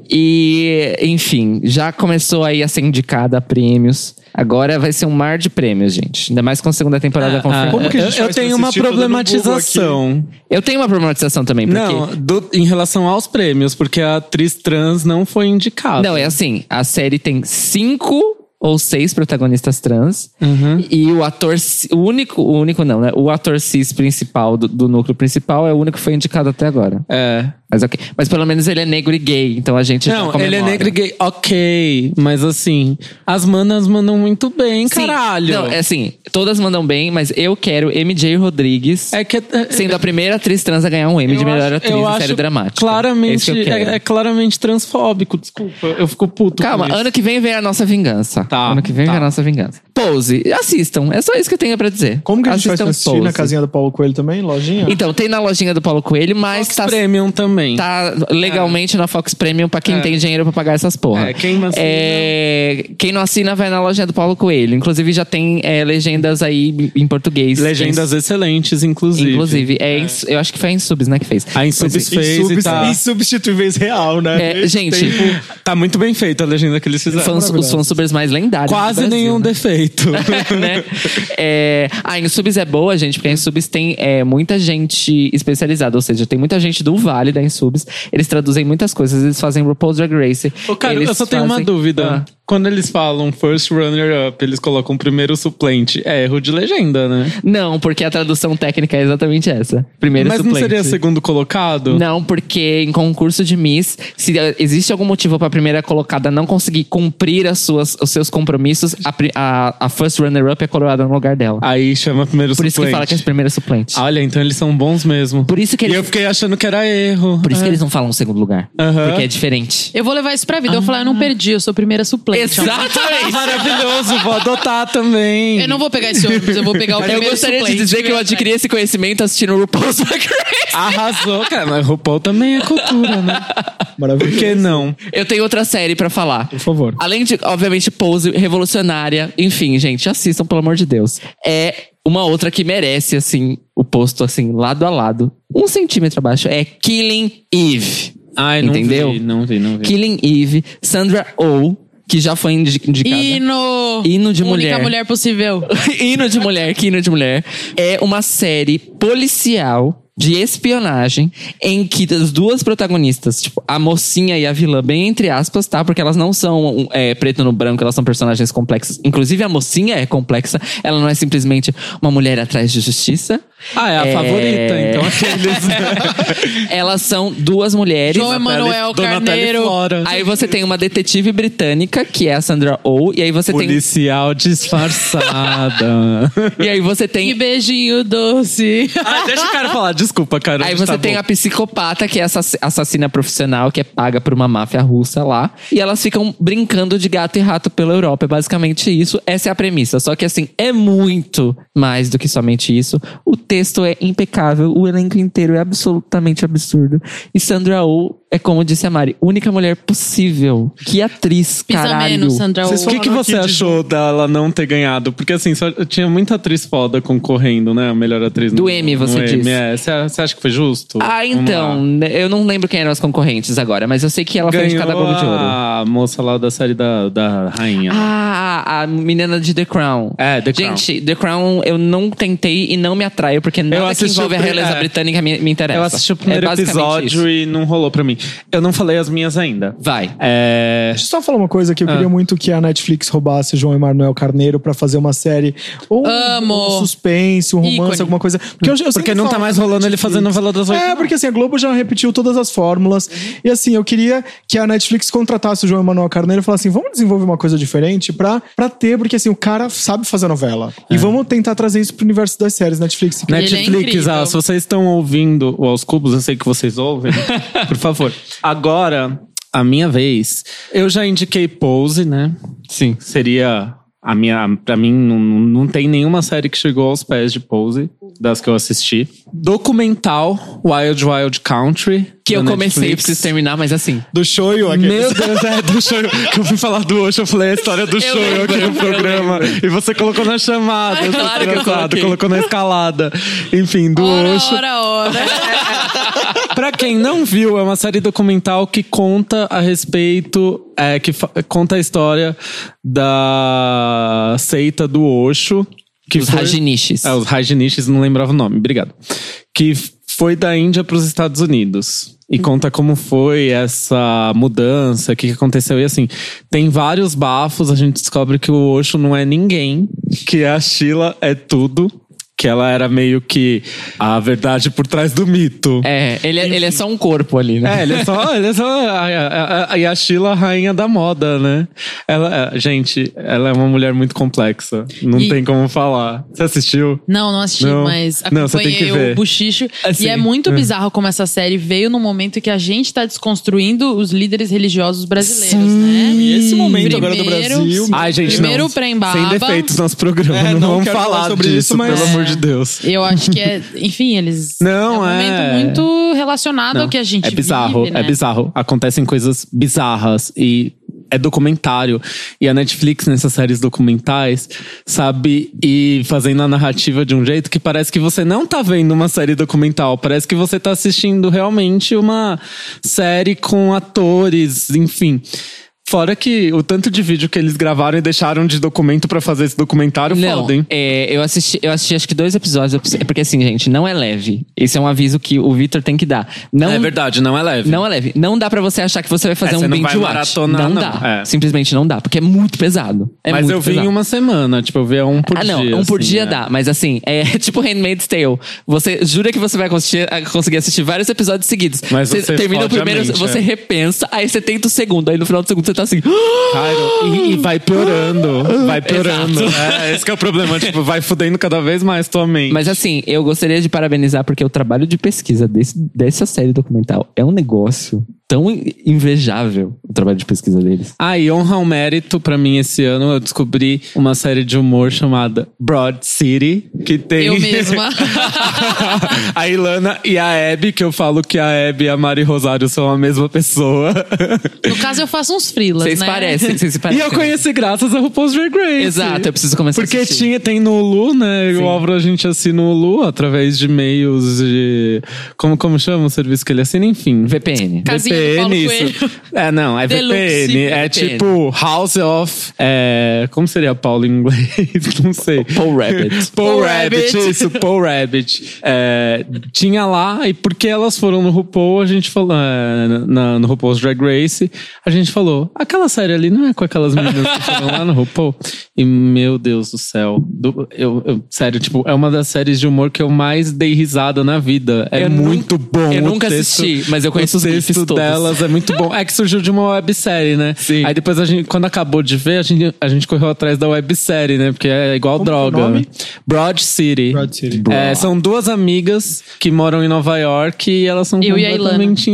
E, enfim, já começou aí a ser indicada a prêmios. Agora vai ser um mar de prêmios, gente. Ainda mais com a segunda temporada Ah, confirmada. Como que a gente eu, eu faz pra tenho uma assistir? Tô dando um Google problematização. Eu tenho uma problematização também, porque... Não, do- em relação aos prêmios, porque a atriz trans não foi indicada. Não, é assim, a série tem cinco ou seis protagonistas trans. Uhum. E o ator, ci- o único, o único não, né? O ator cis principal do, do núcleo principal é o único que foi indicado até agora. É. Mas ok. Mas pelo menos ele é negro e gay, então a gente já Não, comemora. ele é negro e gay, ok. Mas assim, as manas mandam muito bem, Sim. caralho. Não, é assim, todas mandam bem, mas eu quero M J Rodrigues É que... é- sendo a primeira atriz trans a ganhar um Emmy de eu melhor acho- atriz eu em acho série dramática. Claramente, Esse que eu quero. é, é claramente transfóbico, desculpa. Eu fico puto Calma, com isso. ano que vem vem a nossa vingança. Tá, ano que vem tá. vem a nossa vingança. Pose, assistam. É só isso que eu tenho pra dizer. Como que a gente faz Assistam pra assistir Pose. na casinha do Paulo Coelho também? Lojinha? Então, tem na lojinha do Paulo Coelho, mas Fox tá, Premium também. tá legalmente na Fox Premium pra quem É. tem dinheiro pra pagar essas porra. É, quem não assina- É, quem não assina vai na lojinha do Paulo Coelho. Inclusive já tem é, legendas aí em português. Legendas Em- excelentes, inclusive. Inclusive, é, em- eu acho que foi a Insubs, né, que fez. A Insubs Mas, fez e Insubs- tá... Insubstituíveis real, né? É, Nesse gente, tempo. Tá muito bem feita a legenda que eles fizeram. fãs, os fansubers mais lendários do Quase Brasil, nenhum né? defeito. né? É, a Insubs é boa, gente, porque a Insubs tem é, muita gente especializada, ou seja, tem muita gente do Vale da Insubs. Eles traduzem muitas coisas, eles fazem RuPaul's Drag Race. Ô, cara, eles eu só tenho uma fazem- dúvida. Ah. Quando eles falam first runner-up, eles colocam primeiro suplente. É erro de legenda, né? Não, porque a tradução técnica é exatamente essa. Primeiro Mas suplente. não seria segundo colocado? Não, porque em concurso de Miss, se eh, existe algum motivo pra primeira colocada não conseguir cumprir as suas, os seus compromissos, a, pri- a, a first runner-up é coroada no lugar dela. Aí chama primeiro Por isso suplente. que fala que é primeira suplente. Olha, então eles são bons mesmo. Por isso que E eles, eu fiquei achando que era erro. por isso É. que eles não falam segundo lugar. Aham. Porque é diferente. Eu vou levar isso pra vida. Eu vou falar, eu não perdi, eu sou primeira suplente. Exatamente! Maravilhoso, vou adotar também. Eu não vou pegar esse ônibus, eu vou pegar o Eu primeiro gostaria suplente. de dizer que eu adquiri esse conhecimento assistindo o RuPaul's Drag Race. Arrasou, cara. Mas RuPaul também é cultura, né? Maravilhoso. Por que não? Eu tenho outra série pra falar. Por favor. Além de, obviamente, Pose, revolucionária. Enfim, gente, assistam, pelo amor de Deus. É uma outra que merece, assim, o posto, assim, lado a lado. Um centímetro abaixo. É Killing Eve. Ai, não Entendeu? vi, não vi, não vi. Killing Eve, Sandra Oh. que já foi indi- indicada. Hino! Hino de Única mulher. mulher possível. Hino de mulher, que hino de mulher. É uma série policial de espionagem em que as duas protagonistas, tipo, a mocinha e a vilã, bem entre aspas, tá? Porque elas não são é, preto no branco, elas são personagens complexas. Inclusive a mocinha é complexa, ela não é simplesmente uma mulher atrás de justiça. Ah, é a É... favorita, então aqueles... Elas são duas mulheres. João Emanuel Carneiro. Flora. Aí você tem uma detetive britânica, que é a Sandra Oh, e aí você Policial disfarçada. tem... E aí você Que tem... beijinho doce. Ah, deixa o cara falar, desculpa, cara. Aí você tá tem bom. a psicopata, que é essa assassina profissional, que é paga por uma máfia russa lá. E elas ficam brincando de gato e rato pela Europa. É basicamente isso. Essa é a premissa. Só que assim, é muito mais do que somente isso. O texto é impecável. O elenco inteiro é absolutamente absurdo. E Sandra Oh é, como disse a Mari, única mulher possível. Que atriz, Pisa caralho. menos, Sandra O Oh. que, que você achou dela não ter ganhado? Porque assim, só, tinha muita atriz foda concorrendo, né? A melhor atriz Do no, Emmy, no você Emmy. disse. É, Você você acha que foi justo? Ah, Vamos então. lá. Eu não lembro quem eram as concorrentes agora, mas eu sei que ela foi Ganhou indicada a Globo de Ouro. a moça lá da série da, da Rainha. Ah, a menina de The Crown. É, The Crown. Gente, The Crown eu não tentei e não me atraio, porque nada que assisti envolve o a pri- realeza é. britânica me, me interessa. Eu assisti o primeiro É basicamente episódio isso. e não rolou pra mim. Eu não falei as minhas ainda. Vai. É... Deixa eu só falar uma coisa que eu Ah. queria muito que a Netflix roubasse João Emanuel Carneiro pra fazer uma série ou um- Amo. um suspense, um romance, Ícone. alguma coisa. Porque, eu, eu Porque sempre não tá falo mais da rolando ele Netflix. fazendo novela das oito. É, porque assim, a Globo já repetiu todas as fórmulas. E assim, eu queria que a Netflix contratasse o João Emanuel Carneiro e falasse assim, vamos desenvolver uma coisa diferente pra, pra ter, porque assim, o cara sabe fazer novela. E vamos tentar trazer isso pro universo das séries Netflix. Ele é Netflix, incrível. ah, se vocês estão ouvindo o Aos Cubos, eu sei que vocês ouvem, por favor. Agora, a minha vez. Eu já indiquei Pose, né? Sim. Seria a minha. Pra mim, não, não tem nenhuma série que chegou aos pés de Pose, das que eu assisti. Documental Wild Wild Country. Que eu da comecei e Netflix. preciso terminar, mas assim. Do shoyu, aquele. Meu Deus, é do show. Que eu fui falar do Osho, eu falei a história do show lembro, aqui no eu programa. E você colocou na chamada. Ai, eu tô claro que eu engraçado, coloquei. colocou na escalada. Enfim, do Ora, Osho. ora, ora. Pra quem não viu, é uma série documental que conta a respeito, é, que fa- conta a história da seita do Osho. Que Os foi- Rajneeshis. É, os Rajneeshis, não lembrava o nome, obrigado. Que f- foi da Índia para os Estados Unidos. E conta como foi essa mudança, o que, que aconteceu. E assim, tem vários bafos, a gente descobre que o Osho não é ninguém, que a Sheila é tudo. Que ela era meio que a verdade por trás do mito. É, ele é, ele é só um corpo ali, né? É, ele é só, ele é só a, a, a, e a Sheila, a rainha da moda, né? Ela, é- gente, ela é uma mulher muito complexa. Não E- tem como falar. Você assistiu? Não, não assisti, Não. mas Não, você tem acompanhei que ver. o Buchicho. Assim, e é muito bizarro como essa série veio no momento que a gente tá desconstruindo os líderes religiosos brasileiros, né? E esse momento agora do Primeiro- Brasil. Ai, gente, Primeiro não. o Prembaba. Sem defeitos nosso programa. É, não, não vamos quero falar, falar sobre disso, isso, mas- pelo É. amor de Deus. Eu acho que é, enfim, eles. Não, é um é- momento muito relacionado ao que a gente é bizarro, vive, né? é bizarro. Acontecem coisas bizarras e é documentário. E a Netflix, nessas séries documentais, sabe ir fazendo a narrativa de um jeito que parece que você não tá vendo uma série documental. Parece que você tá assistindo realmente uma série com atores, enfim. Fora que o tanto de vídeo que eles gravaram e deixaram de documento pra fazer esse documentário, Não, foda, hein? é, eu, assisti, eu assisti acho que dois episódios. eu preciso- Porque assim, gente, não é leve. Esse é um aviso que o Vitor tem que dar. Não, É verdade, não é leve. Não é leve. Não dá pra você achar que você vai fazer É, um você não binge vai watch. maratonar, não, não. dá. É. Simplesmente não dá, porque é muito pesado. É Mas muito eu vi pesado. em uma semana, tipo, eu via um por ah, dia. não, um por assim, dia é. dá, mas assim, é tipo Handmaid's Tale. Você jura que você vai conseguir, conseguir assistir vários episódios seguidos. Mas você termina o fode a primeiro, mente, você é. repensa, aí você tenta o segundo, aí no final do segundo você tá assim. Cairo, e, e vai piorando, vai piorando. É, esse que é o problema, tipo, vai fudendo cada vez mais tua mente. Mas assim, eu gostaria de parabenizar porque o trabalho de pesquisa desse, dessa série documental é um negócio tão invejável, o trabalho de pesquisa deles. Ah, e honra ao mérito, pra mim, esse ano, eu descobri uma série de humor chamada Broad City, que tem... Eu mesma. a Ilana e a Abby, que eu falo que a Abby e a Mari Rosário são a mesma pessoa. No caso, eu faço uns freelas, Vocês né? parecem, vocês se E parecem. eu conheci graças a RuPaul's Drag Race. Exato, eu preciso começar Porque a assistir. tinha, tem no Hulu, né? E Sim. o Álvaro a gente assina o Hulu através de meios de... Como, como chama o serviço que ele assina? Enfim. V P N. Casinha P N Paulo isso. É, não, é Deluxe. V P N. É V P N. tipo House of... É, como seria Paulo em inglês? Não sei. Paul Rabbit. Paul Paul Rabbit, Rabbit. isso, Paul Rabbit. É, tinha lá, e porque elas foram no RuPaul, a gente falou, é, na, no RuPaul's Drag Race, a gente falou, aquela série ali não é com aquelas meninas que foram lá no RuPaul? E meu Deus do céu. Do, eu, eu, sério, tipo, é uma das séries de humor que eu mais dei risada na vida. É Eu muito nunca- bom. eu o nunca texto, assisti, mas eu conheço o os gifs texto todos. delas é muito bom. É que surgiu de uma websérie, né? Sim. Aí depois a gente, quando acabou de ver, a gente, a gente correu atrás da websérie, né? Porque é igual Como que é o droga. nome? Broad City. Broad City. É, são duas amigas que moram em Nova York e elas são Eu e a completamente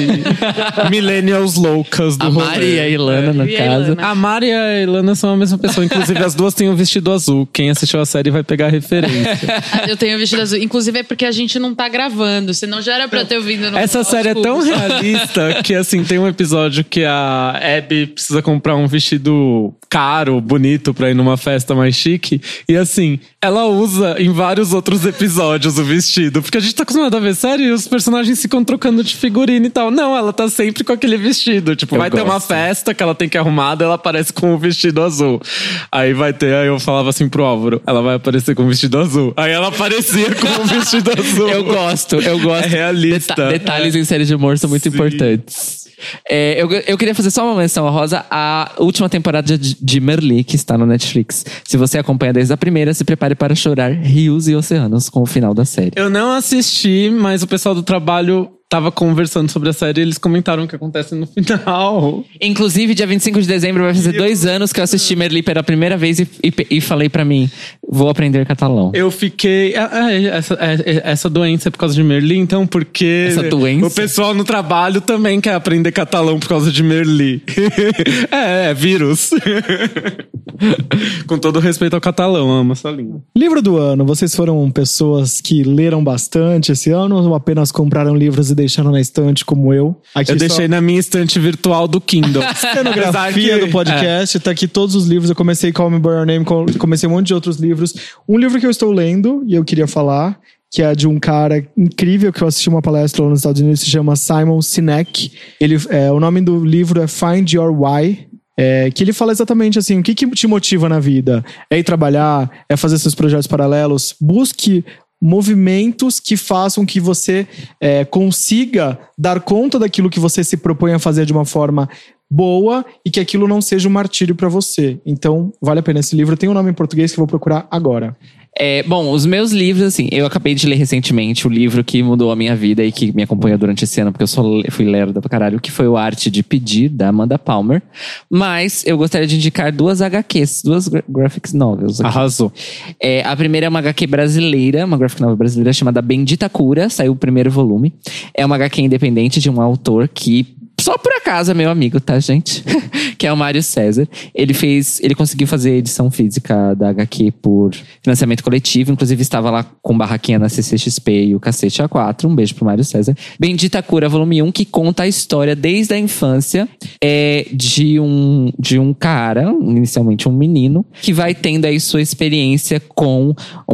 millennials loucas do A rolê. Mari e a Ilana, no Eu e a caso. Ilana. A Mari e a Ilana são a mesma pessoa. Inclusive, as duas têm um vestido azul. Quem assistiu a série vai pegar a referência. Eu tenho vestido azul. Inclusive é porque a gente não tá gravando, senão já era pra eu ter ouvido no Essa aos série é tão cubos. realista que, assim, tem um episódio que a Abby precisa comprar um vestido caro, bonito, pra ir numa festa mais chique. E, assim, ela usa em vários outros episódios o vestido. Porque a gente tá acostumado a ver série e os personagens ficam trocando de figurino e tal. Não, ela tá sempre com aquele vestido. Tipo, Eu vai ter uma gosto. festa que ela tem que arrumar, daí ela aparece com o vestido azul. Aí vai ter, aí eu falava assim pro Álvaro, ela vai aparecer com o vestido azul. Aí ela aparecia com o vestido azul. Eu gosto, eu gosto. É realista. Deta- detalhes em séries de humor são muito Sim. importantes. É, eu, eu queria fazer só uma menção rosa à última temporada de, de Merli, que está no Netflix. Se você acompanha desde a primeira, se prepare para chorar rios e oceanos com o final da série. Eu não assisti, mas o pessoal do trabalho tava conversando sobre a série e eles comentaram o que acontece no final. Inclusive, dia vinte e cinco de dezembro vai fazer dois anos que eu assisti Merli pela primeira vez e, e, e falei pra mim, vou aprender catalão. Eu fiquei... Ah, é, essa, é, essa doença é por causa de Merli, então, porque... Essa doença? O pessoal no trabalho também quer aprender catalão por causa de Merli. é, é, vírus. Com todo respeito ao catalão, amo essa língua. Livro do ano, vocês foram pessoas que leram bastante esse ano ou apenas compraram livros e deixaram na estante como eu? Aqui Eu só- deixei na minha estante virtual do Kindle. Apesar cenografia que- do podcast, tá aqui todos os livros. Eu comecei Call Me By Your Name, co- comecei um monte de outros livros. Um livro que eu estou lendo e eu queria falar, que é de um cara incrível que eu assisti uma palestra lá nos Estados Unidos, se chama Simon Sinek. Ele, é, o nome do livro é Find Your Why. É, que ele fala exatamente assim, o que, que te motiva na vida? É ir trabalhar? É fazer seus projetos paralelos? Busque movimentos que façam que você é, consiga dar conta daquilo que você se propõe a fazer de uma forma boa e que aquilo não seja um martírio pra você. Então, vale a pena esse livro. Tem um nome em português que eu vou procurar agora. É, bom, os meus livros, assim, eu acabei de ler recentemente o livro que mudou a minha vida e que me acompanhou durante esse ano, porque eu só le- fui lerda pra caralho, que foi o Arte de Pedir, da Amanda Palmer. Mas eu gostaria de indicar duas H Qs, duas gra- graphic novels aqui. Arrasou. É, a primeira é uma H Q brasileira, uma graphic novel brasileira chamada Bendita Cura, saiu o primeiro volume. É uma H Q independente de um autor que, só por acaso, é meu amigo, tá, gente? Que é o Mário César. Ele fez, ele conseguiu fazer edição física da H Q por financiamento coletivo, inclusive estava lá com barraquinha na C C X P e o Cacete A quatro. Um beijo pro Mário César. Bendita Cura, volume um, que conta a história desde a infância é, de, um, de um cara, inicialmente um menino, que vai tendo aí sua experiência com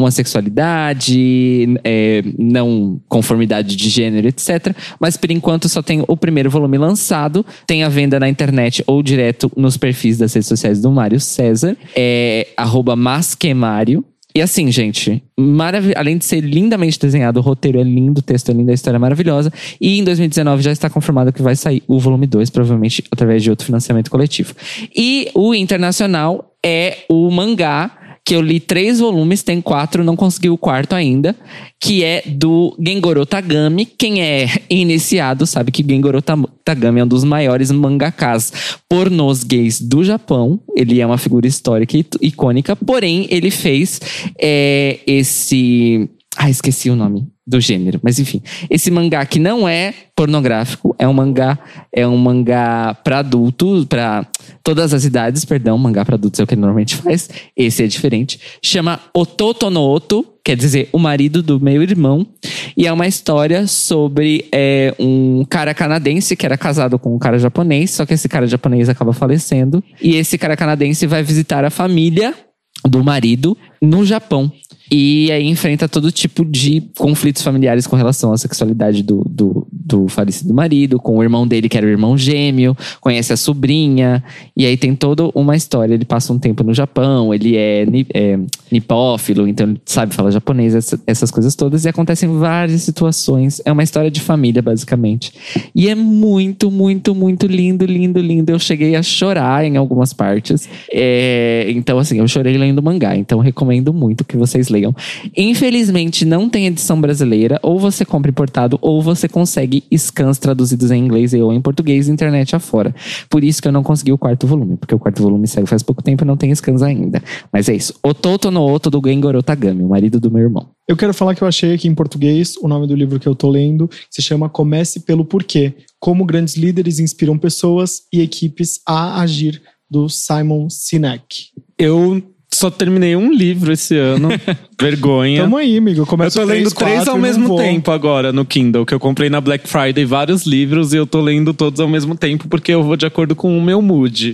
homossexualidade, é, não conformidade de gênero, etcétera. Mas por enquanto só tem o primeiro volume lançado, tem a venda na internet ou direto nos perfis das redes sociais do Mário César, é arroba masquemário. E assim, gente, marav- além de ser lindamente desenhado, o roteiro é lindo, o texto é lindo, a história é maravilhosa. E em dois mil e dezenove já está confirmado que vai sair o volume dois, provavelmente através de outro financiamento coletivo. E o internacional é o mangá, que eu li três volumes, tem quatro, não consegui o quarto ainda, que é do Gengoro Tagami. Quem é iniciado sabe que Gengoro Ta- Tagami é um dos maiores mangakas pornôs gays do Japão. Ele é uma figura histórica e icônica, porém ele fez é, esse... Ah, esqueci o nome do gênero, mas enfim. Esse mangá que não é pornográfico, é um mangá, é um mangá pra adultos, pra todas as idades, perdão, mangá pra adultos é o que ele normalmente faz. Esse é diferente. Chama Ototo no Oto, quer dizer, o marido do meu irmão. E é uma história sobre é, um cara canadense que era casado com um cara japonês, só que esse cara japonês acaba falecendo. E esse cara canadense vai visitar a família do marido no Japão. E aí enfrenta todo tipo de conflitos familiares com relação à sexualidade do, do, do falecido marido, com o irmão dele, que era o irmão gêmeo, conhece a sobrinha, e aí tem toda uma história. Ele passa um tempo no Japão, ele é, é nipófilo, então ele sabe falar japonês, essas coisas todas, e acontecem várias situações. É uma história de família, basicamente. E é muito, muito, muito lindo, lindo, lindo. Eu cheguei a chorar em algumas partes. É, então, assim, eu chorei lendo o mangá, então recomendo muito que vocês leiam. Infelizmente, não tem edição brasileira, ou você compra importado, ou você consegue scans traduzidos em inglês ou em português, internet afora. Por isso que eu não consegui o quarto volume, porque o quarto volume saiu faz pouco tempo e não tem scans ainda. Mas é isso. Ototo no Oto, do Gengoro Tagami, o marido do meu irmão. Eu quero falar que eu achei aqui em português o nome do livro que eu tô lendo, se chama Comece pelo Porquê. Como grandes líderes inspiram pessoas e equipes a agir, do Simon Sinek. Eu só terminei um livro esse ano. Vergonha. Tamo aí, amigo. Eu começo Eu tô lendo três, três ao mesmo tempo agora no Kindle, que eu comprei na Black Friday vários livros e eu tô lendo todos ao mesmo tempo porque eu vou de acordo com o meu mood.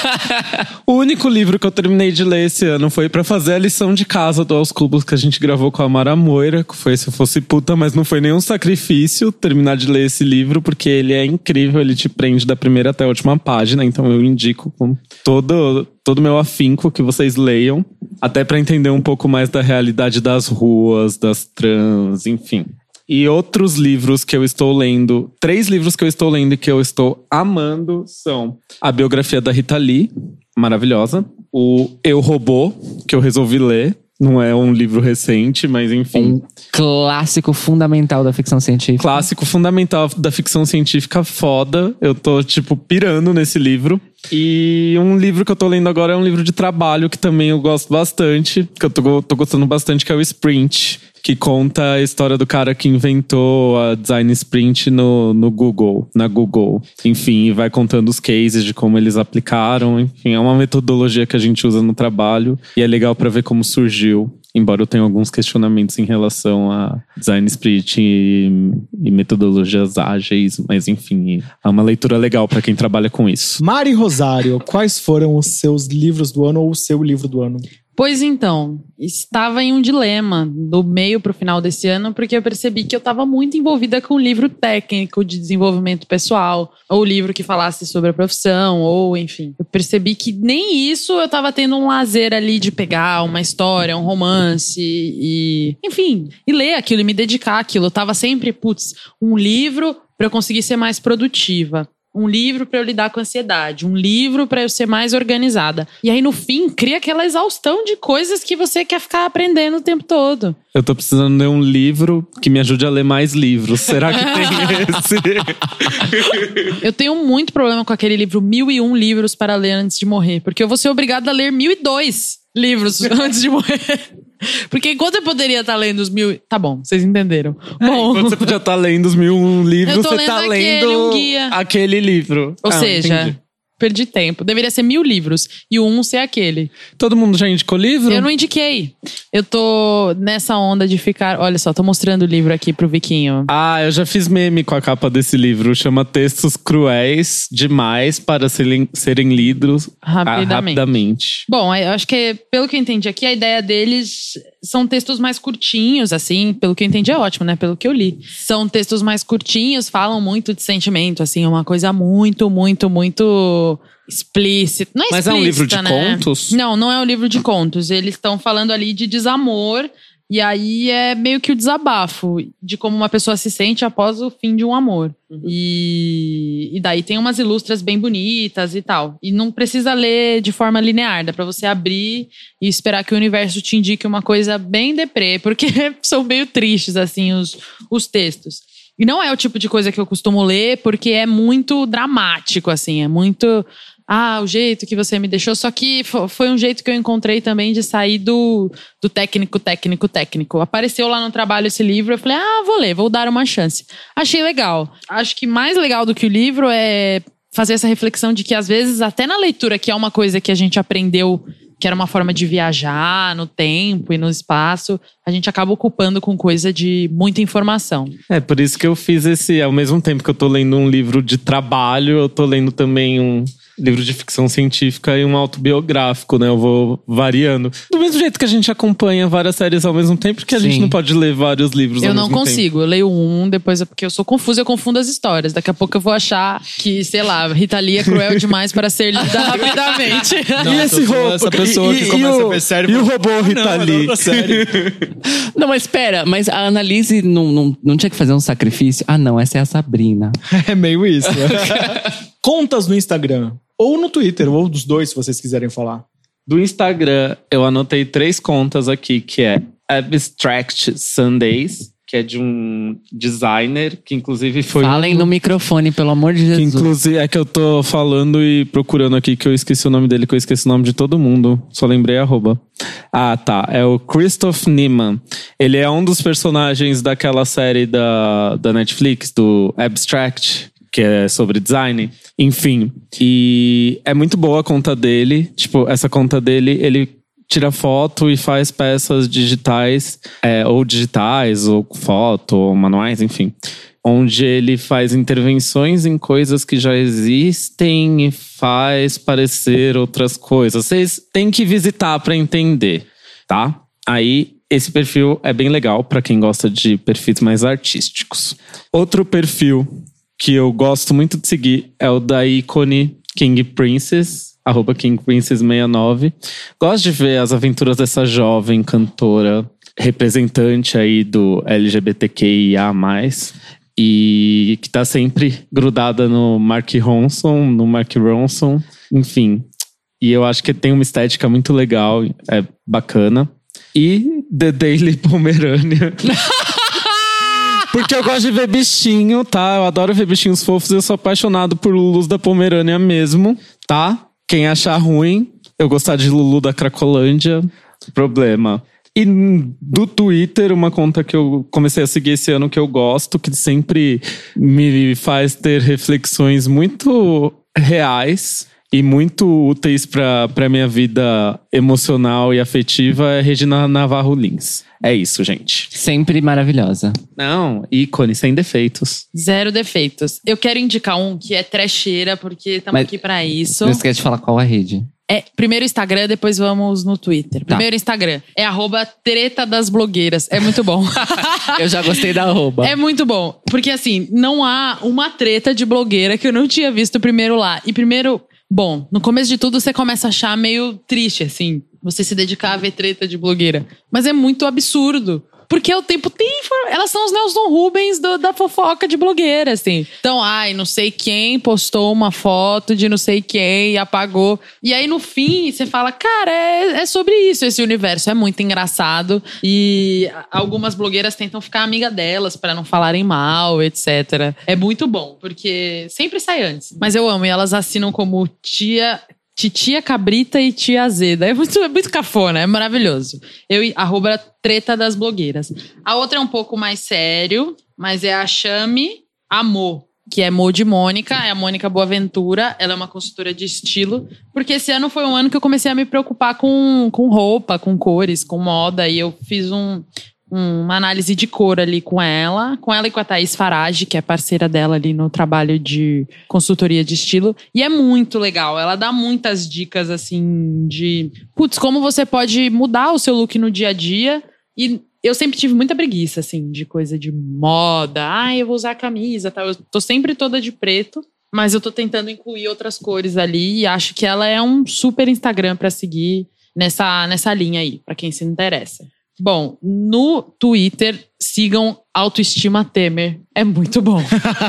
O único livro que eu terminei de ler esse ano foi pra fazer a lição de casa do Aos Cubos que a gente gravou com a Mara Moira, que foi Se Eu Fosse Puta, mas não foi nenhum sacrifício terminar de ler esse livro, porque ele é incrível, ele te prende da primeira até a última página, então eu indico com todo todo o meu afinco que vocês leiam, até pra entender um pouco mais da realidade das ruas, das trans, enfim. E outros livros que eu estou lendo, três livros que eu estou lendo e que eu estou amando são a biografia da Rita Lee, maravilhosa, o Eu, Robô, que eu resolvi ler. Não é um livro recente, mas enfim. Um clássico fundamental da ficção científica. Clássico fundamental da ficção científica foda. Eu tô, tipo, pirando nesse livro. E um livro que eu tô lendo agora é um livro de trabalho que também eu gosto bastante, que eu tô, tô gostando bastante, que é o Sprint, que conta a história do cara que inventou a Design Sprint no, no Google, na Google. Enfim, e vai contando os cases de como eles aplicaram. Enfim, é uma metodologia que a gente usa no trabalho e é legal pra ver como surgiu. Embora eu tenha alguns questionamentos em relação a Design Sprint e, e metodologias ágeis, mas enfim, é uma leitura legal pra quem trabalha com isso. Mari Rosário, quais foram os seus livros do ano ou o seu livro do ano? Pois então, estava em um dilema do meio pro final desse ano, porque eu percebi que eu estava muito envolvida com um livro técnico de desenvolvimento pessoal, ou livro que falasse sobre a profissão, ou enfim. Eu percebi que nem isso eu estava tendo um lazer ali de pegar uma história, um romance e, enfim, e ler aquilo e me dedicar àquilo. Eu estava sempre, putz, um livro para eu conseguir ser mais produtiva. Um livro pra eu lidar com a ansiedade. Um livro pra eu ser mais organizada. E aí, no fim, cria aquela exaustão de coisas que você quer ficar aprendendo o tempo todo. Eu tô precisando ler um livro que me ajude a ler mais livros. Será que tem esse? Eu tenho muito problema com aquele livro Mil e Um Livros para Ler Antes de Morrer. Porque eu vou ser obrigada a ler mil e dois livros antes de morrer. Porque enquanto eu poderia estar lendo os mil... Tá bom, vocês entenderam. É, Bom, enquanto você podia estar lendo os mil e um livros, eu tô você lendo tá aquele, lendo um guia. aquele livro. Ou Ah, seja, entendi. perdi tempo. Deveria ser mil livros. E o um ser aquele. Todo mundo já indicou livro? Eu não indiquei. Eu tô nessa onda de ficar... Olha só, tô mostrando o livro aqui pro Viquinho. Ah, eu já fiz meme com a capa desse livro. Chama Textos Cruéis Demais para serem, serem lidos Rapidamente. ah, rapidamente. Bom, eu acho que, pelo que eu entendi aqui, a ideia deles são textos mais curtinhos, assim. Pelo que eu entendi é ótimo, né? Pelo que eu li. São textos mais curtinhos, falam muito de sentimento, assim. Uma coisa muito, muito, muito... explícito. Não é Mas é um livro de né? contos? Não, não é um livro de contos. Eles estão falando ali de desamor. E aí é meio que o desabafo de como uma pessoa se sente após o fim de um amor. Uhum. E, e daí tem umas ilustras bem bonitas e tal. E não precisa ler de forma linear. Dá pra você abrir e esperar que o universo te indique uma coisa bem deprê. Porque são meio tristes, assim, os, os textos. E não é o tipo de coisa que eu costumo ler, porque é muito dramático, assim. É muito... Ah, o jeito que você me deixou. Só que foi um jeito que eu encontrei também de sair do, do técnico, técnico, técnico. Apareceu lá no trabalho esse livro. Eu falei, ah, vou ler, vou dar uma chance. Achei legal. Acho que mais legal do que o livro é fazer essa reflexão de que, às vezes, até na leitura, que é uma coisa que a gente aprendeu... que era uma forma de viajar no tempo e no espaço, a gente acaba ocupando com coisa de muita informação. É, por isso que eu fiz esse... Ao mesmo tempo que eu tô lendo um livro de trabalho, eu tô lendo também um, livro de ficção científica e um autobiográfico, né? Eu vou variando. Do mesmo jeito que a gente acompanha várias séries ao mesmo tempo, porque a Sim. gente não pode ler vários livros Eu ao não mesmo consigo, eu leio um, depois é porque eu sou confusa, eu confundo as histórias. Daqui a pouco eu vou achar que, sei lá, Rita Lee é cruel demais para ser lida rapidamente. Não, e eu esse sou robô? essa pessoa e, que e começa o, a ver série E o fala, robô "Ah, Rita não, é da Lee? outra série." Não, mas espera, mas a Annalise não, não, não tinha que fazer um sacrifício? Ah, não, essa é a Sabrina. É meio isso. Contas no Instagram. Ou no Twitter, ou dos dois, se vocês quiserem falar. Do Instagram, eu anotei três contas aqui, que é Abstract Sundays, que é de um designer, que inclusive foi... Falem um... no microfone, pelo amor de Que Jesus. inclusive é que eu tô falando e procurando aqui, que eu esqueci o nome dele, que eu esqueci o nome de todo mundo. Só lembrei arroba. Ah, tá. É o Christoph Niemann. Ele é um dos personagens daquela série da, da Netflix, do Abstract, que é sobre design. Enfim. E é muito boa a conta dele. Tipo, essa conta dele, ele tira foto e faz peças digitais, é, ou digitais, ou foto, ou manuais, enfim. Onde ele faz intervenções em coisas que já existem e faz parecer outras coisas. Vocês têm que visitar para entender, tá? Aí, esse perfil é bem legal para quem gosta de perfis mais artísticos. Outro perfil que eu gosto muito de seguir é o da ícone King Princess, arroba King Princess sessenta e nove. Gosto de ver as aventuras dessa jovem cantora, representante aí do L G B T Q I A mais, e que tá sempre grudada no Mark Ronson, no Mark Ronson, enfim. E eu acho que tem uma estética muito legal, é bacana. E The Daily Pomerania. Porque eu gosto de ver bichinho, tá? Eu adoro ver bichinhos fofos e eu sou apaixonado por Lulus da Pomerânia mesmo, tá? Quem achar ruim, eu gostar de Lulu da Cracolândia, problema. E do Twitter, uma conta que eu comecei a seguir esse ano que eu gosto, que sempre me faz ter reflexões muito reais e muito úteis para para minha vida emocional e afetiva, é Regina Navarro Lins. É isso, gente. Sempre maravilhosa. Não, ícone, sem defeitos. Zero defeitos. Eu quero indicar um que é trecheira, porque estamos Mas- aqui pra isso. Não esquece de falar qual a rede. É, primeiro Instagram, depois vamos no Twitter. Tá. Primeiro Instagram. É arroba treta das blogueiras. É muito bom. Eu já gostei da arroba. É muito bom. Porque assim, não há uma treta de blogueira que eu não tinha visto primeiro lá. E primeiro, bom, no começo de tudo você começa a achar meio triste, assim. Você se dedicar a ver treta de blogueira. Mas é muito absurdo. Porque o tempo tem... Elas são os Nelson Rubens do, da fofoca de blogueira, assim. Então, ai, não sei quem postou uma foto de não sei quem e apagou. E aí, no fim, você fala, cara, é, é sobre isso esse universo. É muito engraçado. E algumas blogueiras tentam ficar amiga delas pra não falarem mal, etcétera. É muito bom, porque sempre sai antes. Mas eu amo. E elas assinam como tia... Titia Cabrita e Tia Azeda. É muito, é muito cafona, é maravilhoso. Eu, arroba treta das blogueiras. A outra é um pouco mais sério, mas é a Chame Amor, que é Mo de Mônica, é a Mônica Boaventura. Ela é uma consultora de estilo, porque esse ano foi um ano que eu comecei a me preocupar com, com roupa, com cores, com moda, e eu fiz um... uma análise de cor ali com ela, com ela e com a Thaís Farage, que é parceira dela ali no trabalho de consultoria de estilo. E é muito legal, ela dá muitas dicas, assim, de... Putz, como você pode mudar o seu look no dia a dia. E eu sempre tive muita preguiça, assim, de coisa de moda. Ah, eu vou usar camisa, tal. Eu tô sempre toda de preto, mas eu tô tentando incluir outras cores ali. E acho que ela é um super Instagram pra seguir nessa, nessa linha aí, pra quem se interessa. Bom, no Twitter, sigam Autoestima Temer. É muito bom.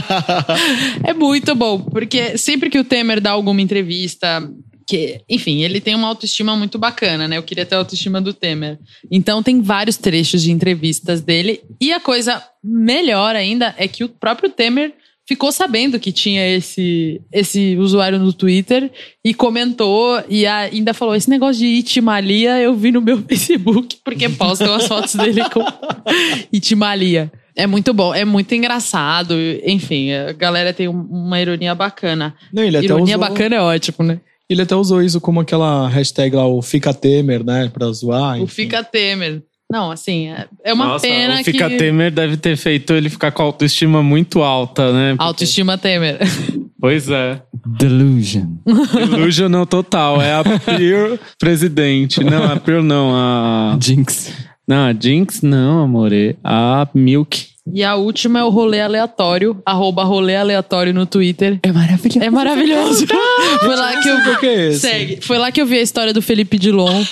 É muito bom, porque sempre que o Temer dá alguma entrevista... que, enfim, ele tem uma autoestima muito bacana, né? Eu queria ter a autoestima do Temer. Então tem vários trechos de entrevistas dele. E a coisa melhor ainda é que o próprio Temer ficou sabendo que tinha esse, esse usuário no Twitter e comentou e ainda falou, esse negócio de Itimalia eu vi no meu Facebook, porque postam as fotos dele com Itimalia. É muito bom, é muito engraçado. Enfim, a galera tem uma ironia bacana. Não, ele até ironia usou- bacana é ótimo, né? Ele até usou isso como aquela hashtag lá, o Fica Temer, né? Pra zoar. O enfim. Fica Temer. Não, assim, é- é uma Nossa, pena o Fica que... Temer deve ter feito ele ficar com a autoestima muito alta, né? Porque- Autoestima Temer. Pois é. Delusion. Delusional total. É a Peer presidente. Não, a Peer não. A... Jinx. Não, a Jinx não, amore. A Milk. E a última é o rolê aleatório, arroba rolê aleatório no Twitter. É maravilhoso. É maravilhoso. Foi lá que eu... que é esse? Segue. Foi lá que eu vi a história do Felipe Dilon.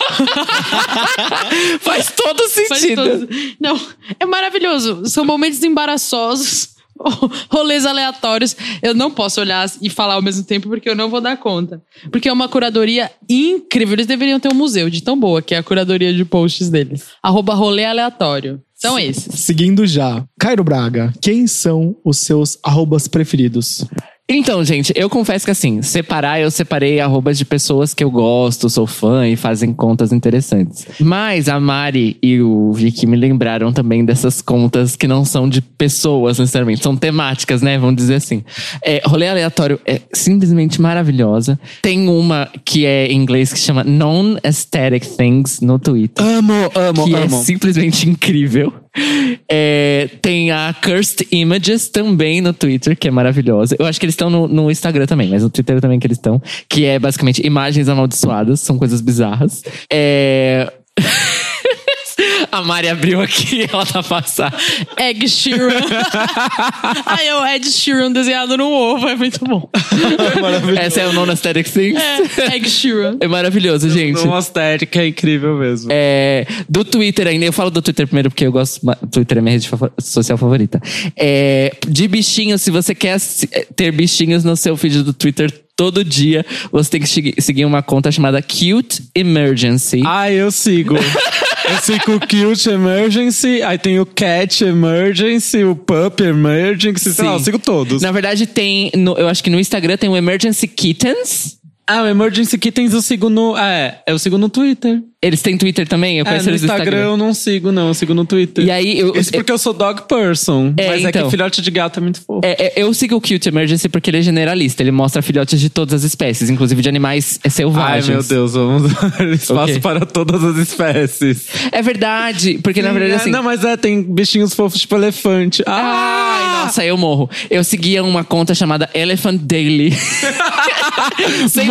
Faz todo sentido. Faz todo... Não, é maravilhoso. São momentos embaraçosos. Rolês aleatórios. Eu não posso olhar e falar ao mesmo tempo porque eu não vou dar conta. Porque é uma curadoria incrível. Eles deveriam ter um museu de tão boa que é a curadoria de posts deles. Arroba rolê aleatório. São esses. Seguindo já. Cairo Braga, quem são os seus arrobas preferidos? Então, gente, eu confesso que assim, separar, eu separei arrobas de pessoas que eu gosto, sou fã e fazem contas interessantes. Mas a Mari e o Vicky me lembraram também dessas contas que não são de pessoas, necessariamente. São temáticas, né? Vamos dizer assim. É, rolê aleatório é simplesmente maravilhosa. Tem uma que é em inglês que chama Non-Aesthetic Things no Twitter. Amo, amo, que amo. é simplesmente incrível. É, tem a Cursed Images também no Twitter, que é maravilhosa. Eu acho que eles estão no, no Instagram também, mas no Twitter também que eles estão. Que é basicamente imagens amaldiçoadas, são coisas bizarras. É... A Mari abriu aqui, ela tá passando. Egg Sheeran. Aí é o Ed Sheeran desenhado no ovo, é muito bom. Essa é o Non-Aesthetic Things. É, Egg Sheeran. É maravilhoso, gente. Uma estética é incrível mesmo. É, do Twitter ainda, eu falo do Twitter primeiro porque eu gosto. Twitter é minha rede favor- social favorita. É, de bichinhos, se você quer ter bichinhos no seu feed do Twitter todo dia, você tem que seguir uma conta chamada Cute Emergency. Ah, eu sigo. Eu sigo o Cute Emergency, aí tem o Cat Emergency, o Pup Emergency, sei lá, eu sigo todos. Na verdade, tem. No, eu acho que no Instagram tem o Emergency Kittens. Ah, o Emergency Kittens eu sigo no... Ah, é, eu sigo no Twitter. Eles têm Twitter também? Eu É, conheço no eles do Instagram, Instagram. eu não sigo, não. Eu sigo no Twitter. E aí, eu, Isso porque eu sou dog person. É, mas então. é que filhote de gato é muito fofo. É, é, eu sigo o Cute Emergency porque ele é generalista. Ele mostra filhotes de todas as espécies, inclusive de animais selvagens. Ai, meu Deus, vamos dar espaço Ok. para todas as espécies. É verdade, porque na verdade É, assim... Não, mas é, tem bichinhos fofos tipo elefante. Ah! Ai, nossa, eu morro. Eu seguia uma conta chamada Elephant Daily. Sem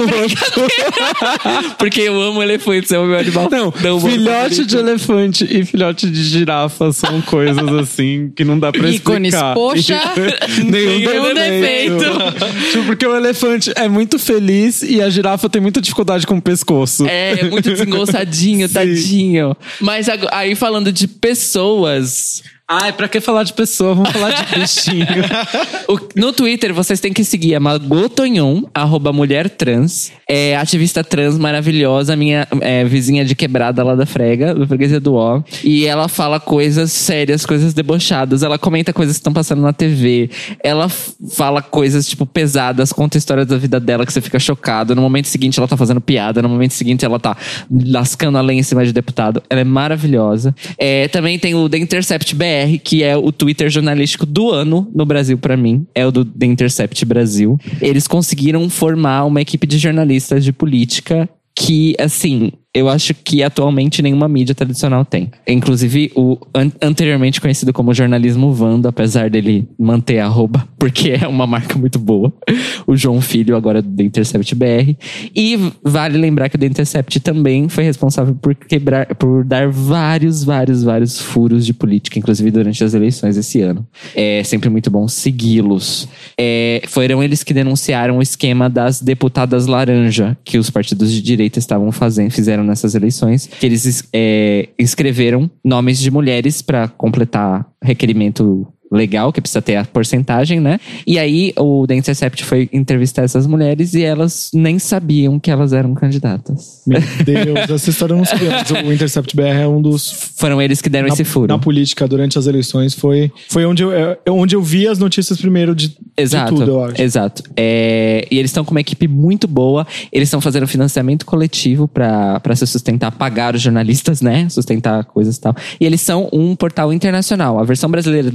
brincadeira. Porque eu amo elefantes, é o meu animal. Não, filhote de elefante e filhote de girafa são coisas assim que não dá pra Ícones. explicar. Poxa, nenhum, nenhum defeito. Tipo, porque o elefante é muito feliz e a girafa tem muita dificuldade com o pescoço. É, é muito desengonçadinho, Sim. tadinho. Mas ag- aí falando de pessoas... Ai, pra que falar de pessoa? Vamos falar de bichinho. O- no Twitter, vocês têm que seguir a Margot Tonhon, arroba mulher trans. É ativista trans maravilhosa, minha é, vizinha de quebrada lá da Frega, do Freguesia do Ó. E ela fala coisas sérias, coisas debochadas. Ela comenta coisas que estão passando na T V. Ela f- fala coisas, tipo, pesadas, conta histórias da vida dela que você fica chocado. No momento seguinte, ela tá fazendo piada. No momento seguinte, ela tá lascando a lenha em cima de deputado. Ela é maravilhosa. É, também tem o The Intercept B R, que é o Twitter jornalístico do ano no Brasil pra mim. É o do The Intercept Brasil. Eles conseguiram formar uma equipe de jornalistas de política que, assim, eu acho que atualmente nenhuma mídia tradicional tem. Inclusive, o an- anteriormente conhecido como jornalismo Vando, apesar dele manter a arroba, porque é uma marca muito boa. O João Filho, agora do The Intercept B R. E vale lembrar que o The Intercept também foi responsável por quebrar, por dar vários, vários, vários furos de política, inclusive durante as eleições esse ano. É sempre muito bom segui-los. É, foram eles que denunciaram o esquema das deputadas laranja que os partidos de direita estavam fazendo, fizeram nessas eleições, que eles é, inscreveram nomes de mulheres para completar requerimento legal, que precisa ter a porcentagem, né? E aí o The Intercept foi entrevistar essas mulheres e elas nem sabiam que elas eram candidatas. Meu Deus, essa história eu não sabia. Mas o Intercept B R é um dos... Foram eles que deram na, esse furo. Na política, durante as eleições, foi, foi onde, eu, é, onde eu vi as notícias primeiro de, Exato, de tudo, eu acho. exato. É, e eles estão com uma equipe muito boa. Eles estão fazendo financiamento coletivo pra, pra se sustentar, pagar os jornalistas, né? Sustentar coisas e tal. E eles são um portal internacional. A versão brasileira deles, na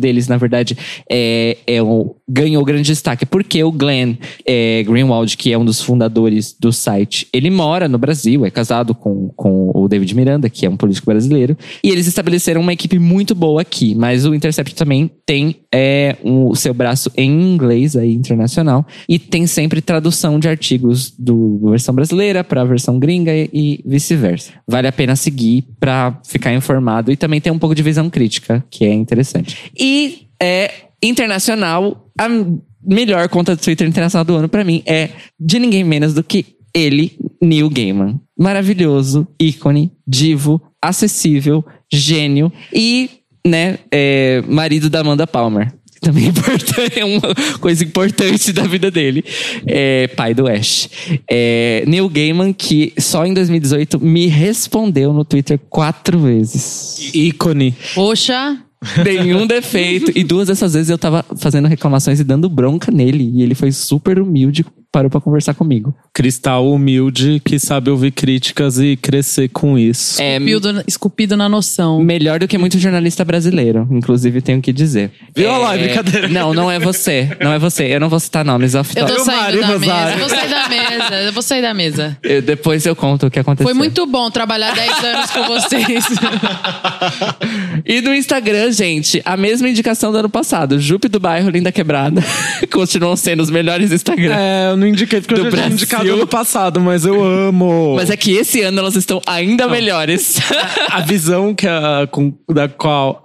verdade, é, é o, ganhou grande destaque. Porque o Glenn é, Greenwald, que é um dos fundadores do site, ele mora no Brasil, é casado com, com o David Miranda, que é um político brasileiro. E eles estabeleceram uma equipe muito boa aqui. Mas o Intercept também tem é, um, o seu braço em inglês, aí, internacional. E tem sempre tradução de artigos do versão brasileira para a versão gringa e, e vice-versa. Vale a pena seguir para ficar informado. E também tem um pouco de visão crítica, que é interessante. E é internacional, a melhor conta do Twitter internacional do ano pra mim é de ninguém menos do que ele, Neil Gaiman. Maravilhoso, ícone, divo, acessível, gênio e, né, é, marido da Amanda Palmer. Também é uma coisa importante da vida dele. É, pai do Ash. É, Neil Gaiman, que só em dois mil e dezoito me respondeu no Twitter quatro vezes. Ícone. Poxa... Nenhum defeito. E duas dessas vezes eu tava fazendo reclamações e dando bronca nele. E ele foi super humilde, parou pra conversar comigo. Cristal humilde que sabe ouvir críticas e crescer com isso. É Esculpido, esculpido na noção. melhor do que muito jornalista brasileiro, inclusive tenho que dizer. Viu é... lá, brincadeira. Não, não é você. Não é você. Eu não vou citar nomes. Eu tô Viu, saindo Mari da Rosário? mesa. Eu vou sair da mesa. Eu vou sair da mesa. Eu, depois eu conto o que aconteceu. Foi muito bom trabalhar dez anos com vocês. E no Instagram, gente, a mesma indicação do ano passado. Jupe do Bairro, Linda Quebrada. Continuam sendo os melhores Instagram. É, eu não indiquei porque Do eu já tinha Brasil. indicado no passado, mas eu amo. Mas é que esse ano elas estão ainda melhores. A visão que a, com, da qual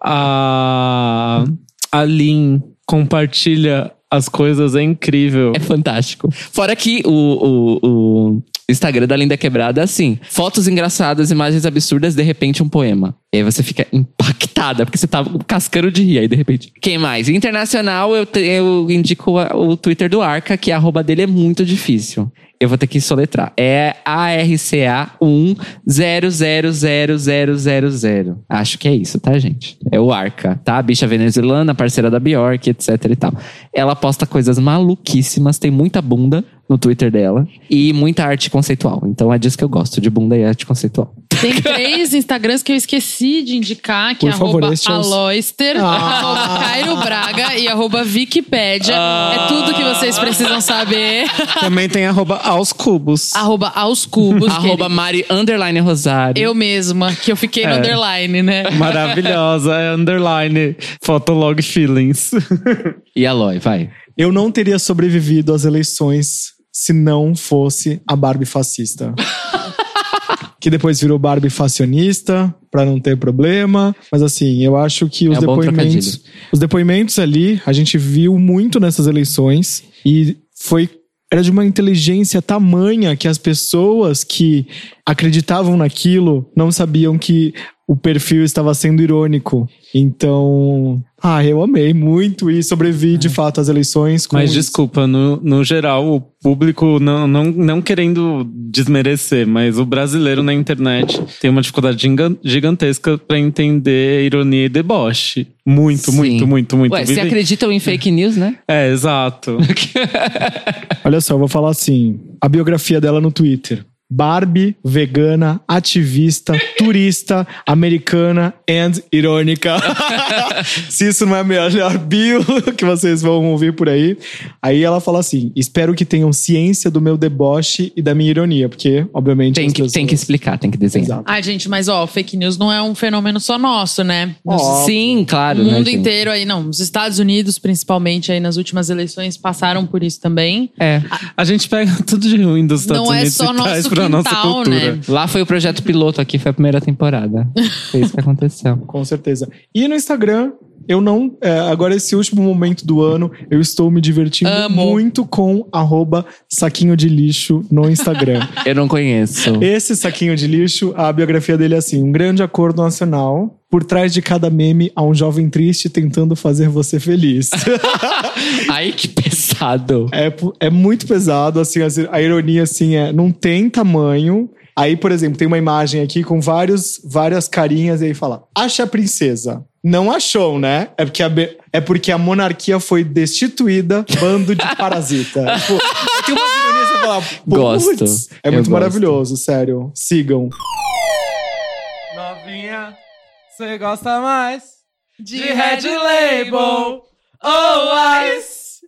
a, a Lin compartilha as coisas é incrível. É fantástico. Fora que o, o, o Instagram da Linda Quebrada é assim: fotos engraçadas, imagens absurdas, de repente um poema. E aí você fica impactada, porque você tá cascando de rir aí, de repente. Quem mais? Internacional, eu, te, eu indico a, o Twitter do Arca, que a arroba dele é muito difícil. Eu vou ter que soletrar. É A R C A um zero zero zero zero zero zero. Acho que é isso, tá, gente? É o Arca, tá? Bicha venezuelana, parceira da Bjork, etc e tal. Ela posta coisas maluquíssimas, tem muita bunda no Twitter dela e muita arte conceitual. Então é disso que eu gosto, de bunda e arte conceitual. Tem três Instagrams que eu esqueci de indicar, que Por é favor, arroba este é os- Aloyster, Ah. arroba Cairo Braga e arroba Wikipédia. É tudo que vocês precisam saber. Também tem arroba aos cubos. Arroba aos cubos. que Arroba ele- Mari Underline Rosário. Eu mesma, que eu fiquei no É. underline, né? Maravilhosa, é underline, fotolog feelings. E Aloy, vai. Eu não teria sobrevivido às eleições se não fosse a Barbie fascista. Que depois virou Barbie facionista, pra não ter problema. Mas assim, eu acho que os É um bom depoimentos... trocadilho. Os depoimentos ali, a gente viu muito nessas eleições. E foi... Era de uma inteligência tamanha que as pessoas que acreditavam naquilo não sabiam que o perfil estava sendo irônico. Então... Ah, eu amei muito e sobrevivi de fato às eleições. Com Mas isso. desculpa, no, no geral, o público, não, não, não querendo desmerecer, mas o brasileiro na internet tem uma dificuldade gigan- gigantesca pra entender ironia e deboche. Muito, Sim. muito, muito, muito. Ué, se Vive- acreditam em fake news, né? É, exato. Olha só, eu vou falar assim. A biografia dela no Twitter. Barbie, vegana, ativista, turista, americana and irônica. Se isso não é a melhor bio que vocês vão ouvir por aí. Aí ela fala assim, espero que tenham ciência do meu deboche e da minha ironia. Porque, obviamente... Tem as que, pessoas... tem que explicar, tem que desenhar. Exato. Ai, gente, mas ó, fake news não é um fenômeno só nosso, né? Nos- Ó, Sim, claro. O né, mundo gente? inteiro aí, não. Os Estados Unidos, principalmente, aí nas últimas eleições, passaram por isso também. É. A gente pega tudo de ruim dos Estados Não é Unidos só e traz nosso pra nossa quintal, cultura. né? Lá foi o projeto piloto, aqui foi a primeira temporada. Foi isso que aconteceu. Com certeza. E no Instagram, eu não... é, agora, esse último momento do ano, eu estou me divertindo Amo. muito com arroba saquinho de lixo no Instagram. Eu não conheço. Esse saquinho de lixo, a biografia dele é assim: um grande acordo nacional. Por trás de cada meme, há um jovem triste tentando fazer você feliz. Ai, que pesado. é, pu- é muito pesado, assim, assim, a ironia, assim, é, não tem tamanho. Aí, por exemplo, tem uma imagem aqui com vários, várias carinhas e aí fala, acha a princesa. Não achou, né? É porque a, be- é porque a monarquia foi destituída, bando de parasita. Tipo, tem umas ironias que você fala, "Putz", Gosto. É Eu muito gosto. maravilhoso, sério. Sigam. Novinha, você gosta mais De Red Label. Oh, Ice!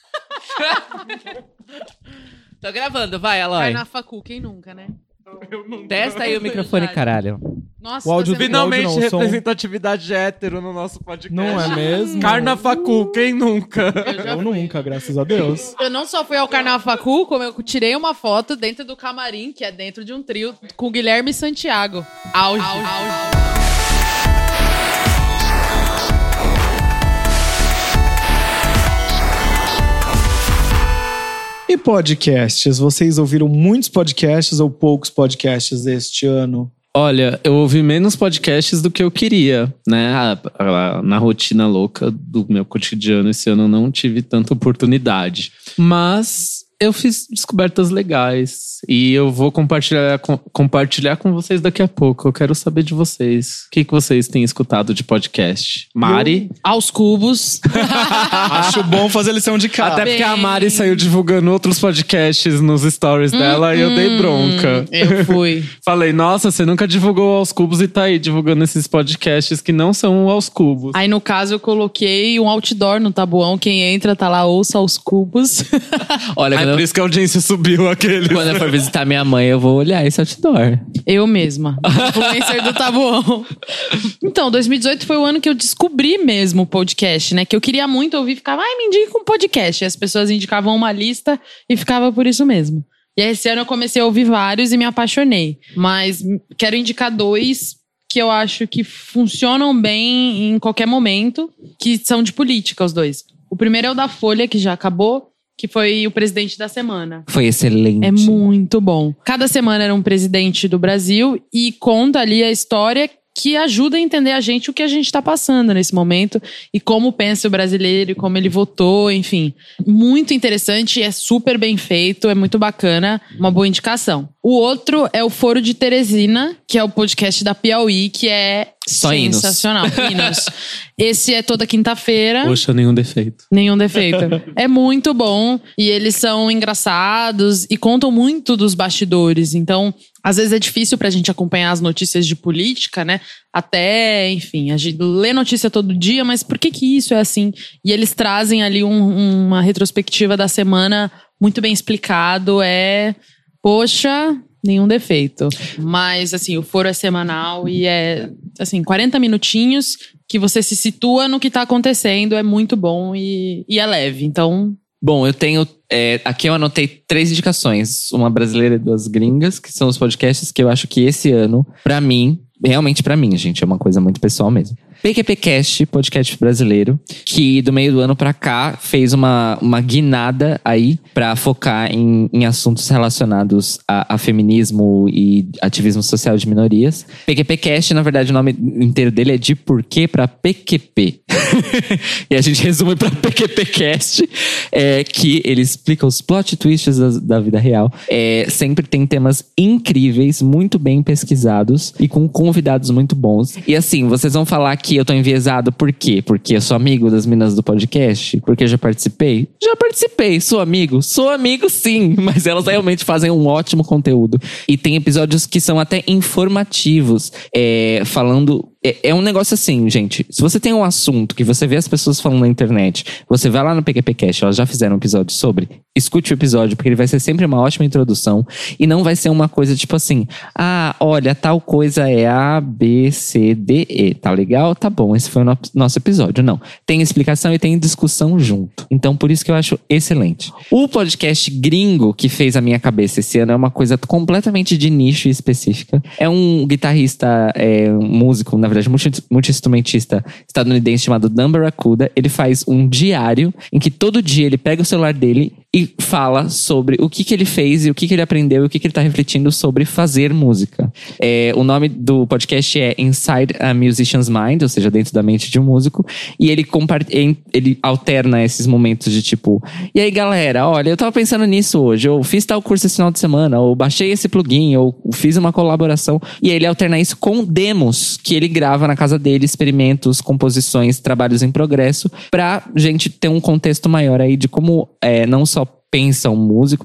Tô gravando, vai, Aloy. Cai na facu, quem nunca, né? Testa aí o microfone, caralho. Nossa, O áudio tá do- sendo- Finalmente, Áudio não, som. representatividade hétero no nosso podcast. Não é mesmo? Carnafacu, quem nunca? Eu nunca, graças a Deus. Eu não só fui ao Carnafacu, como eu tirei uma foto dentro do camarim, que é dentro de um trio, com o Guilherme Santiago. Auge. Auge. E podcasts? Vocês ouviram muitos podcasts ou poucos podcasts este ano? Olha, eu ouvi menos podcasts do que eu queria, né? A- a- na rotina louca do meu cotidiano esse ano eu não tive tanta oportunidade. Mas eu fiz descobertas legais e eu vou compartilhar com, compartilhar com vocês daqui a pouco. Eu quero saber de vocês. O que, que vocês têm escutado de podcast? Mari? Aos cubos. Acho bom fazer lição de casa. Até porque a bem. Mari saiu divulgando outros podcasts nos stories dela e eu dei bronca. Eu fui. Falei, nossa, você nunca divulgou Aos Cubos e tá aí divulgando esses podcasts que não são o Aos Cubos. Aí, no caso, eu coloquei um outdoor no tabuão. Quem entra, tá lá, ouça aos cubos. Olha, Aí quando, por eu, isso que a audiência subiu aquele. quando eu for visitar minha mãe, eu vou olhar esse outdoor. Eu mesma. Influencer do tabuão. Então, dois mil e dezoito foi o ano que eu descobri mesmo o podcast, né? Que eu queria muito ouvir. Ficava, ai, me indica um podcast. E as pessoas indicavam uma lista e ficava por isso mesmo. E aí, esse ano eu comecei a ouvir vários e me apaixonei. Mas quero indicar dois que eu acho que funcionam bem em qualquer momento, que são de política, os dois. O primeiro é o da Folha, que já acabou, que foi o Presidente da Semana. Foi excelente. É muito bom. Cada semana era um presidente do Brasil e conta ali a história que ajuda a entender a gente o que a gente está passando nesse momento e como pensa o brasileiro e como ele votou, enfim. Muito interessante, é super bem feito, é muito bacana, uma boa indicação. O outro é o Foro de Teresina, que é o podcast da Piauí, que é Só hinos. sensacional. Hinos. Esse é toda quinta-feira. Poxa, nenhum defeito. Nenhum defeito. É muito bom. E eles são engraçados e contam muito dos bastidores. Então, às vezes é difícil pra gente acompanhar as notícias de política, né? Até, enfim, a gente lê notícia todo dia, mas por que que isso é assim? E eles trazem ali um- uma retrospectiva da semana muito bem explicado. É, poxa, nenhum defeito. Mas, assim, o foro é semanal e é, assim, quarenta minutinhos que você se situa no que tá acontecendo. É muito bom e, e é leve. Então, Bom, eu tenho... é, aqui eu anotei três indicações. Uma brasileira e duas gringas, que são os podcasts que eu acho que esse ano, pra mim... Realmente pra mim, gente, é uma coisa muito pessoal mesmo. PQPcast, podcast brasileiro, que do meio do ano pra cá fez uma, uma guinada aí pra focar em, em assuntos relacionados a, a feminismo e ativismo social de minorias. PQPcast, na verdade, o nome inteiro dele é de Porquê pra P Q P. E a gente resume pra PQPcast, é, que ele explica os plot twists da, da vida real. É, sempre tem temas incríveis, muito bem pesquisados e com convidados muito bons. E assim, vocês vão falar que eu tô enviesado por quê? Porque eu sou amigo das meninas do podcast? Porque eu já participei? Já participei. Sou amigo? Sou amigo, sim. Mas elas realmente fazem um ótimo conteúdo. E tem episódios que são até informativos. É, falando... É, é um negócio assim, gente. Se você tem um assunto que você vê as pessoas falando na internet, você vai lá no PQPcast, elas já fizeram um episódio sobre, escute o episódio, porque ele vai ser sempre uma ótima introdução. E não vai ser uma coisa tipo assim, ah, olha, tal coisa é A, B, C, D, E. Tá legal? Tá bom, esse foi o no- nosso episódio. Não. Tem explicação e tem discussão junto. Então, por isso que eu acho excelente. O podcast gringo que fez a minha cabeça esse ano é uma coisa completamente de nicho e específica. É um guitarrista, é, um músico, na verdade, multi- multi-instrumentista estadunidense chamado Dan Barracuda. Ele faz um diário em que todo dia ele pega o celular dele e fala sobre o que, que ele fez e o que, que ele aprendeu e o que, que ele tá refletindo sobre fazer música. É, o nome do podcast é Inside a Musician's Mind, ou seja, dentro da mente de um músico. E ele, compart- ele alterna esses momentos de tipo, e aí galera, olha, eu tava pensando nisso hoje, eu fiz tal curso esse final de semana, ou baixei esse plugin, ou fiz uma colaboração. E aí ele alterna isso com demos que ele grava na casa dele, experimentos, composições, trabalhos em progresso, pra gente ter um contexto maior aí de como é, não só pensa um músico, mas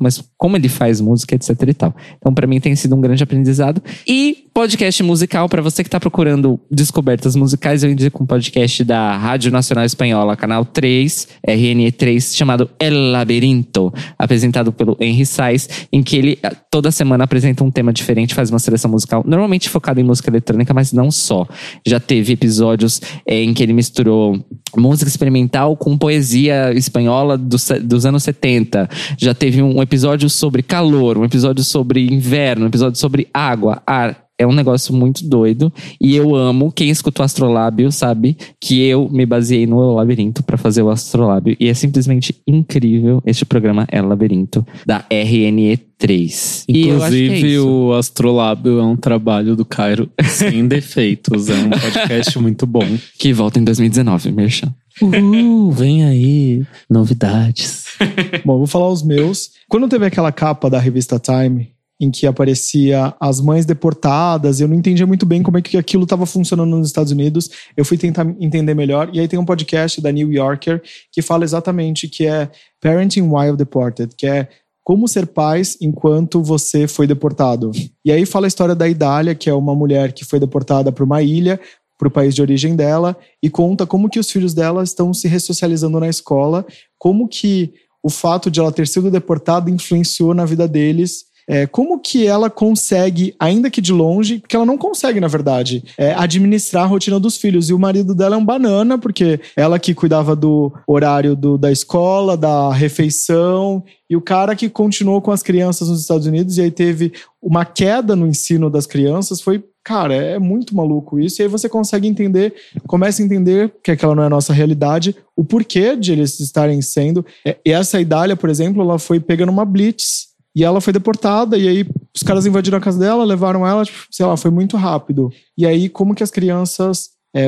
como ele faz música, etc e tal. Então, pra mim, tem sido um grande aprendizado. E podcast musical, pra você que tá procurando descobertas musicais, eu indico um podcast da Rádio Nacional Espanhola, canal três, R N E três, chamado El Labirinto, apresentado pelo Henry Sais, em que ele toda semana apresenta um tema diferente, faz uma seleção musical, normalmente focada em música eletrônica, mas não só. Já teve episódios é, em que ele misturou música experimental com poesia espanhola dos, dos anos setenta. Já teve um episódio sobre calor, um episódio sobre inverno, um episódio sobre água, ar. É um negócio muito doido. E eu amo. Quem escuta o Astrolábio sabe que eu me baseei no Labirinto pra fazer o Astrolábio. E é simplesmente incrível. Este programa é Labirinto, da R N E três. Inclusive, é o Astrolábio é um trabalho do Cairo sem defeitos. É um podcast muito bom. Que volta em dois mil e dezenove, Merchan. Uh, vem aí, novidades. Bom, eu vou falar os meus. Quando teve aquela capa da revista Time, em que aparecia as mães deportadas, eu não entendia muito bem como é que aquilo estava funcionando nos Estados Unidos. Eu fui tentar entender melhor. E aí tem um podcast da New Yorker que fala exatamente que é Parenting While Deported, que é como ser pais enquanto você foi deportado. E aí fala a história da Idália, que é uma mulher que foi deportada para uma ilha, para o país de origem dela, e conta como que os filhos dela estão se ressocializando na escola, como que o fato de ela ter sido deportada influenciou na vida deles. É, como que ela consegue, ainda que de longe, porque ela não consegue, na verdade, é, administrar a rotina dos filhos. E o marido dela é um banana, porque ela que cuidava do horário do, da escola, da refeição, e o cara que continuou com as crianças nos Estados Unidos, e aí teve uma queda no ensino das crianças. Foi, cara, é muito maluco isso. E aí você consegue entender, começa a entender que aquela não é a nossa realidade, o porquê de eles estarem sendo. E essa Idália, por exemplo, ela foi pega numa blitz, e ela foi deportada, e aí os caras invadiram a casa dela, levaram ela, tipo, sei lá, foi muito rápido. E aí como que as crianças é,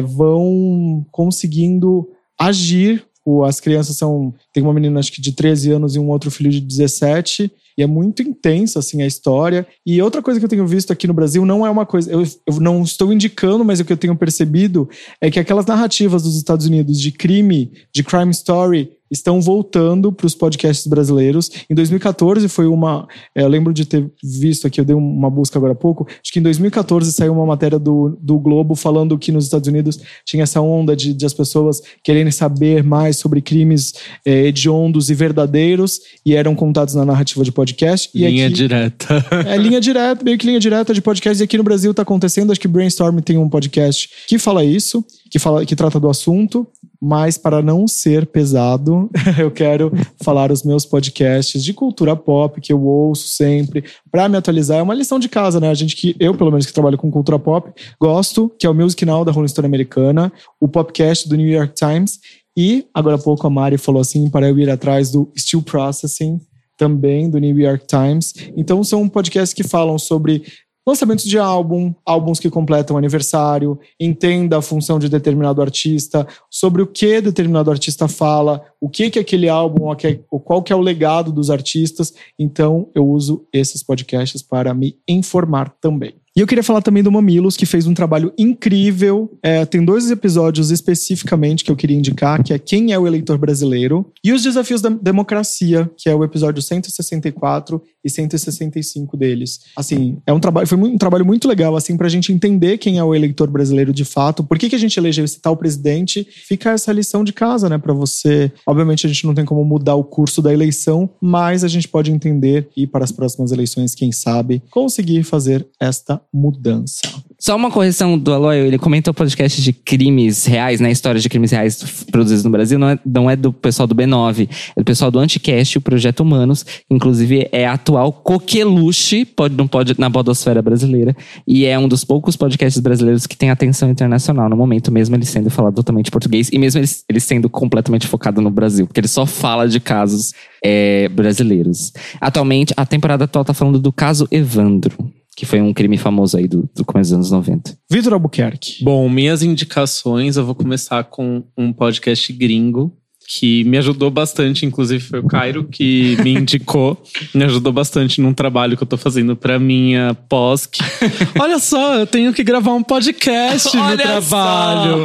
vão conseguindo agir. As crianças são... Tem uma menina acho que de treze anos e um outro filho de dezessete. E é muito intensa, assim, a história. E outra coisa que eu tenho visto aqui no Brasil não é uma coisa... Eu, eu não estou indicando, mas o que eu tenho percebido é que aquelas narrativas dos Estados Unidos de crime, de crime story, estão voltando para os podcasts brasileiros. Em dois mil e catorze foi uma... É, eu lembro de ter visto aqui, eu dei uma busca agora há pouco. Acho que em dois mil e catorze saiu uma matéria do, do Globo falando que nos Estados Unidos tinha essa onda de, de as pessoas quererem saber mais sobre crimes é, hediondos e verdadeiros, e eram contados na narrativa de podcast. E linha aqui, direta. É, linha direta, meio que linha direta de podcast. E aqui no Brasil tá acontecendo, acho que Brainstorm tem um podcast que fala isso, que, fala, que trata do assunto. Mas para não ser pesado, eu quero falar os meus podcasts de cultura pop, que eu ouço sempre, para me atualizar. É uma lição de casa, né? A gente que, eu pelo menos que trabalho com cultura pop, gosto, que é o Music Now da Rolling Stone americana, o podcast do New York Times, e agora há pouco a Mari falou assim, para eu ir atrás do Still Processing, também do New York Times. Então são podcasts que falam sobre lançamentos de álbum, álbuns que completam aniversário, entenda a função de determinado artista, sobre o que determinado artista fala, o que que aquele álbum, ou qual que é o legado dos artistas. Então eu uso esses podcasts para me informar também. E eu queria falar também do Mamilos, que fez um trabalho incrível. É, tem dois episódios especificamente que eu queria indicar, que é Quem é o Eleitor Brasileiro? E os Desafios da Democracia, que é o episódio cento e sessenta e quatro e cento e sessenta e cinco deles. Assim, é um trabalho, foi um trabalho muito legal, assim, pra gente entender quem é o eleitor brasileiro de fato, por que que a gente elegeu esse tal presidente. Fica essa lição de casa, né, pra você. Obviamente a gente não tem como mudar o curso da eleição, mas a gente pode entender e para as próximas eleições, quem sabe, conseguir fazer esta mudança. Só uma correção do Aloy, ele comentou podcast de crimes reais, né? Histórias de crimes reais produzidos no Brasil, não é, não é do pessoal do B nove, é do pessoal do Anticast, o Projeto Humanos, que inclusive é a atual coqueluche pode, não pode, na podosfera brasileira, e é um dos poucos podcasts brasileiros que tem atenção internacional no momento, mesmo ele sendo falado totalmente português, e mesmo ele, ele sendo completamente focado no Brasil, porque ele só fala de casos é, brasileiros. Atualmente, a temporada atual tá falando do caso Evandro, que foi um crime famoso aí do, do começo dos anos noventa. Vitor Albuquerque. Bom, minhas indicações, eu vou começar com um podcast gringo, que me ajudou bastante, inclusive foi o Cairo que me indicou, me ajudou bastante num trabalho que eu tô fazendo pra minha pós. Que, olha só, eu tenho que gravar um podcast no trabalho. Só.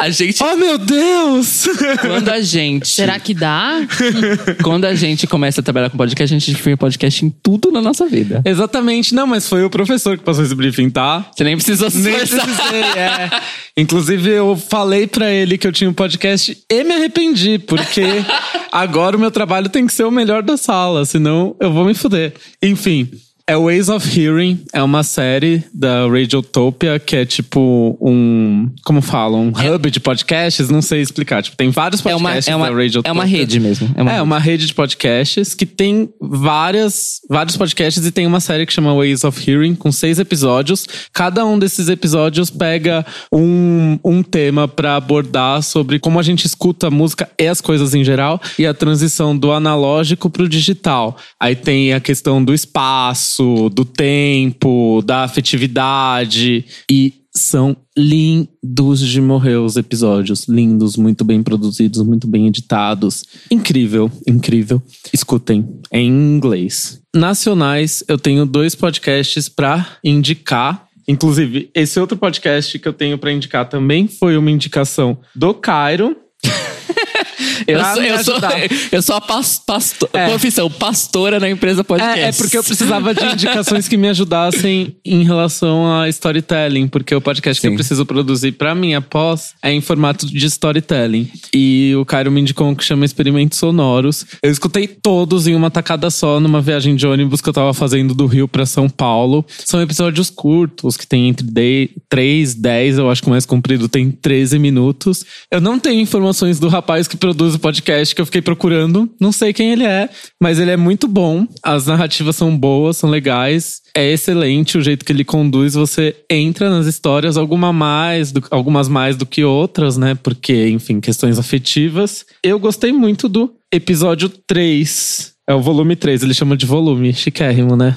A gente, Oh, meu Deus! quando a gente... Será que dá? Quando a gente começa a trabalhar com podcast, a gente define podcast em tudo na nossa vida. Exatamente. Não, mas foi o professor que passou esse briefing, tá? Você nem precisou se Nem esforçar. precisei, é. Inclusive, eu falei pra ele que eu tinha um podcast e me arrependi, porque agora o meu trabalho tem que ser o melhor da sala, senão eu vou me fuder. Enfim, é Ways of Hearing, é uma série da Radiotopia, que é tipo um... Como falam? Um hub de podcasts? Não sei explicar. Tipo, tem vários É uma, podcasts é, uma, da Radiotopia. é uma rede mesmo. É uma, É, rede. uma rede de podcasts que tem várias, vários podcasts e tem uma série que chama Ways of Hearing, com seis episódios. Cada um desses episódios pega um, um tema pra abordar sobre como a gente escuta a música e as coisas em geral e a transição do analógico pro digital. Aí tem a questão do espaço, do tempo, da afetividade e são lindos de morrer os episódios. Lindos, muito bem produzidos, muito bem editados. Incrível, incrível. Escutem, é em inglês. Nacionais, eu tenho dois podcasts pra indicar. Inclusive, esse outro podcast que eu tenho pra indicar também foi uma indicação do Cairo. Eu Pra sou, me eu, sou, ajudar. eu sou a pas, pasto, É. profissão, pastora na empresa podcast. É, é porque eu precisava de indicações que me ajudassem em relação a storytelling, porque o podcast que Sim. eu preciso produzir pra minha pós é em formato de storytelling. E o Cairo me indicou um que chama Experimentos Sonoros. Eu escutei todos em uma tacada só, numa viagem de ônibus que eu tava fazendo do Rio pra São Paulo. São episódios curtos, que tem entre três, dez, eu acho que o mais comprido tem treze minutos. Eu não tenho informações do rapaz que produz o podcast, que eu fiquei procurando. Não sei quem ele é, mas ele é muito bom. As narrativas são boas, são legais. É excelente o jeito que ele conduz. Você entra nas histórias, alguma mais do, algumas mais do que outras, né? Porque, enfim, questões afetivas. Eu gostei muito do episódio três. É o volume três, ele chama de volume, chiquérrimo, né?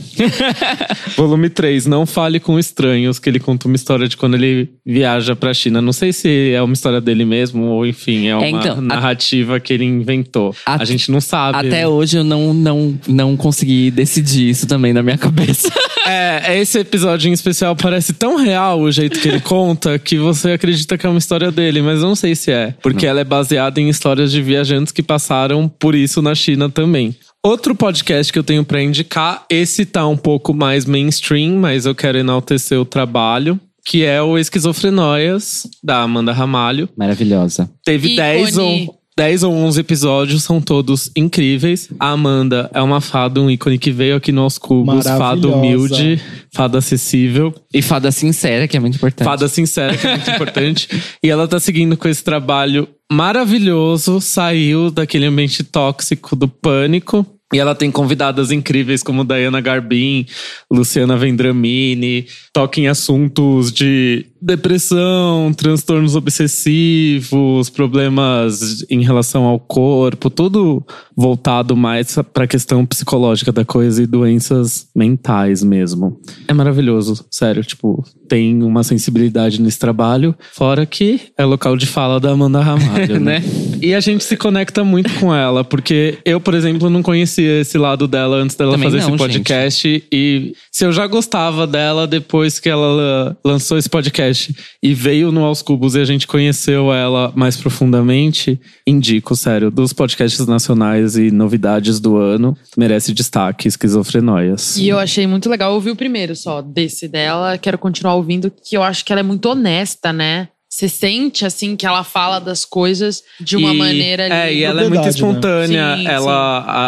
Volume três, Não Fale com Estranhos, que ele conta uma história de quando ele viaja pra China. Não sei se é uma história dele mesmo, ou enfim, é uma É, então, narrativa a... que ele inventou. A... A gente não sabe. Até né? hoje eu não, não, não consegui decidir isso também na minha cabeça. É, esse episódio em especial parece tão real o jeito que ele conta que você acredita que é uma história dele, mas eu não sei se é. Porque não. Ela é baseada em histórias de viajantes que passaram por isso na China também. Outro podcast que eu tenho pra indicar, esse tá um pouco mais mainstream, mas eu quero enaltecer o trabalho, que é o Esquizofrenóias, da Amanda Ramalho. Maravilhosa. Teve dez ou... dez ou onze episódios, são todos incríveis. A Amanda é uma fada, um ícone que veio aqui nos Cubos. Fada humilde, fada acessível. E fada sincera, que é muito importante. Fada sincera, que é muito importante. E ela tá seguindo com esse trabalho maravilhoso. Saiu daquele ambiente tóxico do Pânico. E ela tem convidadas incríveis como Diana Garbin, Luciana Vendramini. Toca em assuntos de depressão, transtornos obsessivos, problemas em relação ao corpo, tudo voltado mais pra questão psicológica da coisa e doenças mentais mesmo. É maravilhoso, sério, tipo, tem uma sensibilidade nesse trabalho, fora que é local de fala da Amanda Ramalho, né? E a gente se conecta muito com ela, porque eu, por exemplo, não conhecia esse lado dela antes dela Também fazer não, esse podcast. Gente. E se eu já gostava dela depois que ela lançou esse podcast e veio no Aos Cubos e a gente conheceu ela mais profundamente, indico, sério, dos podcasts nacionais e novidades do ano, merece destaque, Esquizofrenóias. E eu achei muito legal, eu ouvi o primeiro só desse dela, quero continuar ouvindo, que eu acho que ela é muito honesta, né? Você sente, assim, que ela fala das coisas de uma e, maneira ali. É, e ela é muito espontânea. Né? Sim, ela, sim.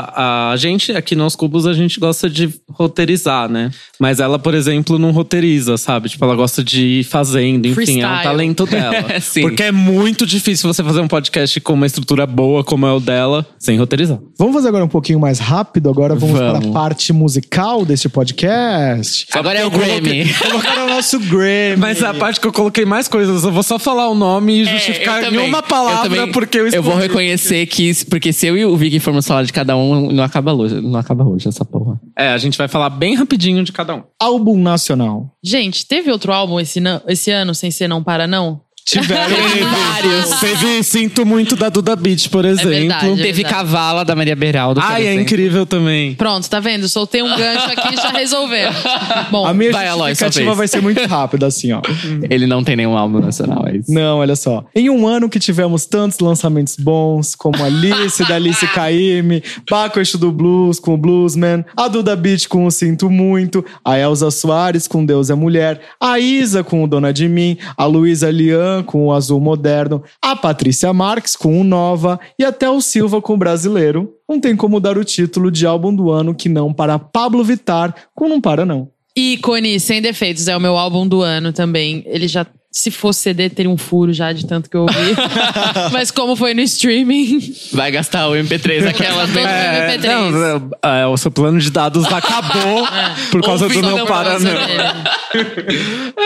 A, a gente, aqui nos Cubos, a gente gosta de roteirizar, né? Mas ela, por exemplo, não roteiriza, sabe? Tipo, ela gosta de ir fazendo, enfim, Freestyle. é um talento dela. Sim. Porque é muito difícil você fazer um podcast com uma estrutura boa como é o dela, sem roteirizar. Vamos fazer agora um pouquinho mais rápido. Agora vamos, Vamos. para a parte musical desse podcast. Agora é o Grammy. Vamos para o nosso Grammy. Mas a parte que eu coloquei mais coisas, eu vou só falar o nome e justificar É, eu em também. uma palavra, eu também, porque eu Eu vou escolhi. reconhecer que, porque se eu e o Vicky formos falar de cada um, não acaba hoje, não acaba hoje essa porra. É, a gente vai falar bem rapidinho de cada um. Álbum nacional. Gente, teve outro álbum esse, não, esse ano sem ser Não Para Não? Tiveram vários. Teve Sinto Muito da Duda Beat, por exemplo. verdade, é Teve verdade. Cavala da Maria Beraldo. por Ai, é exemplo. incrível também. Pronto, tá vendo? Soltei um gancho aqui e já resolveu. Bom, A minha Vai, Aloy, sua justificativa vez. vai ser muito rápida, assim, ó. Ele não tem nenhum álbum nacional, é isso. Não, olha só. Em um ano que tivemos tantos lançamentos bons, como Alice, da Alice Caymmi, Baco Eixo do Blues com o Bluesman, a Duda Beat com o Sinto Muito, a Elza Soares com Deus é Mulher, a Isa com o Dona de Mim, a Luísa Lian com o Azul Moderno, a Patrícia Marques com o Nova e até o Silva com o Brasileiro. Não tem como dar o título de álbum do ano que não para Pablo Vittar com Não Para Não. ícone, sem defeitos. É o meu álbum do ano também. Ele já, se fosse C D, teria um furo já de tanto que eu ouvi. Mas como foi no streaming... Vai gastar o M P três aquelas bem... É, M P três. não, é, o seu plano de dados acabou por causa do Ouvindo Não Não Para Por causa Não. dele.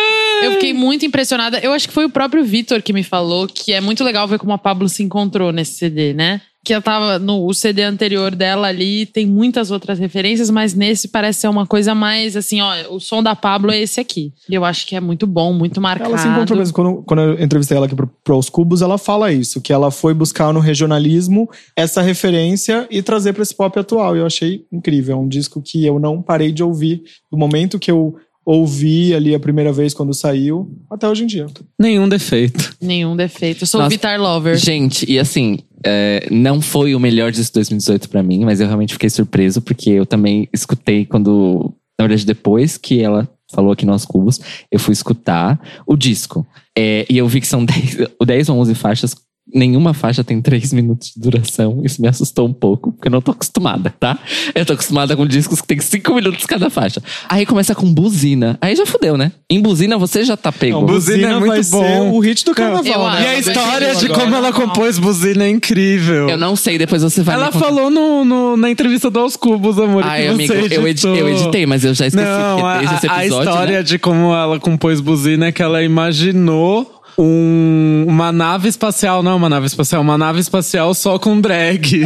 Eu fiquei muito impressionada. Eu acho que foi o próprio Vitor que me falou que é muito legal ver como a Pablo se encontrou nesse C D, né? Que ela tava no o C D anterior dela ali, tem muitas outras referências, mas nesse parece ser uma coisa mais assim, ó, o som da Pablo é esse aqui. E eu acho que é muito bom, muito marcado. Ela se encontrou mesmo. Quando, quando eu entrevistei ela aqui pro, pro Aos Cubos, ela fala isso, que ela foi buscar no regionalismo essa referência e trazer pra esse pop atual. E eu achei incrível. É um disco que eu não parei de ouvir do momento que eu ouvi ali a primeira vez quando saiu, até hoje em dia. Nenhum defeito. Nenhum defeito. Eu sou Nossa, Vitar Lover. Gente, e assim, é, não foi o melhor disco de dois mil e dezoito pra mim, mas eu realmente fiquei surpreso, porque eu também escutei quando, na verdade, depois que ela falou aqui nos Cubos, eu fui escutar o disco. É, e eu vi que são dez ou onze faixas. Nenhuma faixa tem três minutos de duração. Isso me assustou um pouco, porque eu não tô acostumada, tá? Eu tô acostumada com discos que tem cinco minutos cada faixa. Aí começa com buzina. Aí já fudeu, né? Em buzina você já tá pego. Não, Buzina é muito vai bom. ser o hit do carnaval, Eu né? E a Ah, história de agora. como ela compôs Buzina é incrível. Eu não sei, depois você vai Ela me contar. falou no, no- na entrevista do Aos Cubos, amor, Ai, que amigo, você eu, edi- editou. eu editei, mas eu já esqueci. Não, porque a, desde esse a episódio, história né? de como ela compôs Buzina é que ela imaginou um, uma nave espacial, não uma nave espacial, uma nave espacial só com drags.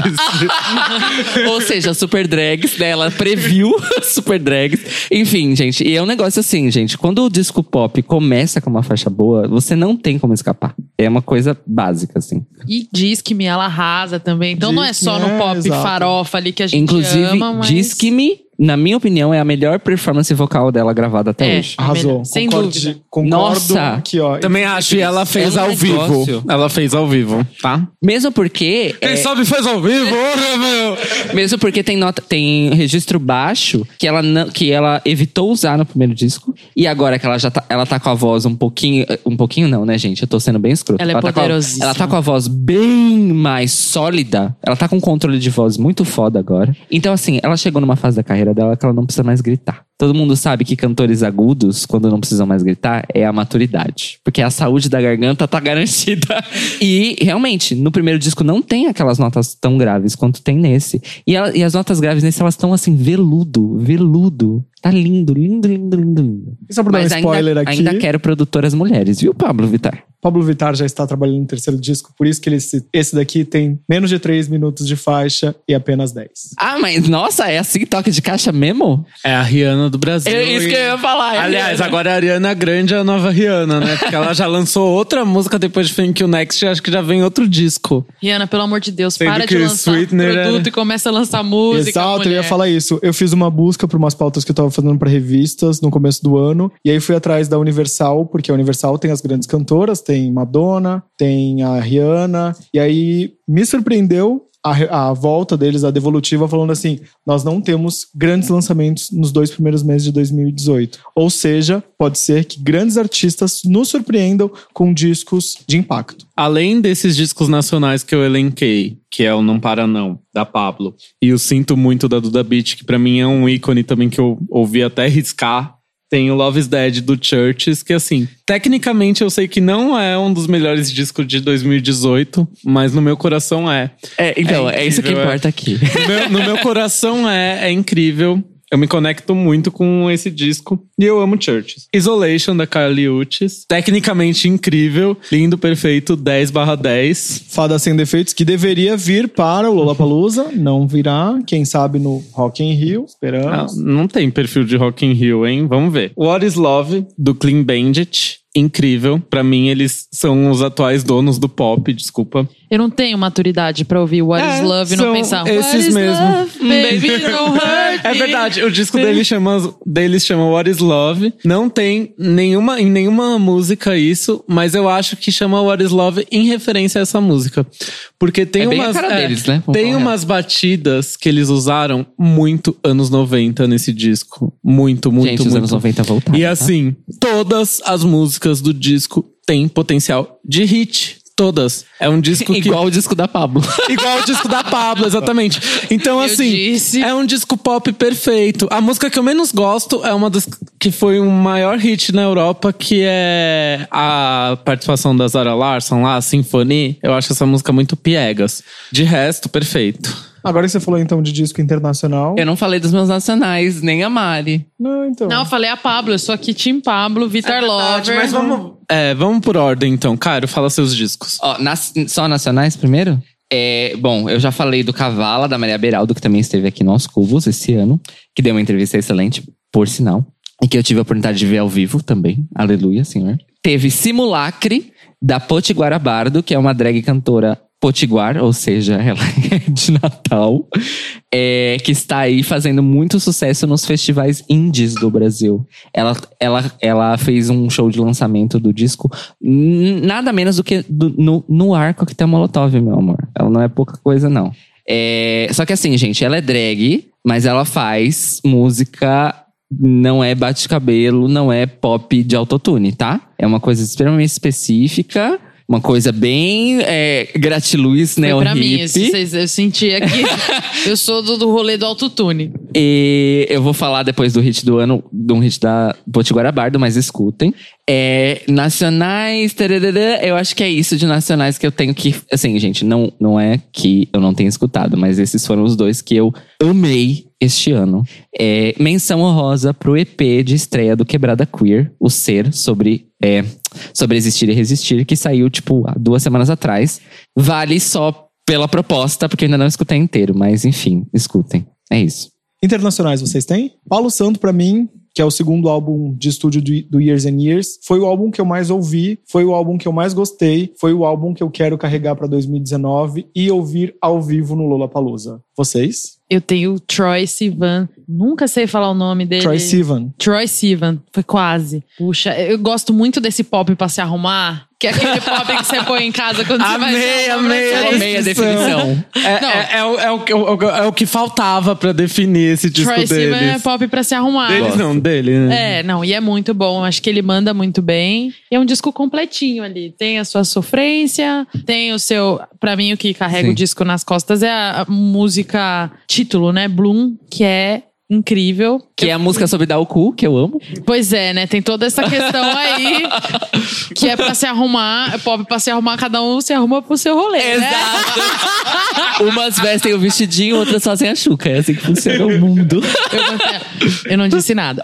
Ou seja, super drags, né? Ela previu super drags. Enfim, gente, e é um negócio assim, gente. Quando o disco pop começa com uma faixa boa, você não tem como escapar. É uma coisa básica, assim. E Disque-me, ela arrasa também. Então não é só no Disque-me, pop é, exato. farofa ali que a gente Inclusive, ama, mas... Disque-me, na minha opinião, é a melhor performance vocal dela gravada até É. hoje. Arrasou. Sem Concordo, dúvida. Concordo Nossa. aqui, ó. Também acho, e ela fez É um ao negócio. vivo. Ela fez ao vivo, tá? Mesmo porque... Quem é, sabe fez ao vivo, né, meu? Mesmo porque tem nota, tem registro baixo que ela não, que ela evitou usar no primeiro disco. E agora que ela já tá, ela tá com a voz um pouquinho, um pouquinho não, né, gente? Eu tô sendo bem escroto. Ela é tá com a- poderosíssima. ela tá com a voz bem mais sólida. Ela tá com um controle de voz muito foda agora. Então assim, ela chegou numa fase da carreira dela que ela não precisa mais gritar. Todo mundo sabe que cantores agudos, quando não precisam mais gritar, é a maturidade. Porque a saúde da garganta tá garantida. E, realmente, no primeiro disco não tem aquelas notas tão graves quanto tem nesse. E, ela- e as notas graves nesse, elas estão assim, veludo, veludo. Tá lindo, lindo, lindo, lindo, lindo. E só pra dar um Mas spoiler ainda, aqui. ainda quero produtoras mulheres, viu, Pablo Vittar? Pablo Vittar já está trabalhando no terceiro disco, por isso que ele, esse, esse daqui tem menos de três minutos de faixa e apenas dez. Ah, mas nossa, é assim, toque de caixa mesmo? É a Rihanna do Brasil. É isso que eu ia falar. é Aliás, Rihanna. agora a Ariana Grande é a nova Rihanna, né? Porque ela já lançou outra música depois de Thank You Next e acho que já vem outro disco. Rihanna, pelo amor de Deus, Sendo para que de lançar Sweetener produto era- e começa a lançar música, Exato, eu mulher. ia falar isso. Eu fiz uma busca por umas pautas que eu tava fazendo pra revistas no começo do ano. E aí fui atrás da Universal, porque a Universal tem as grandes cantoras, tem Madonna, tem a Rihanna. E aí me surpreendeu a, re- a volta deles, a devolutiva, falando assim: nós não temos grandes lançamentos nos dois primeiros meses de dois mil e dezoito. Ou seja, pode ser que grandes artistas nos surpreendam com discos de impacto. Além desses discos nacionais que eu elenquei, que é o Não Para Não, da Pablo, e o Sinto Muito, da Duda Beat, que pra mim é um ícone também que eu ouvi até riscar. Tem o Love is Dead, do Churches, que assim, tecnicamente eu sei que não é um dos melhores discos de dois mil e dezoito, mas no meu coração é. É, então, é, É isso que incrível, importa aqui. No meu, no meu coração é, é incrível. Eu me conecto muito com esse disco. E eu amo Churches. Isolation, da Kylie Uchis. Tecnicamente incrível. Lindo, perfeito. dez barra dez. Fada Sem Defeitos, que deveria vir para o Lollapalooza, não virá, quem sabe no Rock in Rio, Não, esperamos. não tem perfil de Rock in Rio, hein? Vamos ver. What is Love, do Clean Bandit. incrível. Pra mim, eles são os atuais donos do pop, desculpa. Eu não tenho maturidade pra ouvir What É, is Love e não são pensar esses What is mesmo. love, baby, don't hurt É me. verdade, o disco dele chama, deles chama What is Love. Não tem nenhuma, em nenhuma música isso, mas eu acho que chama What is Love em referência a essa música. Porque tem É bem a umas. cara é, deles, né? Vamos tem falar umas batidas que eles usaram muito anos noventa nesse disco. Muito, muito, Gente, muito. os anos noventa voltaram. E tá? assim, todas as músicas do disco têm potencial de hit. Todas. É um disco que... Igual o disco da Pablo. Igual o disco da Pablo, exatamente. Então, Eu assim, disse. é um disco pop perfeito. A música que eu menos gosto é uma das que foi um maior hit na Europa, que é a participação da Zara Larsson lá, Symphony. Eu acho essa música muito piegas. De resto, perfeito. Agora que você falou então de disco internacional. Eu não falei dos meus nacionais, nem a Mari. Não, então. Não, eu falei a Pablo, eu sou aqui Team Pablo, Vitor Lover. Mas vamos... É, vamos por ordem, então. Cairo, fala seus discos. Ó, nas- só nacionais primeiro? É, bom, eu já falei do Cavala, da Maria Beraldo, que também esteve aqui no Aos Cubos esse ano. Que deu uma entrevista excelente, por sinal. E que eu tive a oportunidade de ver ao vivo também. Aleluia, senhor. Teve Simulacre, da Potiguara Bardo, que é uma drag cantora potiguar, ou seja, ela é de Natal, é, que está aí fazendo muito sucesso nos festivais indies do Brasil. Ela, ela, ela fez um show de lançamento do disco, n- nada menos do que do, no, no Arco que tem a Molotov, meu amor. Ela não é pouca coisa, não. É, só que assim, gente, ela é drag, mas ela faz música... Não é bate-cabelo, não é pop de autotune, tá? É uma coisa extremamente específica, uma coisa bem é, gratiluz, Foi neo pra mim, hippie. vocês- eu senti aqui. Eu sou do, do rolê do autotune. E eu vou falar depois do hit do ano, de um hit da Potiguara Bardo, mas escutem. É, nacionais, tararara, eu acho que é isso de nacionais que eu tenho que... Assim, gente, não, não é que eu não tenha escutado, mas esses foram os dois que eu amei este ano. É, menção honrosa pro E P de estreia do Quebrada Queer, O Ser, sobre, é, sobre Existir e Resistir, que saiu, tipo, há duas semanas atrás. Vale só pela proposta, porque eu ainda não escutei inteiro, mas enfim, escutem. É isso. Internacionais vocês têm? Paulo Santo, pra mim, que é o segundo álbum de estúdio do, do Years and Years, foi o álbum que eu mais ouvi, foi o álbum que eu mais gostei, foi o álbum que eu quero carregar pra dois mil e dezenove e ouvir ao vivo no Lollapalooza. Vocês? Eu tenho Troye Sivan. Nunca sei falar o nome dele. Troye Sivan. Troye Sivan. Foi quase. Puxa, eu gosto muito desse pop pra se arrumar. Que é aquele pop que você põe em casa quando você vai... Amei, sair pra amei, sair. Amei a definição. É, Não. é, é, o, é, o, que- o- é o que faltava pra definir esse disco Troye Sivan é deles. pop pra se arrumar. Deles não, dele, né? É, não, e é muito bom. Acho que ele manda muito bem. E é um disco completinho ali. Tem a sua sofrência, tem o seu... Pra mim, o que carrega Sim. o disco nas costas é a, a música título, né? Bloom, que é incrível. Que é a música sobre dar o cu, que eu amo. Pois é, né? Tem toda essa questão aí que é pra se arrumar, é pop pra se arrumar, cada um se arruma pro seu rolê, né? Exato. Umas vestem o vestidinho, outras fazem a chuca. É assim que funciona o mundo. Eu não, eu não disse nada.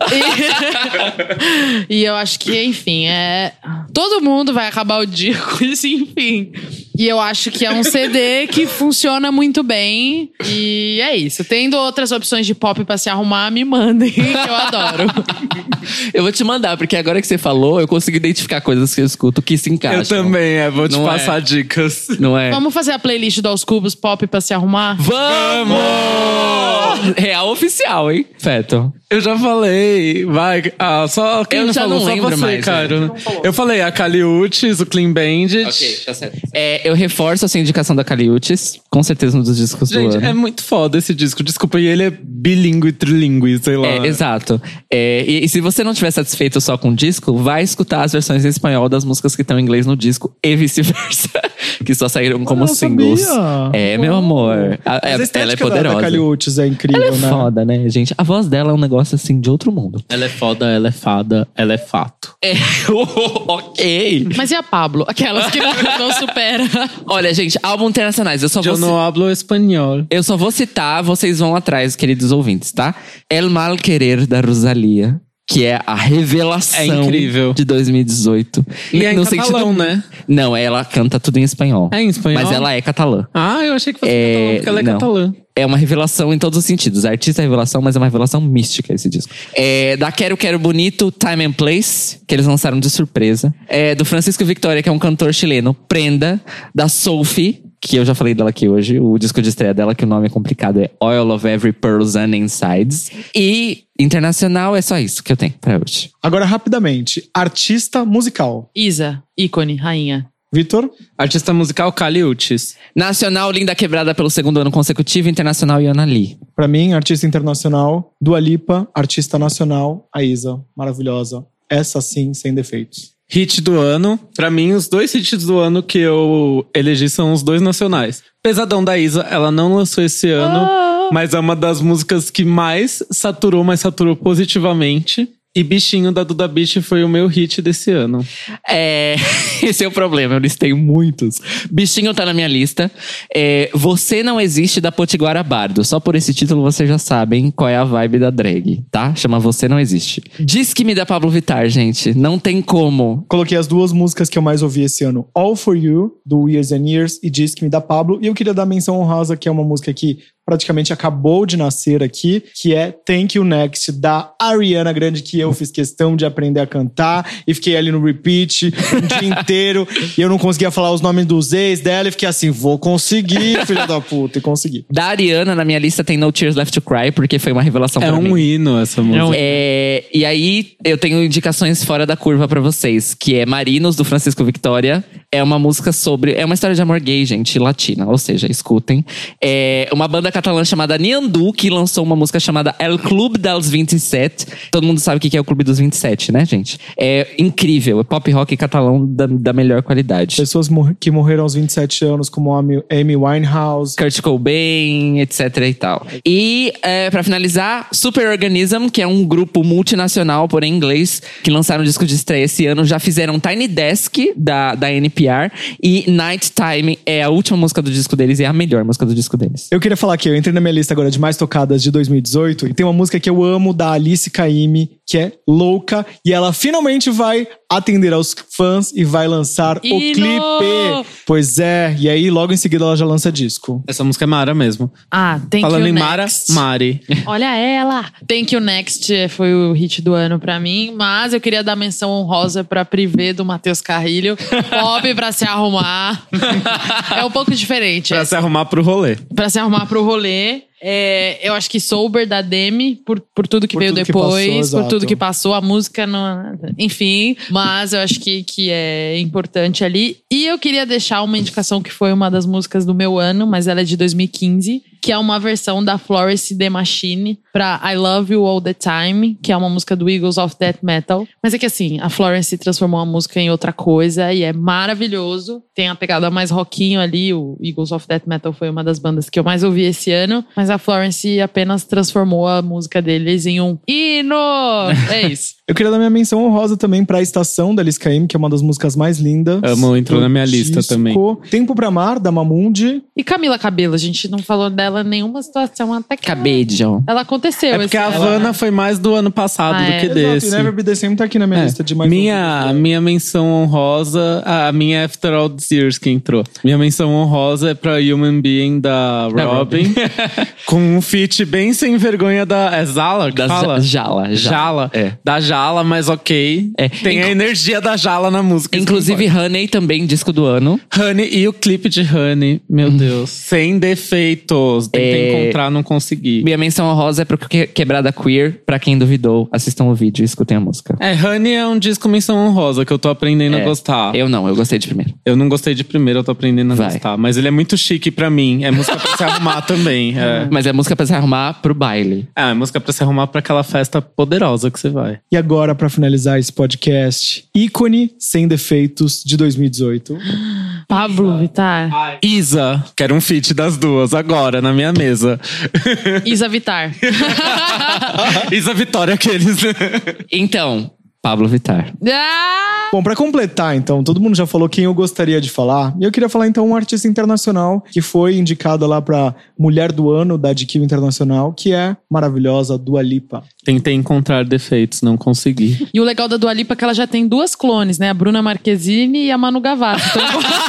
E, e eu acho que, enfim, é. Todo mundo vai acabar o dia com isso, enfim. E eu acho que é um C D que funciona muito bem. E é isso. Tendo outras opções de pop pra se arrumar, me mandem, que eu adoro. Eu vou te mandar, porque agora que você falou, eu consigo identificar coisas que eu escuto que se encaixam. Eu também, é, vou te Não passar é. dicas. Não é? Vamos fazer a playlist do Aos Cubos Pop pra se arrumar? Vamos! Real oficial, hein, Feto? Eu já falei, vai. Ah, só quem Eu não já falou, não só lembro você, mais, cara. né? Eu falei a Caliutes, o Clean Bandit. tá certo. É, eu reforço essa indicação da Caliutes, com certeza um dos discos Gente, do ano. é muito foda esse disco. Desculpa, e ele é bilíngue, trilingue, sei lá. É, exato. É, e, e se você não estiver satisfeito só com o disco, vai escutar as versões em espanhol das músicas que estão em inglês no disco e vice-versa. Que só saíram como eu singles. sabia. É, meu amor. A- Mas a é- ela é estética da, poderosa. da Caliutes é incrível, Ela é né? foda, né, gente? A voz dela é um negócio assim de outro mundo. Ela é foda, ela é fada, ela é fato. É, ok. Mas e a Pablo? Aquelas que não, não supera. Olha, gente, álbum internacionais. Eu só vou Eu não hablo espanhol. Eu só vou citar, vocês vão atrás, queridos ouvintes, tá? El Mal Querer, da Rosalía. que é a revelação É incrível. de dois mil e dezoito. E é em No catalão, sentido- né? Não, ela canta tudo em espanhol. É em espanhol? Mas ela é catalã. Ah, eu achei que fosse É, catalão, porque ela é não. catalã. É uma revelação em todos os sentidos. A artista é revelação, mas é uma revelação mística esse disco. É da Quero Quero Bonito, Time and Place, que eles lançaram de surpresa. É do Francisco Victoria, que é um cantor chileno, Prenda. Da Sophie, que eu já falei dela aqui hoje. O disco de estreia dela, que o nome é complicado, é Oil of Every Pearls and Insides. E internacional é só isso que eu tenho pra hoje. Agora, rapidamente. Artista musical. Isa, ícone, rainha. Vitor? Artista musical, Kali Uchis. Nacional, Linda Quebrada pelo segundo ano consecutivo. Internacional, Yana Lee. Pra mim, artista internacional. Dua Lipa. Artista nacional. A Isa. Maravilhosa. Essa sim, sem defeitos. Hit do ano. Pra mim, os dois hits do ano que eu elegi são os dois nacionais. Pesadão da Isa, ela não lançou esse ano, mas é uma das músicas que mais saturou, mas saturou positivamente. E Bichinho da Duda Beat foi o meu hit desse ano. É, esse é o problema, eu listei muitos. Bichinho tá na minha lista. É, Você Não Existe, da Potiguara Bardo. Só por esse título vocês já sabem qual é a vibe da drag, tá? Chama Você Não Existe. Diz que me dá Pablo Vittar, gente. Não tem como. Coloquei as duas músicas que eu mais ouvi esse ano. All For You, do Years and Years, e Diz Que Me Dá Pablo. E eu queria dar menção honrosa, que é uma música que praticamente acabou de nascer aqui, que é Thank You Next, da Ariana Grande, que eu fiz questão de aprender a cantar e fiquei ali no repeat um dia inteiro e eu não conseguia falar os nomes dos ex dela e fiquei assim, vou conseguir, filha da puta, e consegui. Da Ariana, na minha lista, tem No Tears Left to Cry, porque foi uma revelação É pra mim. um hino essa música. É, e aí, eu tenho indicações fora da curva pra vocês, que é Marinos, do Francisco Victoria. É uma música sobre... É uma história de amor gay, gente, latina. Ou seja, escutem. É uma banda catalã chamada Niandu, que lançou uma música chamada El Club dels vinte e sete. Todo mundo sabe o que é o Clube dos vinte e sete, né, gente? É incrível. É pop rock catalão da, da melhor qualidade. Pessoas mor- que morreram aos vinte e sete anos, como a Amy Amy Winehouse. Kurt Cobain, etc e tal. E, é, pra finalizar, Super Organism, que é um grupo multinacional, porém inglês, que lançaram um disco de estreia esse ano. Já fizeram Tiny Desk, da, da N P R. E Nighttime é a última música do disco deles e é a melhor música do disco deles. Eu queria falar que eu entrei na minha lista agora de mais tocadas de dois mil e dezoito e tem uma música que eu amo da Alice Caymmi, que é Louca, e ela finalmente vai atender aos fãs e vai lançar o Hino! clipe. Pois é, e aí logo em seguida ela já lança disco. Essa música é Mara mesmo. Ah, Thank Falando You em Mara, Next. Mari. Olha ela! Thank You Next foi o hit do ano pra mim, mas eu queria dar menção honrosa pra Privé do Matheus Carrilho. Pop pra se arrumar. É um pouco diferente. Pra é. se arrumar pro rolê. Pra se arrumar pro rolê. É, eu acho que Sober da Demi, por, por tudo que Por veio tudo que depois, passou, por exato. tudo que passou, a música, não, enfim. Mas eu acho que, que é importante ali. E eu queria deixar uma indicação que foi uma das músicas do meu ano, mas ela é de dois mil e quinze, que é uma versão da Florence The Machine pra I Love You All The Time, que é uma música do Eagles of Death Metal. Mas é que assim, a Florence transformou a música em outra coisa e é maravilhoso. Tem a pegada mais rockinho ali, o Eagles of Death Metal foi uma das bandas que eu mais ouvi esse ano, mas a Florence apenas transformou a música deles em um hino! É isso. Eu queria dar minha menção honrosa também pra Estação da Alice Caymmi, que é uma das músicas mais lindas. Amo, entrou do na minha lista disco. também. Tempo pra Amar, da Mamundi. E Camila Cabello, a gente não falou dela em nenhuma situação até que Cabello. ela aconteceu. É porque esse a ano. Havana foi mais do ano passado Ah, do é. que Exato, desse. e Never Be The Same tá aqui na minha É. lista de mais minha, ouvidos. minha menção honrosa, a minha After All These Years que entrou. Minha menção honrosa é pra Human Being da Robin, com um feat bem sem vergonha da... É Zala que Da fala? Jala. Jala. É. Da Jala, mas ok. É. Tem a Inclu- energia da Jala na música. isso Inclusive, não Honey também, disco do ano. pode. Honey e o clipe de Honey, meu Deus. Sem defeitos. Tentei É. encontrar, não consegui. Minha menção honrosa é pro Que- Quebrada Queer. Pra quem duvidou, assistam o vídeo e escutem a música. É, Honey é um disco menção honrosa que eu tô aprendendo É. a gostar. Eu não, eu gostei de primeiro. Eu não gostei de primeiro, eu tô aprendendo a Vai. gostar. Mas ele é muito chique pra mim. É música pra se arrumar também. É. Mas é música pra se arrumar pro baile. Ah, é música pra se arrumar pra aquela festa poderosa que você vai. E agora, pra finalizar esse podcast, ícone sem defeitos de dois mil e dezoito. Pablo Vittar. Isa, quero um feat das duas agora, na minha mesa. Isa Vittar. Isa Vitória, aqueles. Então, Pablo Vittar. Ah! Bom, pra completar, então, todo mundo já falou quem eu gostaria de falar. E eu queria falar, então, um artista internacional que foi indicada lá pra Mulher do Ano da D Q Internacional, que é maravilhosa Dua Lipa. Tentei encontrar defeitos, não consegui. E o legal da Dua Lipa é que ela já tem duas clones, né? A Bruna Marquezine e a Manu Gavassi. Então,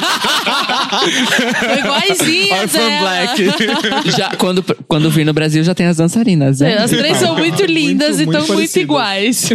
iguaizinhas, Orphan ela. Black. Já, quando, quando vir no Brasil, já tem as dançarinas, né? As três são muito lindas Muito, e muito estão muito parecidas. iguais.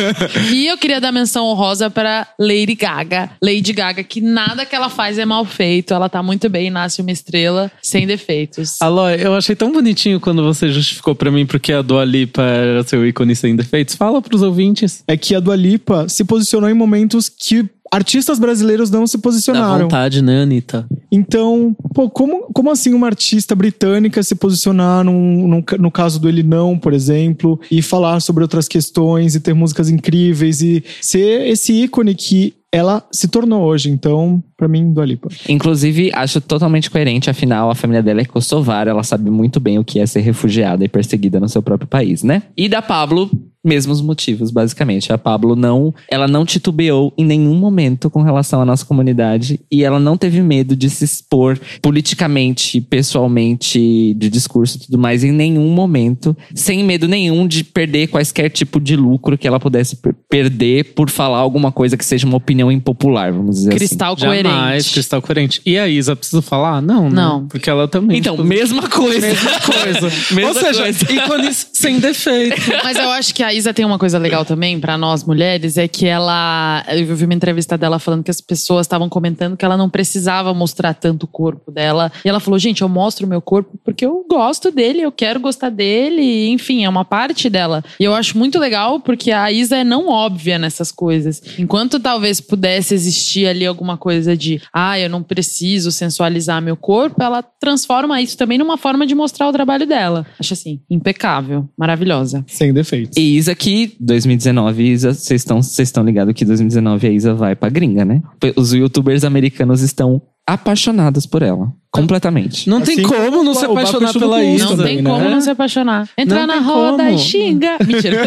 E eu queria dar menção honrosa para Lady Gaga. Lady Gaga, que nada que ela faz é mal feito. Ela tá muito bem, nasce uma estrela sem defeitos. Alô, eu achei tão bonitinho quando você justificou pra mim porque a Dua Lipa era seu ícone sem defeitos. Fala pros ouvintes. É que a Dua Lipa se posicionou em momentos que artistas brasileiros não se Dá posicionaram. vontade, né, Anitta? Então, pô, como, como assim uma artista britânica se posicionar num, num, no caso do Ele Não, por exemplo, e falar sobre outras questões e ter músicas incríveis e ser esse ícone que ela se tornou hoje. Então, pra mim, Dua Lipa. Inclusive, acho totalmente coerente. Afinal, a família dela é kosovara. Ela sabe muito bem o que é ser refugiada e perseguida no seu próprio país, né? E da Pablo, mesmos motivos, basicamente. A Pablo não, ela não titubeou em nenhum momento com relação à nossa comunidade. E ela não teve medo de se expor politicamente, pessoalmente, de discurso e tudo mais, em nenhum momento. Sem medo nenhum de perder quaisquer tipo de lucro que ela pudesse per- perder por falar alguma coisa que seja uma opinião impopular, vamos dizer Cristal assim. coerente. Jamais, cristal coerente. E a Isa, preciso falar? Não, né? Não. Porque ela também. Então, tipo, mesma coisa. mesma coisa. Mesma Ou seja, coisa. ícones sem defeito. Mas eu acho que a Isa tem uma coisa legal também pra nós mulheres, é que ela, eu vi uma entrevista dela falando que as pessoas estavam comentando que ela não precisava mostrar tanto o corpo dela. E ela falou, gente, eu mostro o meu corpo porque eu gosto dele, eu quero gostar dele, enfim, é uma parte dela. E eu acho muito legal porque a Isa é não óbvia nessas coisas. Enquanto talvez pudesse existir ali alguma coisa de, ah, eu não preciso sensualizar meu corpo, ela transforma isso também numa forma de mostrar o trabalho dela. Acho assim, impecável, maravilhosa. Sem defeitos. E Isa que, dois mil e dezenove, Isa, vocês estão vocês estão ligados que dois mil e dezenove a Isa vai pra gringa, né? Os youtubers americanos estão apaixonados por ela. Completamente. Não tem Assim como como não o se Baco apaixonar Chuva pela Cruz Isa. Não também, tem né? como não se apaixonar. Entrar Não na tem roda como. e xinga. Mentira.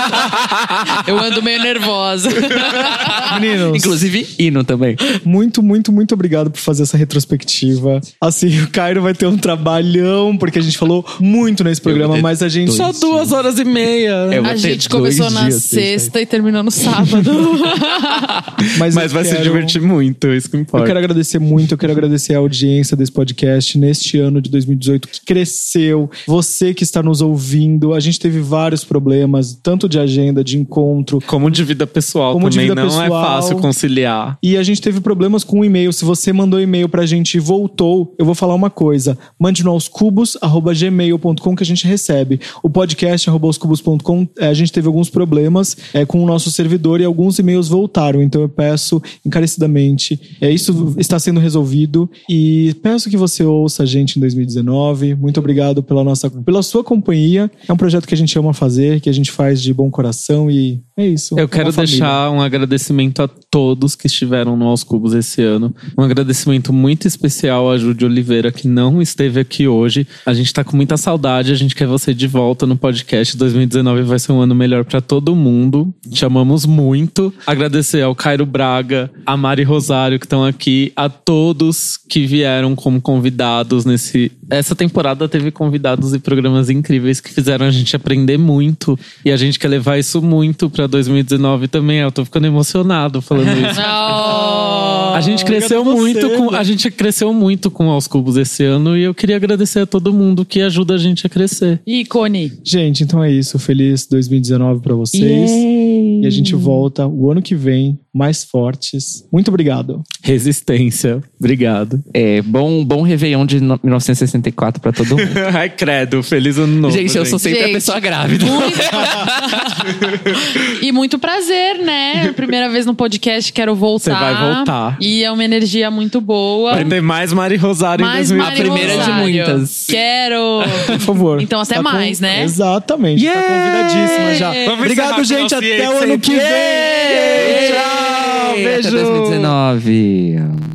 Eu ando meio nervosa. Meninos, Inclusive, hino também. muito, muito, muito obrigado por fazer essa retrospectiva. Assim, o Cairo vai ter um trabalhão, porque a gente falou muito nesse programa, ter mas a gente... Só duas horas e meia. Eu vou A ter gente dois começou na dias, seis, sexta e terminou no sábado. Mas, Mas eu vai se quero- divertir muito, isso que Eu importa. quero agradecer muito, eu quero agradecer a audiência desse podcast neste ano de dois mil e dezoito que cresceu. Você que está nos ouvindo, a gente teve vários problemas, tanto de agenda, de encontro, Como de vida pessoal Como de também vida não é pessoal. fácil conciliar. e a gente teve problemas com o e-mail. Se você mandou e-mail pra gente e voltou, eu vou falar uma coisa. Mande no aoscubos arroba gmail ponto com que a gente recebe. O podcast arroba aoscubos ponto com, eh, a gente teve alguns problemas eh, com o nosso servidor e alguns e-mails voltaram. Então eu peço encarecidamente, é, isso está sendo resolvido e peço que você ouça a gente em dois mil e dezenove. Muito obrigado pela, nossa, pela sua companhia. É um projeto que a gente ama fazer, que a gente faz de bom coração e é isso. Eu É quero uma família. deixar um agradecimento a todos que estiveram no Aos Cubos esse ano. Um agradecimento muito especial a Júlia Oliveira, que não esteve aqui hoje. A gente tá com muita saudade, a gente quer você de volta no podcast. dois mil e dezenove vai ser um ano melhor pra todo mundo. Te amamos muito. Agradecer ao Cairo Braga, a Mari Rosário que estão aqui, a todos que vieram como convidados nesse... Essa temporada teve convidados e programas incríveis que fizeram a gente aprender muito. E a gente quer levar isso muito pra dois mil e dezenove também. Eu tô ficando emocionado falando isso. Oh. A gente cresceu Obrigado a muito você, com né? a gente cresceu muito com Aos Cubos esse ano e eu queria agradecer a todo mundo que ajuda a gente a crescer. Ícone. Gente, então é isso. Feliz dois mil e dezenove pra vocês. E a gente volta o ano que vem mais fortes. Muito obrigado. Resistência. Obrigado. É, bom, bom Réveillon de no- mil novecentos e sessenta e quatro pra todo mundo. Ai, credo. Feliz ano novo. Gente, eu sou sempre Gente. a pessoa grávida. E muito prazer, né? Primeira vez no podcast, quero voltar. Você vai voltar. E é uma energia muito boa. Vai ter mais Mari Rosário Mais em Mari dois mil e primeira de Rosário. muitas. Quero. Por favor. Então até Tá com- mais, né? Exatamente. Tá Yeah! convidadíssima já. Vamos Obrigado, encerrar com gente. o nosso Até E A o ano que vem. sempre. Tchau. Até Beijo. dois mil e dezenove.